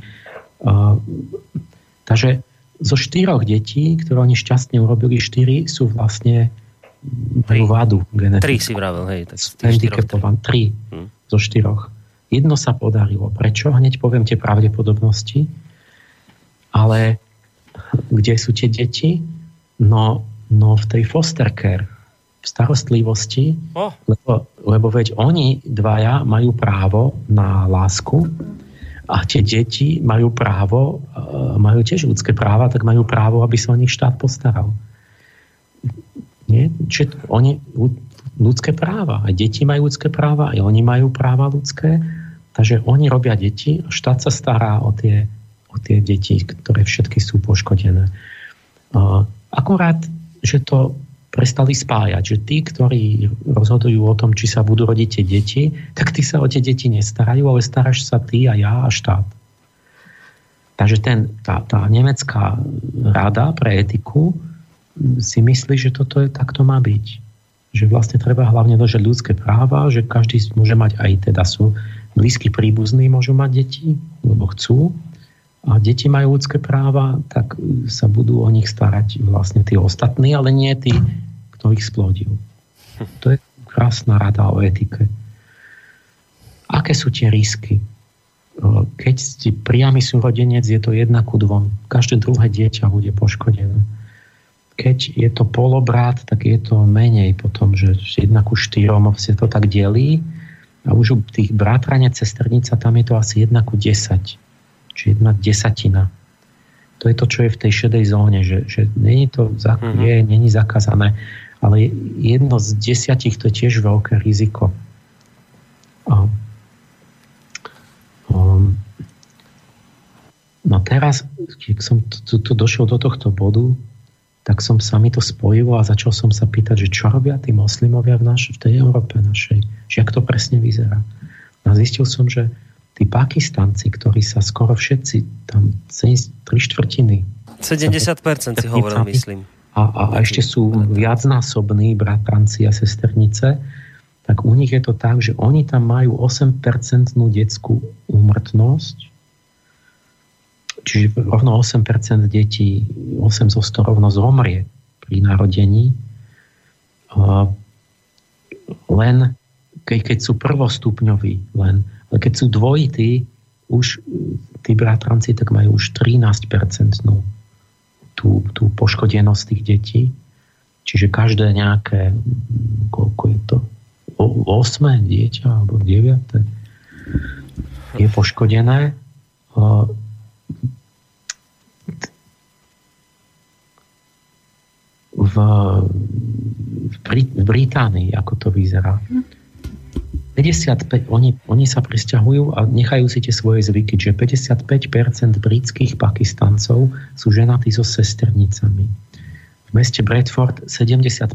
Takže zo 4 detí, ktoré oni šťastne urobili, 4 sú vlastne vadu genetickú. 3 si vravel, hej. Tak handicapované. 3 zo 4. Jedno sa podarilo. Prečo? Hneď poviem tie pravdepodobnosti. Ale kde sú tie deti? No v tej foster care, v starostlivosti, lebo veď oni dvaja majú právo na lásku a tie deti majú právo, majú tiež ľudské práva, tak majú právo, aby sa o nich štát postaral. Nie? Čiže oni ľudské práva, aj deti majú ľudské práva, aj oni majú práva ľudské, takže oni robia deti a štát sa stará o tie deti, ktoré všetky sú poškodené. Akurát, že to prestali spájať, že tí, ktorí rozhodujú o tom, či sa budú rodiť tie deti, tak tí sa o tie deti nestarajú, ale staráš sa ty a ja a štát. Takže tá nemecká rada pre etiku si myslí, že toto takto má byť. Že vlastne treba hlavne dodržať ľudské práva, že každý môže mať aj teda sú blízky príbuzní, môžu mať deti, lebo chcú. A deti majú ľudské práva, tak sa budú o nich starať vlastne tí ostatní, ale nie tí, kto ich splodil. To je krásna rada o etike. Aké sú tie risky? Keď si priamy súrodenec, je to 1:2. Každé druhé dieťa bude poškodené. Keď je to polobrat, tak je to menej potom, že 1:4 sa to tak delí. A už u tých bratranec, sesternica, tam je to asi 1:10. Čiže 1/10. To je to, čo je v tej šedej zóne, že nie je zakázané, ale 1 z 10 to je tiež veľké riziko. No teraz, keď som tu došiel do tohto bodu, tak som sa mi to spojilo a začal som sa pýtať, že čo robia tí moslimovia v tej Európe našej, že jak to presne vyzerá. A zistil som, že tí Pakistanci, ktorí sa skoro všetci, tam 3/4 70% si hovoril, myslím. A ešte sú viacnásobní bratranci a sesternice, tak u nich je to tak, že oni tam majú 8% detskú úmrtnosť, čiže rovno 8% detí, 8 zo 100 rovno zomrie pri narodení. Len keď sú prvostupňoví, ale keď sú dvojití, už tí bratranci tak majú už 13% tú poškodenosť tých detí. Čiže každé nejaké, koľko je to? 8 dieťa alebo 9 je poškodené. V Británii, ako to vyzerá. 55, oni sa presťahujú a nechajú si tie svoje zvyky, že 55% britských Pakistancov sú ženatí so sesternicami. V meste Bradford 75%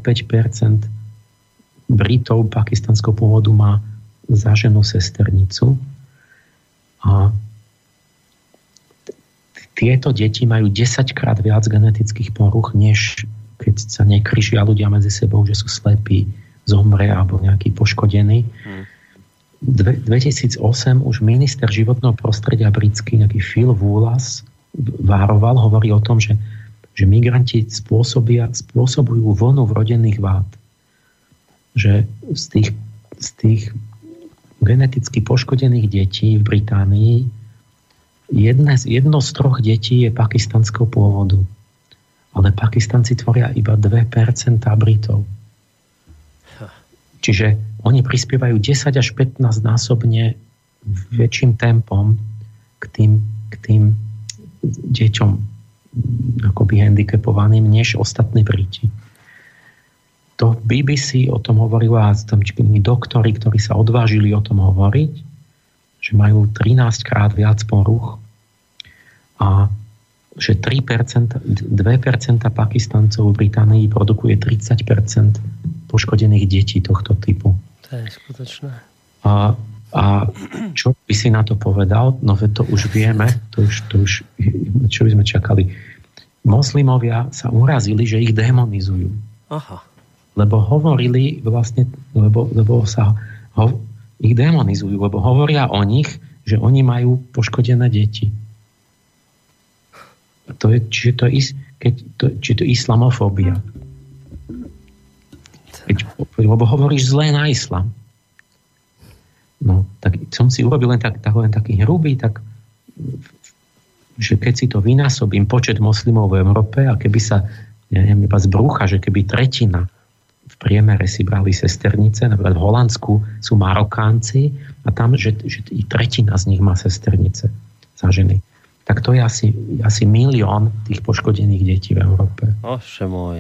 Britov pakistanského pôvodu má za ženu sesternicu. A tieto deti majú 10-krát viac genetických poruch, než keď sa nekryžia ľudia medzi sebou, že sú slepí, zomre alebo nejaký poškodený. 2008 už minister životného prostredia britský, nejaký Phil Wallace, vároval, hovorí o tom, že migranti spôsobujú vlnu vrodených vád. Že z tých geneticky poškodených detí v Británii jedno z 3 detí je pakistanského pôvodu. Ale Pakistanci tvoria iba 2% Britov. Čiže oni prispievajú 10 až 15 násobne väčším tempom k tým deťom akoby handicapovaným než ostatní Briti. To BBC o tom hovorilo a tam doktori, ktorí sa odvážili o tom hovoriť, že majú 13 krát viac poruch a že 2% Pakistancov v Británii produkuje 30% poškodených detí tohto typu. To je skutočné. A čo by si na to povedal? No to už vieme, to už čo by sme čakali. Moslimovia sa urazili, že ich demonizujú. Aha. Lebo hovorili vlastne, lebo ich demonizujú, lebo hovoria o nich, že oni majú poškodené deti. Čiže to je islamofóbia. Lebo hovoríš zlé na islam. No, tak som si urobil len taký hrubý, tak že keď si to vynásobím počet moslimov v Európe a keby sa, neviem, iba z brúcha, že keby tretina v priemere si brali sesternice, napríklad v Holandsku sú Marokánci a tam, že i tretina z nich má sesternice za ženy. Tak to je asi 1 milión tých poškodených detí v Európe. Ože môj.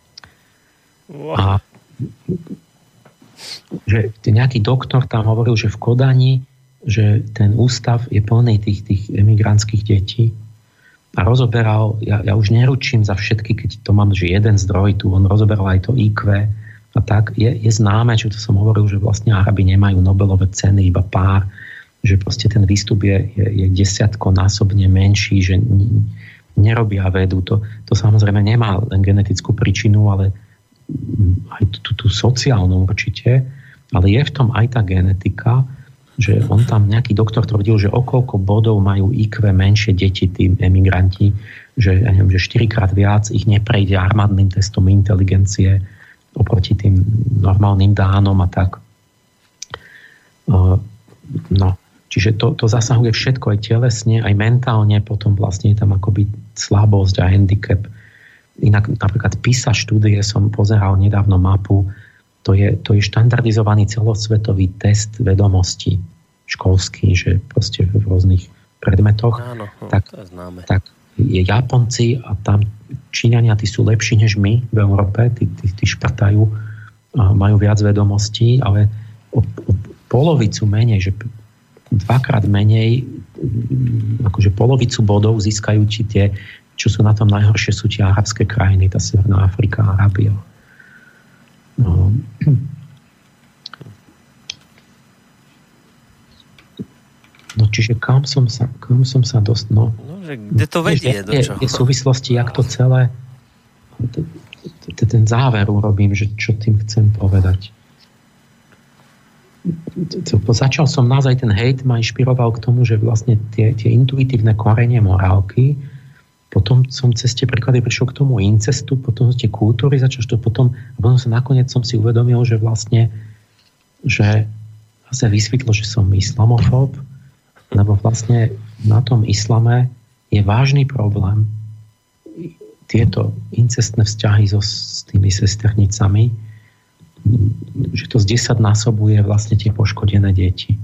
A že nejaký doktor tam hovoril, že v Kodani, že ten ústav je plný tých emigrantských detí a rozoberal, ja už neručím za všetky, keď to mám, že jeden zdroj tu, on rozoberal aj to IQ a tak. Je známe, čo to som hovoril, že vlastne Arabi nemajú Nobelové ceny, iba pár, že proste ten výstup je 10-násobne menší, že nerobia vedu. To samozrejme nemá len genetickú príčinu, ale aj tú sociálnu určite, ale je v tom aj tá genetika, že on tam nejaký doktor tvrdil, že o koľko bodov majú IQ menšie deti tým emigranti, že, ja neviem, že 4-krát viac ich neprejde armádnym testom inteligencie oproti tým normálnym Dánom a tak. No, čiže to zasahuje všetko, aj telesne, aj mentálne, potom vlastne je tam akoby slabosť a handicap. Inak napríklad PISA štúdie som pozeral nedávno mapu, to je štandardizovaný celosvetový test vedomostí školský, že proste v rôznych predmetoch. Áno, tak, to je známe. Tak je Japonci a tam Číňania, tí sú lepší než my v Európe, tí šprtajú, majú viac vedomostí, ale polovicu menej, že dvakrát menej, akože polovicu bodov získajú tie, čo sú na tom najhoršie, sú tie arabské krajiny, tá Severná Afrika, Arábia. No. No čiže kam som sa dosť... No, že kde to vedie? Do čoho? Je súvislosti, jak to celé... Ten záver urobím, že čo tým chcem povedať. Začal som naozaj, ten hejt ma inšpiroval k tomu, že vlastne tie intuitívne korene morálky, potom som cez tie príklady prišiel k tomu incestu, potom tie kultúry, potom sa nakoniec som si uvedomil, že vlastne že sa vysvetlo, že som islamofób, lebo vlastne na tom islame je vážny problém tieto incestné vzťahy s tými sesternicami, že to z 10 násobuje vlastne tie poškodené deti.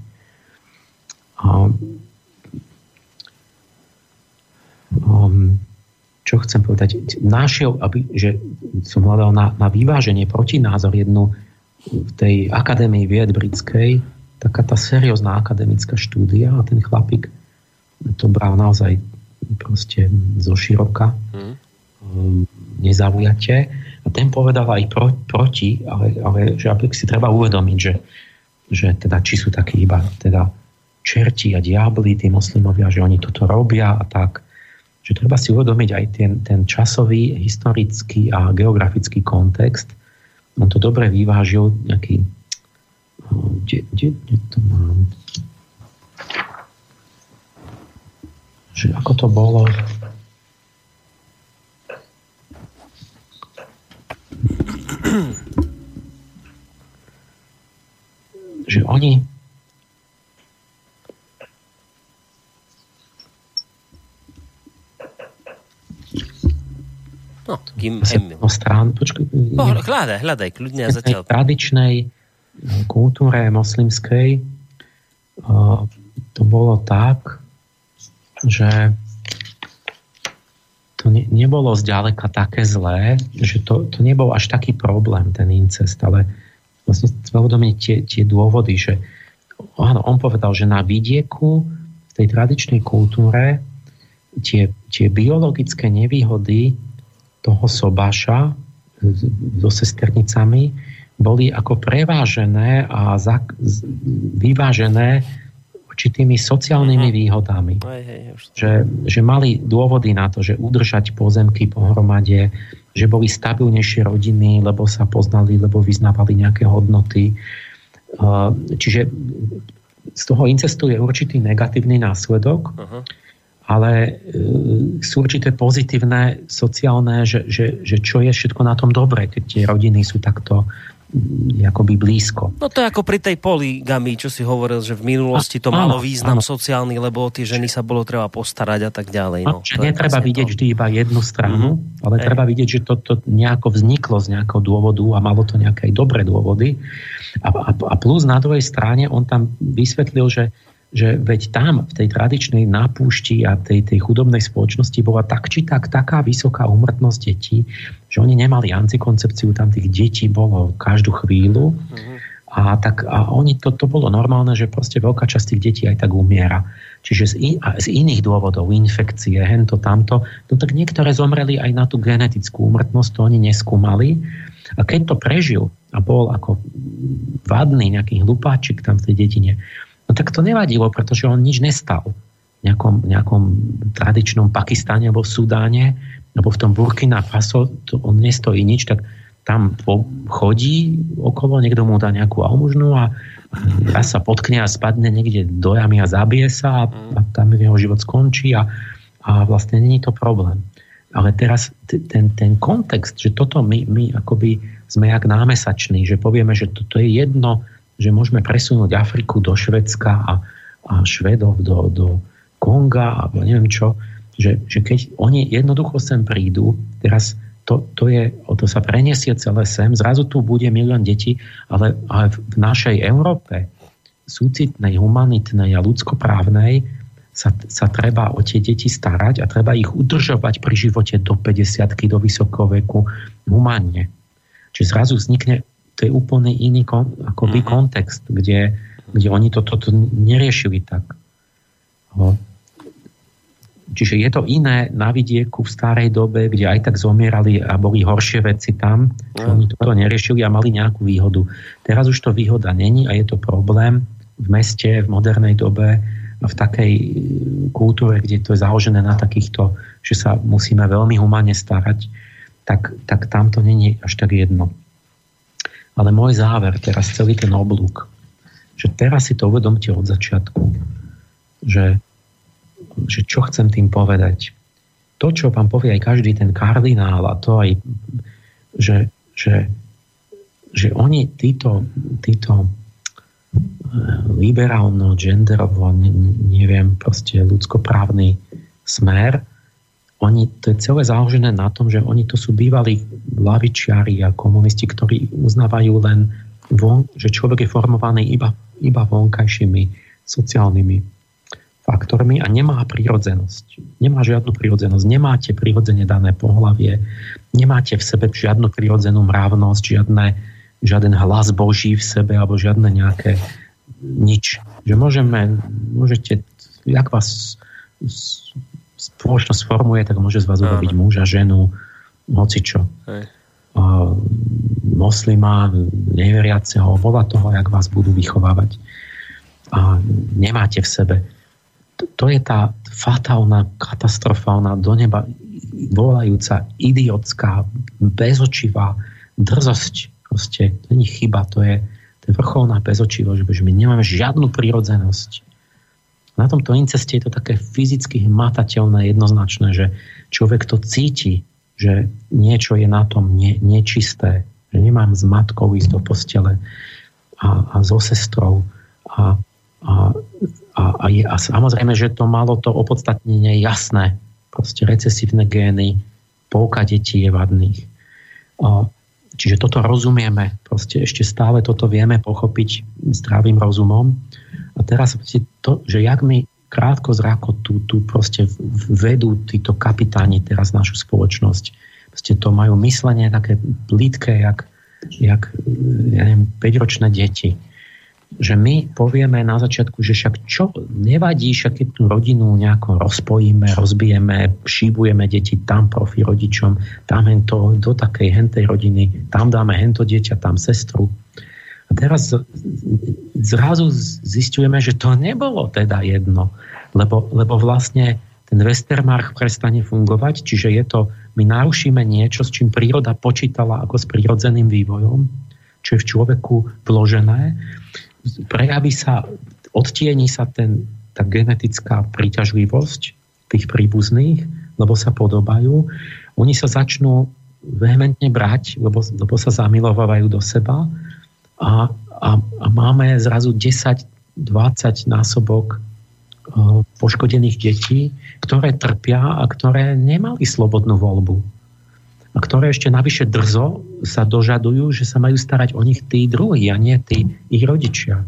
Čo chcem povedať? Našiel, že som hľadal na vyváženie protinázor jednu v tej akadémii vied britskej, taká tá seriózna akademická štúdia a ten chlapík to bral naozaj proste zo široka, nezaujate. A ten povedal aj proti, ale že si treba uvedomiť, že teda či sú takí iba teda čerti a diabli, tí moslimovia, že oni toto robia a tak. Že treba si uvedomiť aj ten časový, historický a geografický kontext. On to dobre vyvážil nejaký kde to mám? Že ako to bolo? Že oni hľadaj, kľudne zatiaľ. Tradičnej kultúre moslimskej to bolo tak, že to nebolo zďaleka také zlé, že to nebol až taký problém, ten incest, ale vlastne uvedomiť tie dôvody, že áno, on povedal, že na vidieku v tej tradičnej kultúre tie biologické nevýhody toho sobáša so sesternicami boli ako prevážené a vyvážené určitými sociálnymi výhodami. Že mali dôvody na to, že udržať pozemky pohromade, že boli stabilnejšie rodiny, lebo sa poznali, lebo vyznávali nejaké hodnoty. Čiže z toho incestu je určitý negatívny následok, ale sú určité pozitívne, sociálne, že čo je všetko na tom dobré, keď tie rodiny sú takto akoby blízko. No to je ako pri tej poligamii, čo si hovoril, že v minulosti to malo význam sociálny, lebo tie ženy sa bolo treba postarať a tak ďalej. No, že netreba vidieť vždy iba jednu stranu, ale treba vidieť, že to nejako vzniklo z nejakého dôvodu a malo to nejaké dobré dôvody. A plus na druhej strane on tam vysvetlil, že veď tam v tej tradičnej nápúšti a tej chudobnej spoločnosti bola tak či tak taká vysoká úmrtnosť detí, že oni nemali antikoncepciu, tam tých detí bolo každú chvíľu a oni to bolo normálne, že proste veľká časť tých detí aj tak umiera. Čiže z iných dôvodov, infekcie, hento, tamto, no tak niektoré zomreli aj na tú genetickú úmrtnosť, to oni neskúmali. A keď to prežil a bol ako vadný nejaký hlupáčik tam v tej dedine, no tak to nevadilo, pretože on nič nestal v nejakom tradičnom Pakistáne alebo v Sudáne, alebo v tom Burkina Faso, on nestojí nič, tak tam chodí okolo, niekto mu dá nejakú almužnu a raz sa potkne a spadne niekde do jamy a zabije sa a tam jeho život skončí a vlastne není to problém. Ale teraz ten kontext, že toto my akoby sme jak námesační, že povieme, že toto je jedno, že môžeme presunúť Afriku do Švédska a Švédov do Konga alebo neviem čo, že keď oni jednoducho sem prídu, teraz to sa preniesie celé sem, zrazu tu bude 1 milión detí, ale v našej Európe súcitnej, humanitnej a ľudskoprávnej sa treba o tie deti starať a treba ich udržovať pri živote do 50-ky, do vysokoveku humánne. Čiže zrazu vznikne, to je úplne iný kontext, kde kde oni toto neriešili tak. Čiže je to iné na vidieku v starej dobe, kde aj tak zomierali a boli horšie veci tam, že oni toto neriešili a mali nejakú výhodu. Teraz už to výhoda není a je to problém v meste, v modernej dobe, v takej kultúre, kde to je založené na takýchto, že sa musíme veľmi humánne starať, tak tam to není až tak jedno. Ale môj záver, teraz celý ten oblúk, že teraz si to uvedomte od začiatku, že čo chcem tým povedať. To, čo vám povie aj každý ten kardinál a to aj, že oni títo liberálno, genderovo, neviem, proste ľudskoprávny smer, to je celé založené na tom, že oni to sú bývalí lavičiari a komunisti, ktorí uznávajú len, že človek je formovaný iba vonkajšími sociálnymi faktormi a nemá prirodzenosť. Nemá žiadnu prirodzenosť. Nemáte prirodzene dané pohlavie, nemáte v sebe žiadnu prirodzenú mravnosť, žiaden hlas Boží v sebe alebo žiadne nejaké nič. Že môžete, jak vás spoločnosť formuje, tak môže z vás urobiť muža, ženu, hocičo. Moslima, neveriaceho, podľa toho, jak vás budú vychovávať. A nemáte v sebe. To je tá fatálna, katastrofálna, do neba volajúca, idiotská, bezočivá drzosť. Proste, to nie je chyba, to je vrcholná bezočivosť, že my nemáme žiadnu prirodzenosť. Na tomto inceste je to také fyzicky hmatateľné, jednoznačné, že človek to cíti, že niečo je na tom nečisté, že nemám s matkou ísť do postele a so sestrou a samozrejme, že to malo to opodstatnenie jasné. Proste recesívne gény, polka detí je vadných. Čiže toto rozumieme. Proste ešte stále toto vieme pochopiť zdravým rozumom. A teraz to, že jak mi krátko zrako tu proste vedú títo kapitáni teraz našu spoločnosť. Proste to majú myslenie také plítke, jak ja neviem, 5-ročné deti. Že my povieme na začiatku, že však čo nevadí, však keď tú rodinu nejako rozpojíme, rozbijeme, šíbujeme deti tam profi rodičom, tam hento, do takej hentej rodiny, tam dáme hento dieťa, tam sestru. A teraz zrazu zisťujeme, že to nebolo teda jedno, lebo vlastne ten Westermark prestane fungovať, čiže je to, my narušíme niečo, s čím príroda počítala ako s prírodzeným vývojom, čo je v človeku vložené, prejaví sa, odtieni sa tá genetická príťažlivosť tých príbuzných, lebo sa podobajú. Oni sa začnú vehementne brať, lebo sa zamilovávajú do seba a máme zrazu 10-20 násobok poškodených detí, ktoré trpia a ktoré nemali slobodnú voľbu. A ktoré ešte navyše drzo sa dožadujú, že sa majú starať o nich tí druhí a nie tí ich rodičia.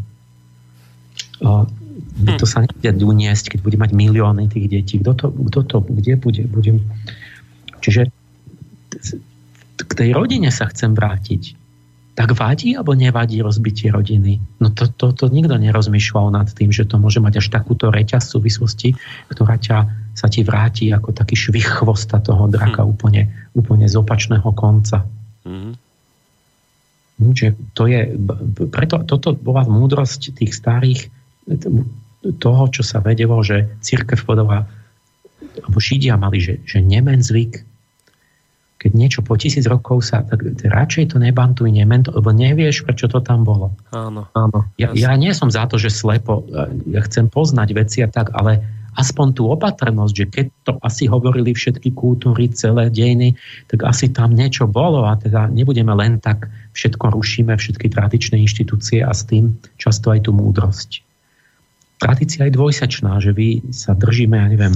To sa nebude uniesť, keď bude mať milióny tých detí. Kde bude? Čiže k tej rodine sa chcem vrátiť. Tak vadí alebo nevadí rozbitie rodiny? No to nikto nerozmýšľal nad tým, že to môže mať až takúto reťaz súvislosti, ktorá sa ti vráti ako taký švih chvosta toho draka úplne z opačného konca. Čiže preto toto bola múdrosť tých starých toho, čo sa vedelo, že cirkev podala, alebo Židia mali, že nemen zvyk. Keď niečo po 1000 rokov tak radšej to nebantuj, lebo nevieš, prečo to tam bolo. Áno. Ja nie som za to, že slepo, ja chcem poznať veci a tak, ale aspoň tú opatrnosť, že keď to asi hovorili všetky kultúry, celé dejiny, tak asi tam niečo bolo a teda nebudeme len tak všetko rušíme, všetky tradičné inštitúcie a s tým často aj tú múdrosť. Tradícia je dvojsečná, že vy sa držíme, ja neviem,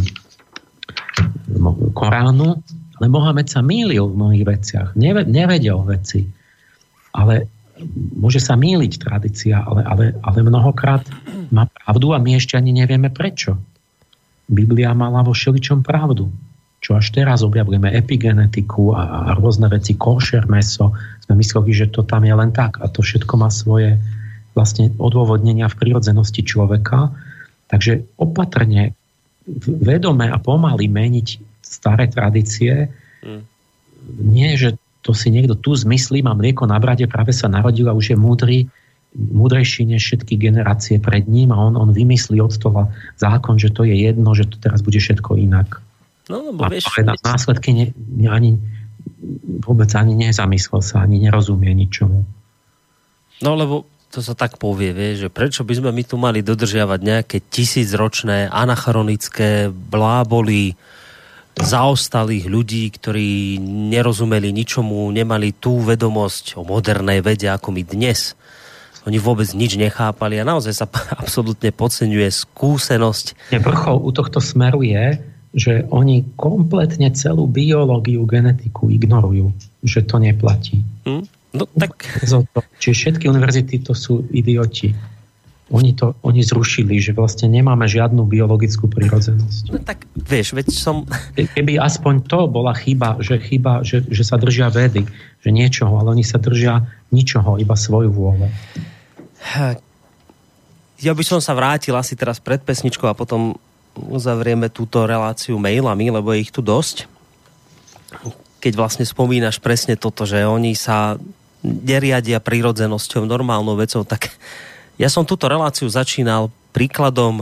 Koránu, ale Mohamed sa mýlil v mnohých veciach. Nevedel veci. Ale môže sa mýliť tradícia, ale mnohokrát má pravdu a my ešte ani nevieme prečo. Biblia mala vo všeličom pravdu. Čo až teraz objavujeme epigenetiku a rôzne veci, košer, meso. Sme mysleli, že to tam je len tak. A to všetko má svoje vlastne odôvodnenia v prirodzenosti človeka. Takže opatrne, vedome a pomaly meniť staré tradície. Nie, že to si niekto tu zmyslí, má mlieko na brade, práve sa narodil a už je múdrejší než všetky generácie pred ním a on vymyslí od toho zákon, že to je jedno, že to teraz bude všetko inak. No, lebo vieš... A následky vôbec ani nezamyslel sa, ani nerozumie ničomu. No, lebo to sa tak povie, vieš, že prečo by sme my tu mali dodržiavať nejaké 1000-ročné anachronické bláboli zaostalých ľudí, ktorí nerozumeli ničomu, nemali tú vedomosť o modernej vede, ako my dnes. Oni vôbec nič nechápali a naozaj sa absolútne podceňuje skúsenosť. Vrchol u tohto smeru je, že oni kompletne celú biológiu, genetiku ignorujú, že to neplatí. No tak... Čiže všetky univerzity to sú idioti. Oni zrušili, že vlastne nemáme žiadnu biologickú prirodzenosť. No tak, vieš, veď som... Keby aspoň to bola chyba, že sa držia vedy, že niečoho, ale oni sa držia ničoho, iba svoju vôľu. Ja by som sa vrátil asi teraz pred pesničkou a potom uzavrieme túto reláciu mailami, lebo je ich tu dosť. Keď vlastne spomínaš presne toto, že oni sa neriadia prirodzenosťou, normálnou vecou, tak ja som túto reláciu začínal príkladom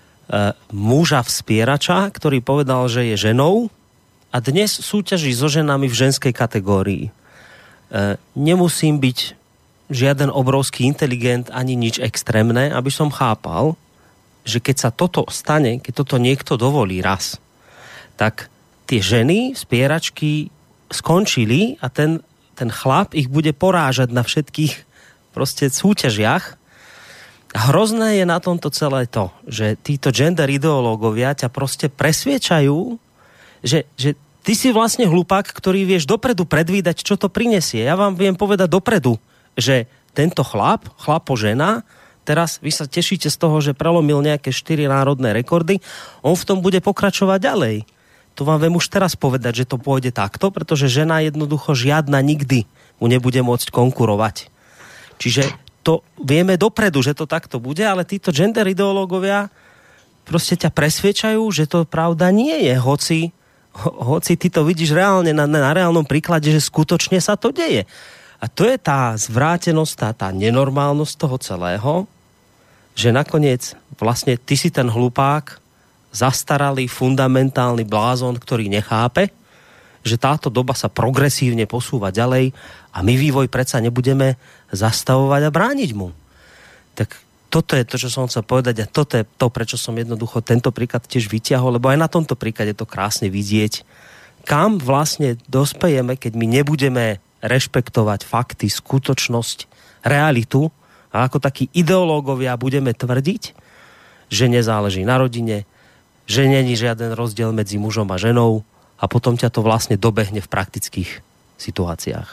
muža vspierača, ktorý povedal, že je ženou a dnes súťaží so ženami v ženskej kategórii. Nemusím byť žiaden obrovský inteligent ani nič extrémne, aby som chápal, že keď sa toto stane, keď toto niekto dovolí raz, tak tie ženy, vspieračky skončili a ten chlap ich bude porážať na všetkých proste súťažiach. A hrozné je na tomto celé to, že títo gender ideológovia ťa proste presviečajú, že ty si vlastne hlupák, ktorý vieš dopredu predvídať, čo to prinesie. Ja vám viem povedať dopredu, že tento chlapo žena, teraz vy sa tešíte z toho, že prelomil nejaké 4 národné rekordy, on v tom bude pokračovať ďalej. To vám viem už teraz povedať, že to pôjde takto, pretože žena jednoducho žiadna nikdy mu nebude môcť konkurovať. Čiže to vieme dopredu, že to takto bude, ale títo gender ideológovia proste ťa presviečajú, že to pravda nie je, hoci ty to vidíš reálne na reálnom príklade, že skutočne sa to deje. A to je tá zvrátenosť, tá nenormálnosť toho celého, že nakoniec vlastne ty si ten hlupák, zastaralý, fundamentálny blázon, ktorý nechápe, že táto doba sa progresívne posúva ďalej a my vývoj predsa nebudeme zastavovať a brániť mu. Tak toto je to, čo som chcel povedať a toto je to, prečo som jednoducho tento príklad tiež vyťahol, lebo aj na tomto príklade to krásne vidieť, kam vlastne dospejeme, keď my nebudeme rešpektovať fakty, skutočnosť, realitu a ako takí ideológovia budeme tvrdiť, že nezáleží na rodine, že není žiaden rozdiel medzi mužom a ženou a potom ťa to vlastne dobehne v praktických situáciách.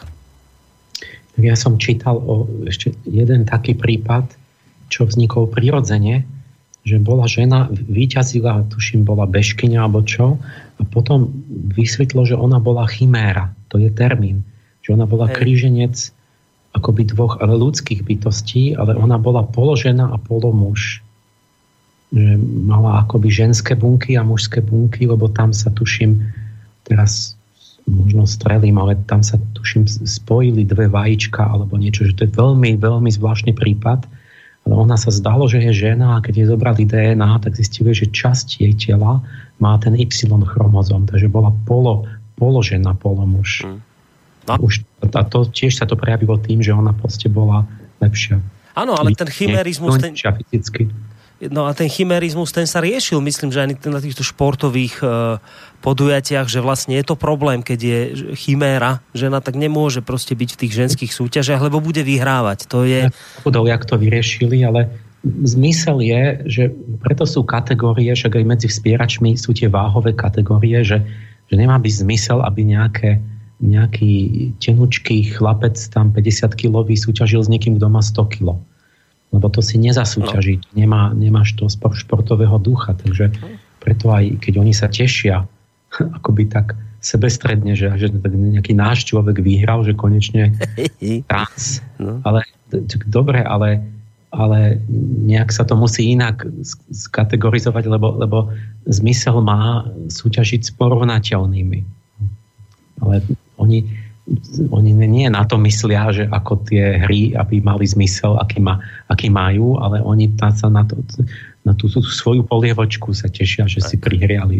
Ja som čítal o ešte jeden taký prípad, čo vznikol prirodzene, že bola žena, víťazila, tuším, bola bežkyňa alebo čo, a potom vysvetlo, že ona bola chiméra. To je termín. Že ona bola kríženec akoby dvoch ľudských bytostí, ale ona bola položena a polomuž. Že mala akoby ženské bunky a mužské bunky, lebo tam sa tuším, teraz možno strelím, ale tam sa tuším spojili dve vajíčka alebo niečo, že to je veľmi, veľmi zvláštny prípad. Ale ona sa zdalo, že je žena a keď jej zobrali DNA, tak zistili, že časť jej tela má ten Y chromozom, takže bola položena, polomuž. No. A to tiež sa to prejavilo tým, že ona proste bola lepšia. Áno, ale ten chimerizmus... fyzicky. No a ten chimerizmus, ten sa riešil, myslím, že aj na týchto športových podujatiach, že vlastne je to problém, keď je chiméra, žena tak nemôže proste byť v tých ženských súťažiach, lebo bude vyhrávať. To je... Jak to vyriešili, ale zmysel je, že preto sú kategórie, však aj medzi vspieračmi sú tie váhové kategórie, že nemá byť zmysel, aby nejaký tenučký chlapec tam 50-kilový súťažil s niekým, kto má 100 kilo. Lebo to si nezasúťaží. No. Nemáš to športového ducha. Takže preto aj keď oni sa tešia akoby tak sebestredne, že nejaký náš človek vyhral, že konečne trans. No. Ale dobre, ale ale nejak sa to musí inak skategorizovať, lebo zmysel má súťažiť s porovnateľnými. Ale oni nie na to myslia, že ako tie hry, aby mali zmysel, aký majú, ale oni sa na tú svoju polievočku sa tešia, že si prihriali.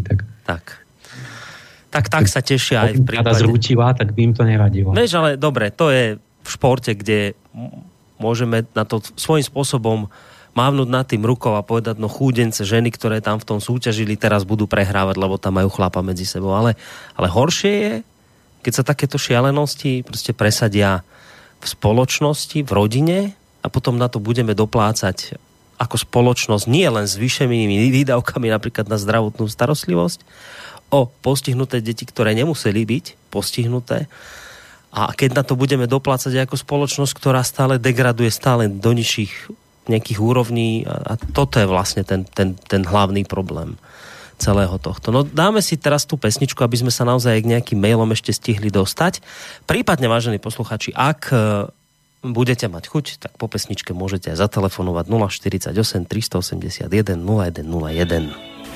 Tak sa tešia aj v prípade. Keď zrútila, tak by im to nevadilo. Vieš, ale dobre, to je v športe, kde môžeme na to svojím spôsobom mávnuť nad tým rukou a povedať, no chúdence ženy, ktoré tam v tom súťažili, teraz budú prehrávať, lebo tam majú chlapa medzi sebou. Ale horšie je, keď sa takéto šialenosti proste presadia v spoločnosti, v rodine a potom na to budeme doplácať ako spoločnosť nie len s vyššími výdavkami napríklad na zdravotnú starostlivosť o postihnuté deti, ktoré nemuseli byť postihnuté. A keď na to budeme doplácať ako spoločnosť, ktorá stále degraduje stále do nižších nejakých úrovní a toto je vlastne ten hlavný problém celého tohto. No dáme si teraz tú pesničku, aby sme sa naozaj k nejakým mailom ešte stihli dostať. Prípadne, vážení posluchači, ak budete mať chuť, tak po pesničke môžete aj zatelefonovať 048 381 0101.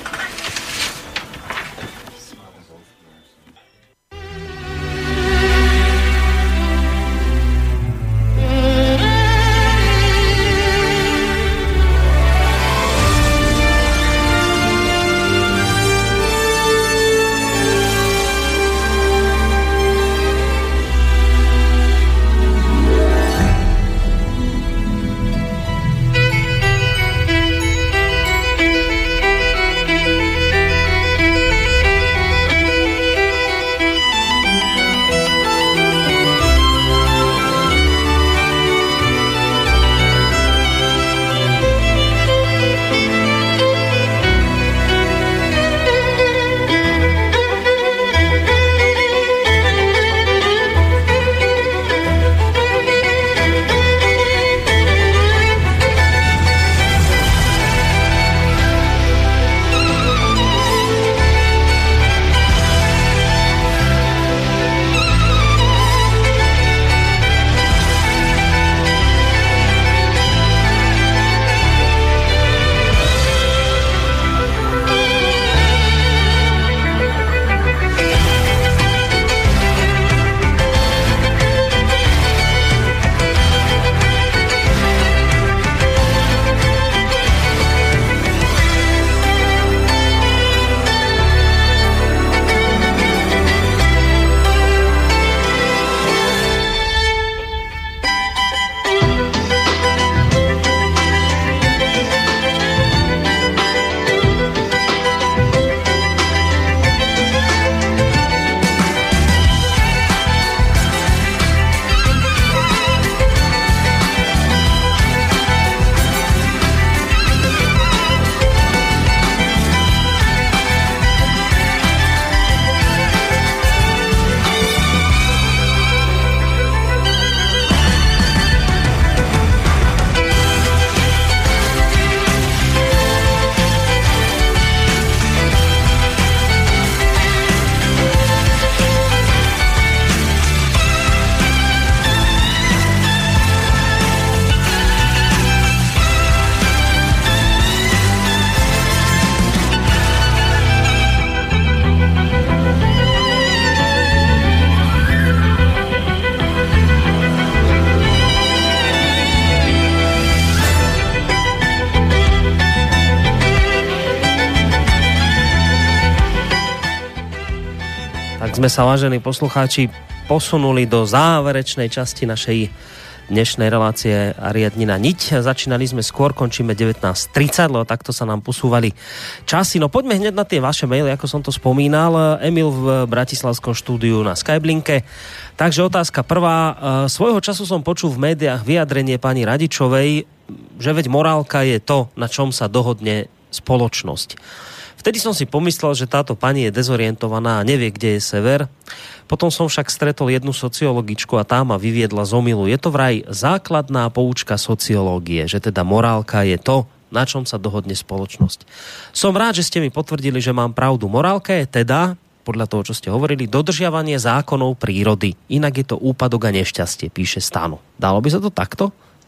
Sme sa, vážení poslucháči, posunuli do záverečnej časti našej dnešnej relácie Ariadnina niť. Začínali sme skôr, končíme 19:30, lebo takto sa nám posúvali časy. No poďme hneď na tie vaše maily, ako som to spomínal. Emil v bratislavskom štúdiu na Skyblinke. Takže otázka prvá. Svojho času som počul v médiách vyjadrenie pani Radičovej, že veď morálka je to, na čom sa dohodne spoločnosť. Vtedy som si pomyslel, že táto pani je dezorientovaná a nevie, kde je sever. Potom som však stretol jednu sociologičku a tá ma vyviedla z omylu. Je to vraj základná poučka sociológie, že teda morálka je to, na čom sa dohodne spoločnosť. Som rád, že ste mi potvrdili, že mám pravdu. Morálka je teda, podľa toho, čo ste hovorili, dodržiavanie zákonov prírody. Inak je to úpadok a nešťastie, píše Stano. Dalo by sa to takto?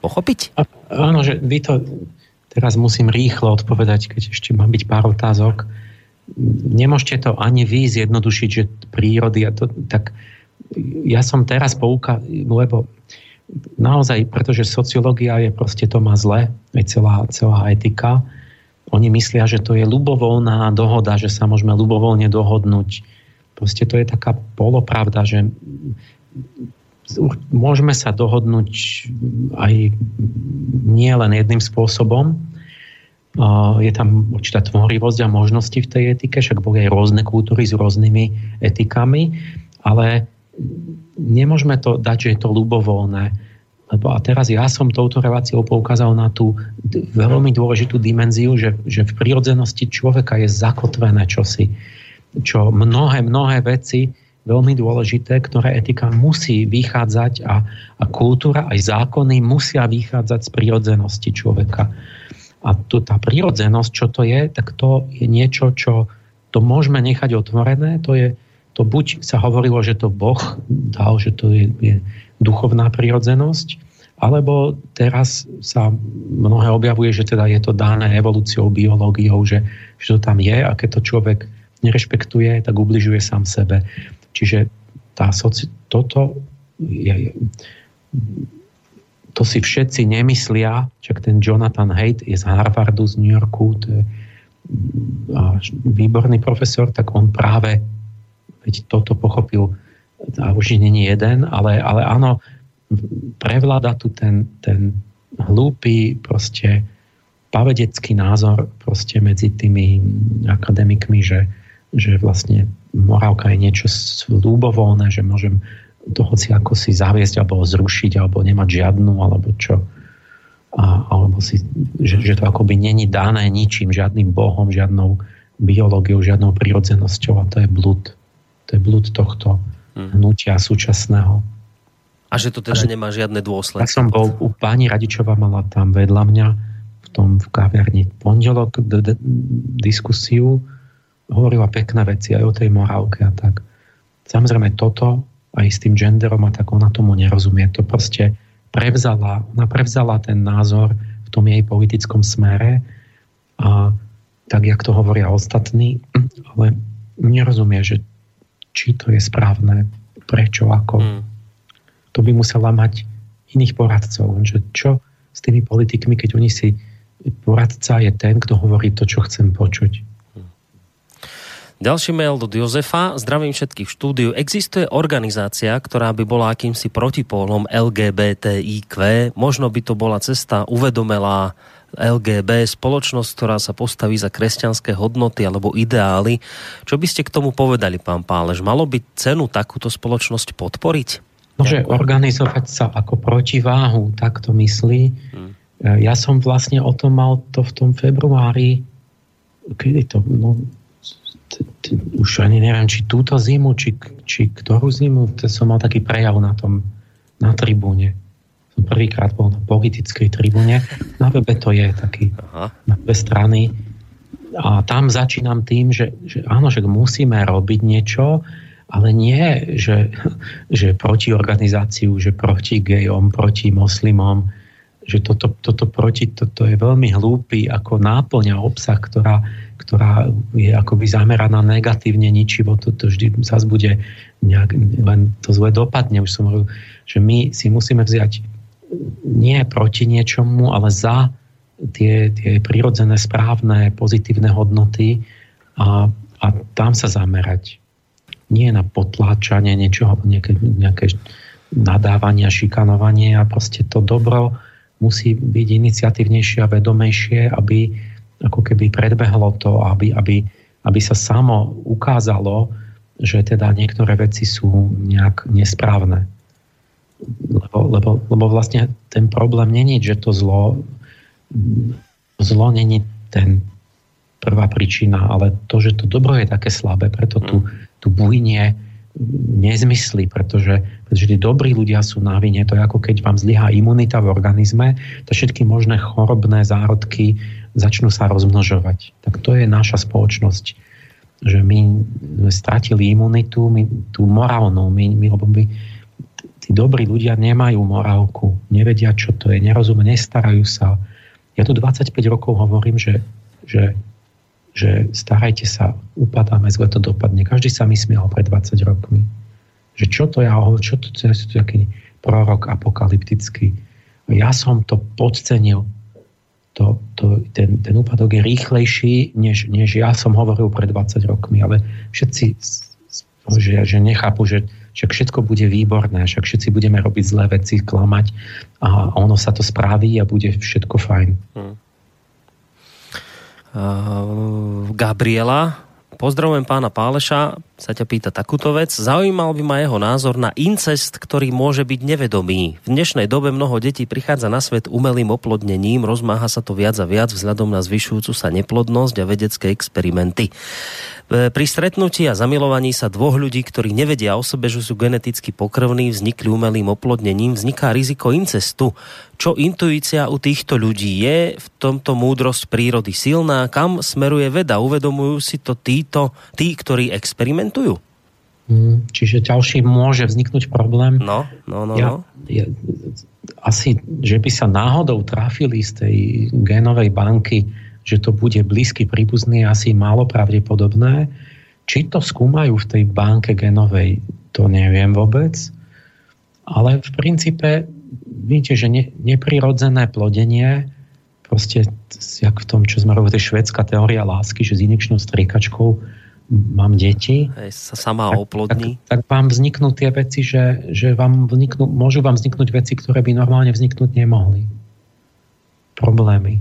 pochopiť? Áno, že vy to... Teraz musím rýchlo odpovedať, keď ešte má byť pár otázok. Nemôžete to ani vy zjednodušiť, že prírody a to... Tak ja som teraz lebo naozaj, pretože sociológia je proste to má zle, aj celá etika. Oni myslia, že to je ľubovoľná dohoda, že sa môžeme ľubovoľne dohodnúť. Proste to je taká polopravda, že môžeme sa dohodnúť aj nie len jedným spôsobom. Je tam určitá tvorivosť a možnosti v tej etike, však boli aj rôzne kultúry s rôznymi etikami, ale nemôžeme to dať, že je to ľubovoľné. A teraz ja som touto reláciou poukázal na tú veľmi dôležitú dimenziu, že v prirodzenosti človeka je zakotvené čosi, čo mnohé veci veľmi dôležité, ktoré etika musí vychádzať a kultúra aj zákony musia vychádzať z prirodzenosti človeka. A tá prirodzenosť, čo to je, tak to je niečo, čo to môžeme nechať otvorené. To buď sa hovorilo, že to Boh dal, že to je duchovná prirodzenosť, alebo teraz sa mnohé objavuje, že teda je to dané evolúciou, biológiou, že to tam je a keď to človek nerešpektuje, tak ubližuje sám sebe. Čiže to si všetci nemyslia, čak ten Jonathan Haidt je z Harvardu, z New Yorku, to je výborný profesor, tak on práve toto pochopil, a už nie je jeden, ale áno, prevláda tu ten hlúpy proste pavedecký názor proste medzi tými akademikmi, že vlastne morálka je niečo ľubovoľné, že môžem to hoci ako si zaviesť, alebo zrušiť, alebo nemať žiadnu, alebo čo. Alebo že to akoby není dané ničím, žiadnym bohom, žiadnou biológiou, žiadnou prirodzenosťou a to je blud. To je blud tohto hnutia súčasného. A že to teda nemá žiadne dôsledky. Tak som bol u pani Radičová, mala tam vedľa mňa v kaviarni pondelok diskusiu, hovorila pekné veci aj o tej morálke a tak. Samozrejme toto aj s tým genderom a tak ona tomu nerozumie. To proste prevzala ten názor v tom jej politickom smere a tak, jak to hovoria ostatní, ale nerozumie, že či to je správne, prečo, ako. To by musela mať iných poradcov. Lenže čo s tými politikmi, keď oni si poradca je ten, kto hovorí to, čo chcem počuť. Ďalší mail od Jozefa. Zdravím všetkých v štúdiu. Existuje organizácia, ktorá by bola akýmsi protipólom LGBTIQ. Možno by to bola cesta uvedomelá LGB, spoločnosť, ktorá sa postaví za kresťanské hodnoty alebo ideály. Čo by ste k tomu povedali, pán Pálež? Malo by cenu takúto spoločnosť podporiť? Môže organizovať sa ako protiváhu, tak to myslí. Ja som vlastne o tom mal to v tom februári, kedy to... už ani neviem, či túto zimu, či ktorú zimu, to som mal taký prejav na tribúne. Som prvýkrát bol na politickej tribúne. Na webe to je taký na dve strany. A tam začínam tým, že áno, že musíme robiť niečo, ale nie, že proti organizáciu, že proti gejom, proti moslimom, že toto je veľmi hlúpy ako náplň a obsah, ktorá je akoby zameraná negatívne ničivo. To vždy zase bude len to zle dopadne. Už som hovoril, že my si musíme vziať nie proti niečomu, ale za tie prirodzené, správne, pozitívne hodnoty a tam sa zamerať. Nie na potláčanie niečoho, nejaké nadávanie, šikanovanie a proste to dobro musí byť iniciatívnejšie a vedomejšie, aby ako keby predbehlo to, aby sa samo ukázalo, že teda niektoré veci sú nejak nesprávne. Lebo vlastne ten problém není, že to zlo není ten prvá príčina, ale to, že to dobro je také slabé, preto tu bujnie nezmysly, pretože tí dobrí ľudia sú na vine. To je ako keď vám zlyhá imunita v organizme, to všetky možné chorobné zárodky začnú sa rozmnožovať. Tak to je naša spoločnosť, že my stratili imunitu, tú morálnu, tí dobrí ľudia nemajú morálku, nevedia, čo to je, nerozumie, nestarajú sa. Ja tu 25 rokov hovorím, že starajte sa, upadáme, zle to dopadne. Každý sa mi smial pred 20 rokmi. Že čo to ja hovorím, čo to je taký prorok apokalyptický. Ja som to podcenil. Ten úpadok je rýchlejší, než ja som hovoril pred 20 rokmi, ale všetci že nechápu, že však všetko bude výborné, však všetci budeme robiť zlé veci, klamať a ono sa to spraví a bude všetko fajn. Gabriela, pozdravujem pána Páleša, sa ťa pýta takúto vec. Zaujímal by ma jeho názor na incest, ktorý môže byť nevedomý. V dnešnej dobe mnoho detí prichádza na svet umelým oplodnením, rozmáha sa to viac a viac vzhľadom na zvyšujúcu sa neplodnosť a vedecké experimenty. Pri stretnutí a zamilovaní sa dvoch ľudí, ktorí nevedia o sebe, že sú geneticky pokrvní, vznikli umelým oplodnením, vzniká riziko incestu. Čo intuícia u týchto ľudí je? V tomto múdrosť prírody silná? Kam smeruje veda? Uvedomujú si to tí, ktorí experimentujú? Čiže ďalší môže vzniknúť problém. No. Asi, že by sa náhodou trafili z tej génovej banky, že to bude blízky príbuzný, asi málo pravdepodobné. Či to skúmajú v tej banke genovej, to neviem vôbec. Ale v princípe, vidíte, že neprirodzené plodenie, proste, jak v tom, čo sme robili, švédska teória lásky, že s injekčnou striekačkou mám deti. Sa sama oplodní. Tak vám vzniknú tie veci, že môžu vám vzniknúť veci, ktoré by normálne vzniknúť nemohli. Problémy.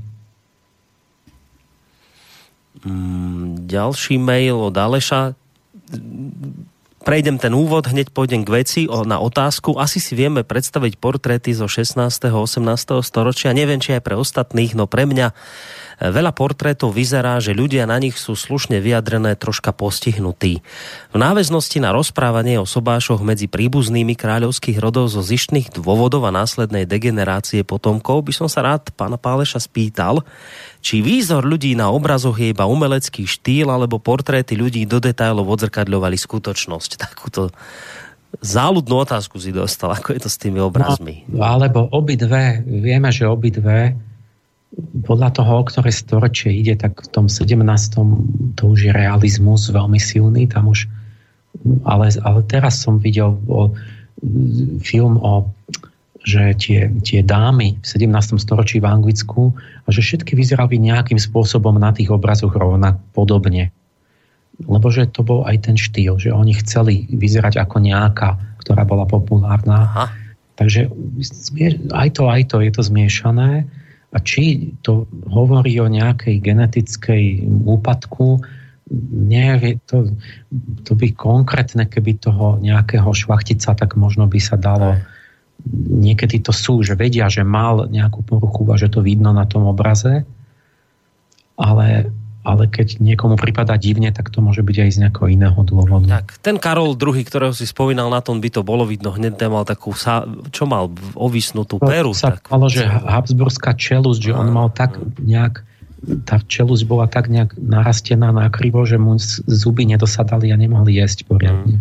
Ďalší mail od Aleša. Prejdem ten úvod, hneď pôjdem k veci na otázku. Asi si vieme predstaviť portréty zo 16. 18. storočia. Neviem, či aj pre ostatných, no pre mňa veľa portrétov vyzerá, že ľudia na nich sú slušne vyjadrené, troška postihnutí. V náväznosti na rozprávanie o sobášoch medzi príbuznými kráľovských rodov zo zištných dôvodov a následnej degenerácie potomkov by som sa rád pána Páleša spýtal, či výzor ľudí na obrazoch je iba umelecký štýl, alebo portréty ľudí do detailov odzrkadľovali skutočnosť. Takúto záľudnú otázku si dostal. Ako je to s tými obrazmi? No, alebo obidve, vieme, že obidve podľa toho, o ktoré storočie ide, tak v tom 17. to už je realizmus veľmi silný, tam už ale teraz som videl film že tie dámy v 17. storočí v Anglicku a že všetky vyzerali nejakým spôsobom na tých obrazoch rovnak podobne. Lebo že to bol aj ten štýl, že oni chceli vyzerať ako nejaká, ktorá bola populárna. Aha. Takže aj to je to zmiešané. A či to hovorí o nejakej genetickej úpadku, nie, to by konkrétne, keby toho nejakého šlachtica, tak možno by sa dalo. Niekedy to sú, že vedia, že mal nejakú poruchu a že to vidno na tom obraze, ale keď niekomu pripadá divne, tak to môže byť aj z nejakého iného dôvodu. Tak, ten Karol II, ktorého si spomínal, na tom by to bolo vidno hneď, mal takú, čo mal, ovisnutú peru. To sa malo, že Habsburská čelusť, že on mal tak nejak, tá čelusť bola tak nejak narastená nakrivo, že mu zuby nedosadali a nemohli jesť poriadne.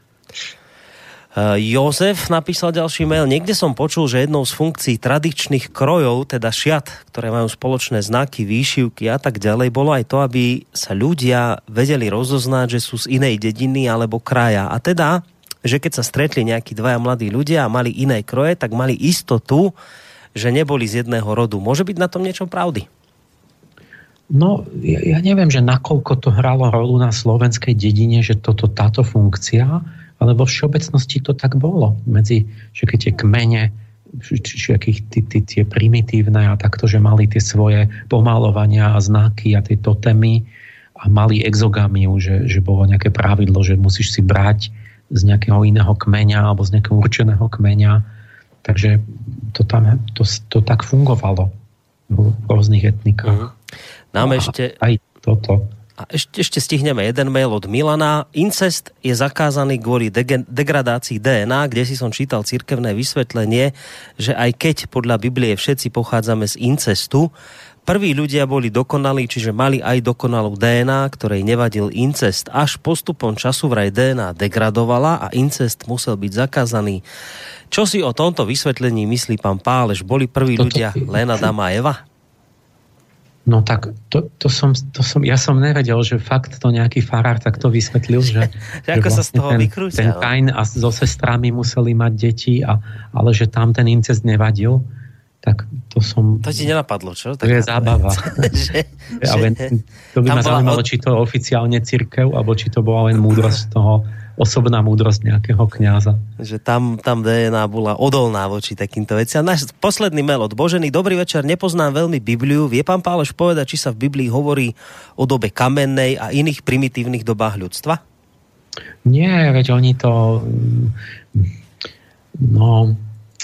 Jozef napísal ďalší mail. Niekde som počul, že jednou z funkcií tradičných krojov, teda šiat, ktoré majú spoločné znaky, výšivky a tak ďalej, bolo aj to, aby sa ľudia vedeli rozoznať, že sú z inej dediny alebo kraja. A teda, že keď sa stretli nejakí dvaja mladí ľudia a mali iné kroje, tak mali istotu, že neboli z jedného rodu. Môže byť na tom niečo pravdy? No, ja neviem, že nakoľko to hralo rolu na slovenskej dedine, že táto funkcia, ale vo všeobecnosti to tak bolo. Že keď tie kmene, tie primitívne a takto, že mali tie svoje pomalovania a znaky a tie totémy a mali exogamiu, že bolo nejaké pravidlo, že musíš si brať z nejakého iného kmeňa alebo z nejakého určeného kmeňa. Takže to tak fungovalo v rôznych etnikách. Nám ešte... Aj toto. A ešte stihneme jeden mail od Milana. Incest je zakázaný kvôli degradácii DNA, kde si som čítal cirkevné vysvetlenie, že aj keď podľa Biblie všetci pochádzame z incestu, prví ľudia boli dokonalí, čiže mali aj dokonalú DNA, ktorej nevadil incest. Až postupom času vraj DNA degradovala a incest musel byť zakázaný. Čo si o tomto vysvetlení myslí pán Páleš? Boli prví ľudia len Adam a Eva? No tak ja som nevedel, že fakt to nejaký farár takto vysvetlil, že ako že sa z toho vykrúťa. Ten Kain a so sestrami museli mať deti, ale že tam ten incest nevadil, tak to ti nenapadlo, čo? To je zábava. Ale to by ma zaujímalo, či to oficiálne cirkev, alebo či to bola len múdrosť toho, osobná múdrosť nejakého kňaza. Že tam DNA bola odolná voči takýmto veciam. Náš posledný mail od Boženy. Dobrý večer, nepoznám veľmi Bibliu. Vie pán Páleš povedať, či sa v Biblii hovorí o dobe kamennej a iných primitívnych dobách ľudstva? Nie, veď oni to... No...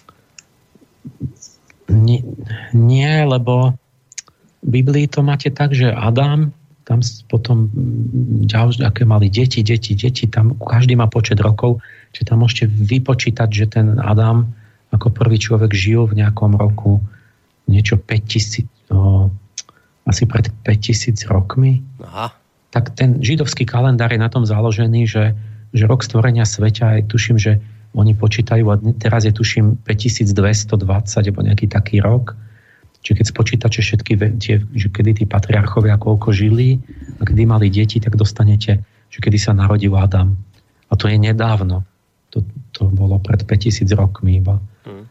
Nie, lebo v Biblii to máte tak, že Adam, tam potom aké mali deti, tam každý má počet rokov, čiže tam môžete vypočítať, že ten Adam ako prvý človek žil v nejakom roku niečo 5000, asi pred 5000 rokmi. Aha. Tak ten židovský kalendár je na tom založený, že rok stvorenia sveta, aj tuším, že oni počítajú, a teraz je tuším 5220, alebo nejaký taký rok. Čiže keď spočítate všetky že kedy tí patriarchovia koľko žili a kedy mali deti, tak dostanete, že kedy sa narodil Adam. A to je nedávno. To bolo pred 5000 rokmi iba.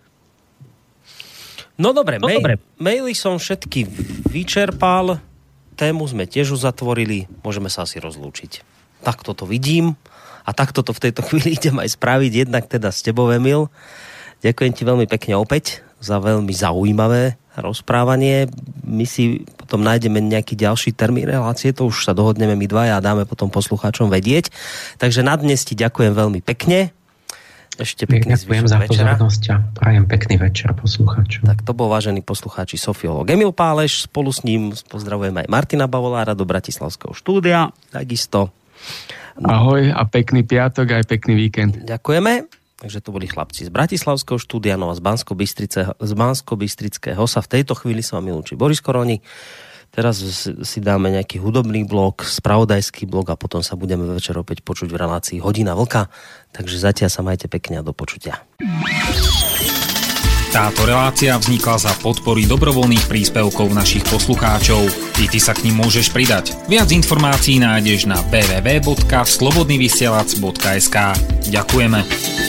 No dobre, maily som všetky vyčerpal, tému sme tiež uzatvorili, môžeme sa asi rozlúčiť. Takto to vidím a takto to v tejto chvíli idem aj spraviť, jednak teda s tebou, Emil. Ďakujem ti veľmi pekne opäť za veľmi zaujímavé rozprávanie. My si potom nájdeme nejaký ďalší termín relácie, to už sa dohodneme my dvaja a dáme potom poslucháčom vedieť. Takže na dnes ti ďakujem veľmi pekne. Ešte pekný zvyšok večera. Ďakujem za pozornosť a prajem pekný večer poslucháčom. Tak to bol, vážený poslucháči, sofiológ Emil Páleš, spolu s ním pozdravujem aj Martina Bavolára do Bratislavského štúdia, takisto. Ahoj a pekný piatok aj pekný víkend. Ďakujeme. Takže to boli chlapci z Bratislavského štúdia, no a z Banskobystrického sa v tejto chvíli sa vám milúči Boris Koroni. Teraz si dáme nejaký hudobný blok, spravodajský blok a potom sa budeme večer opäť počuť v relácii Hodina vlka. Takže zatiaľ sa majte pekne a do počutia. Táto relácia vznikla za podpory dobrovoľných príspevkov našich poslucháčov. I ty sa k nim môžeš pridať. Viac informácií nájdeš na www.slobodnyvysielac.sk. Ďakujeme.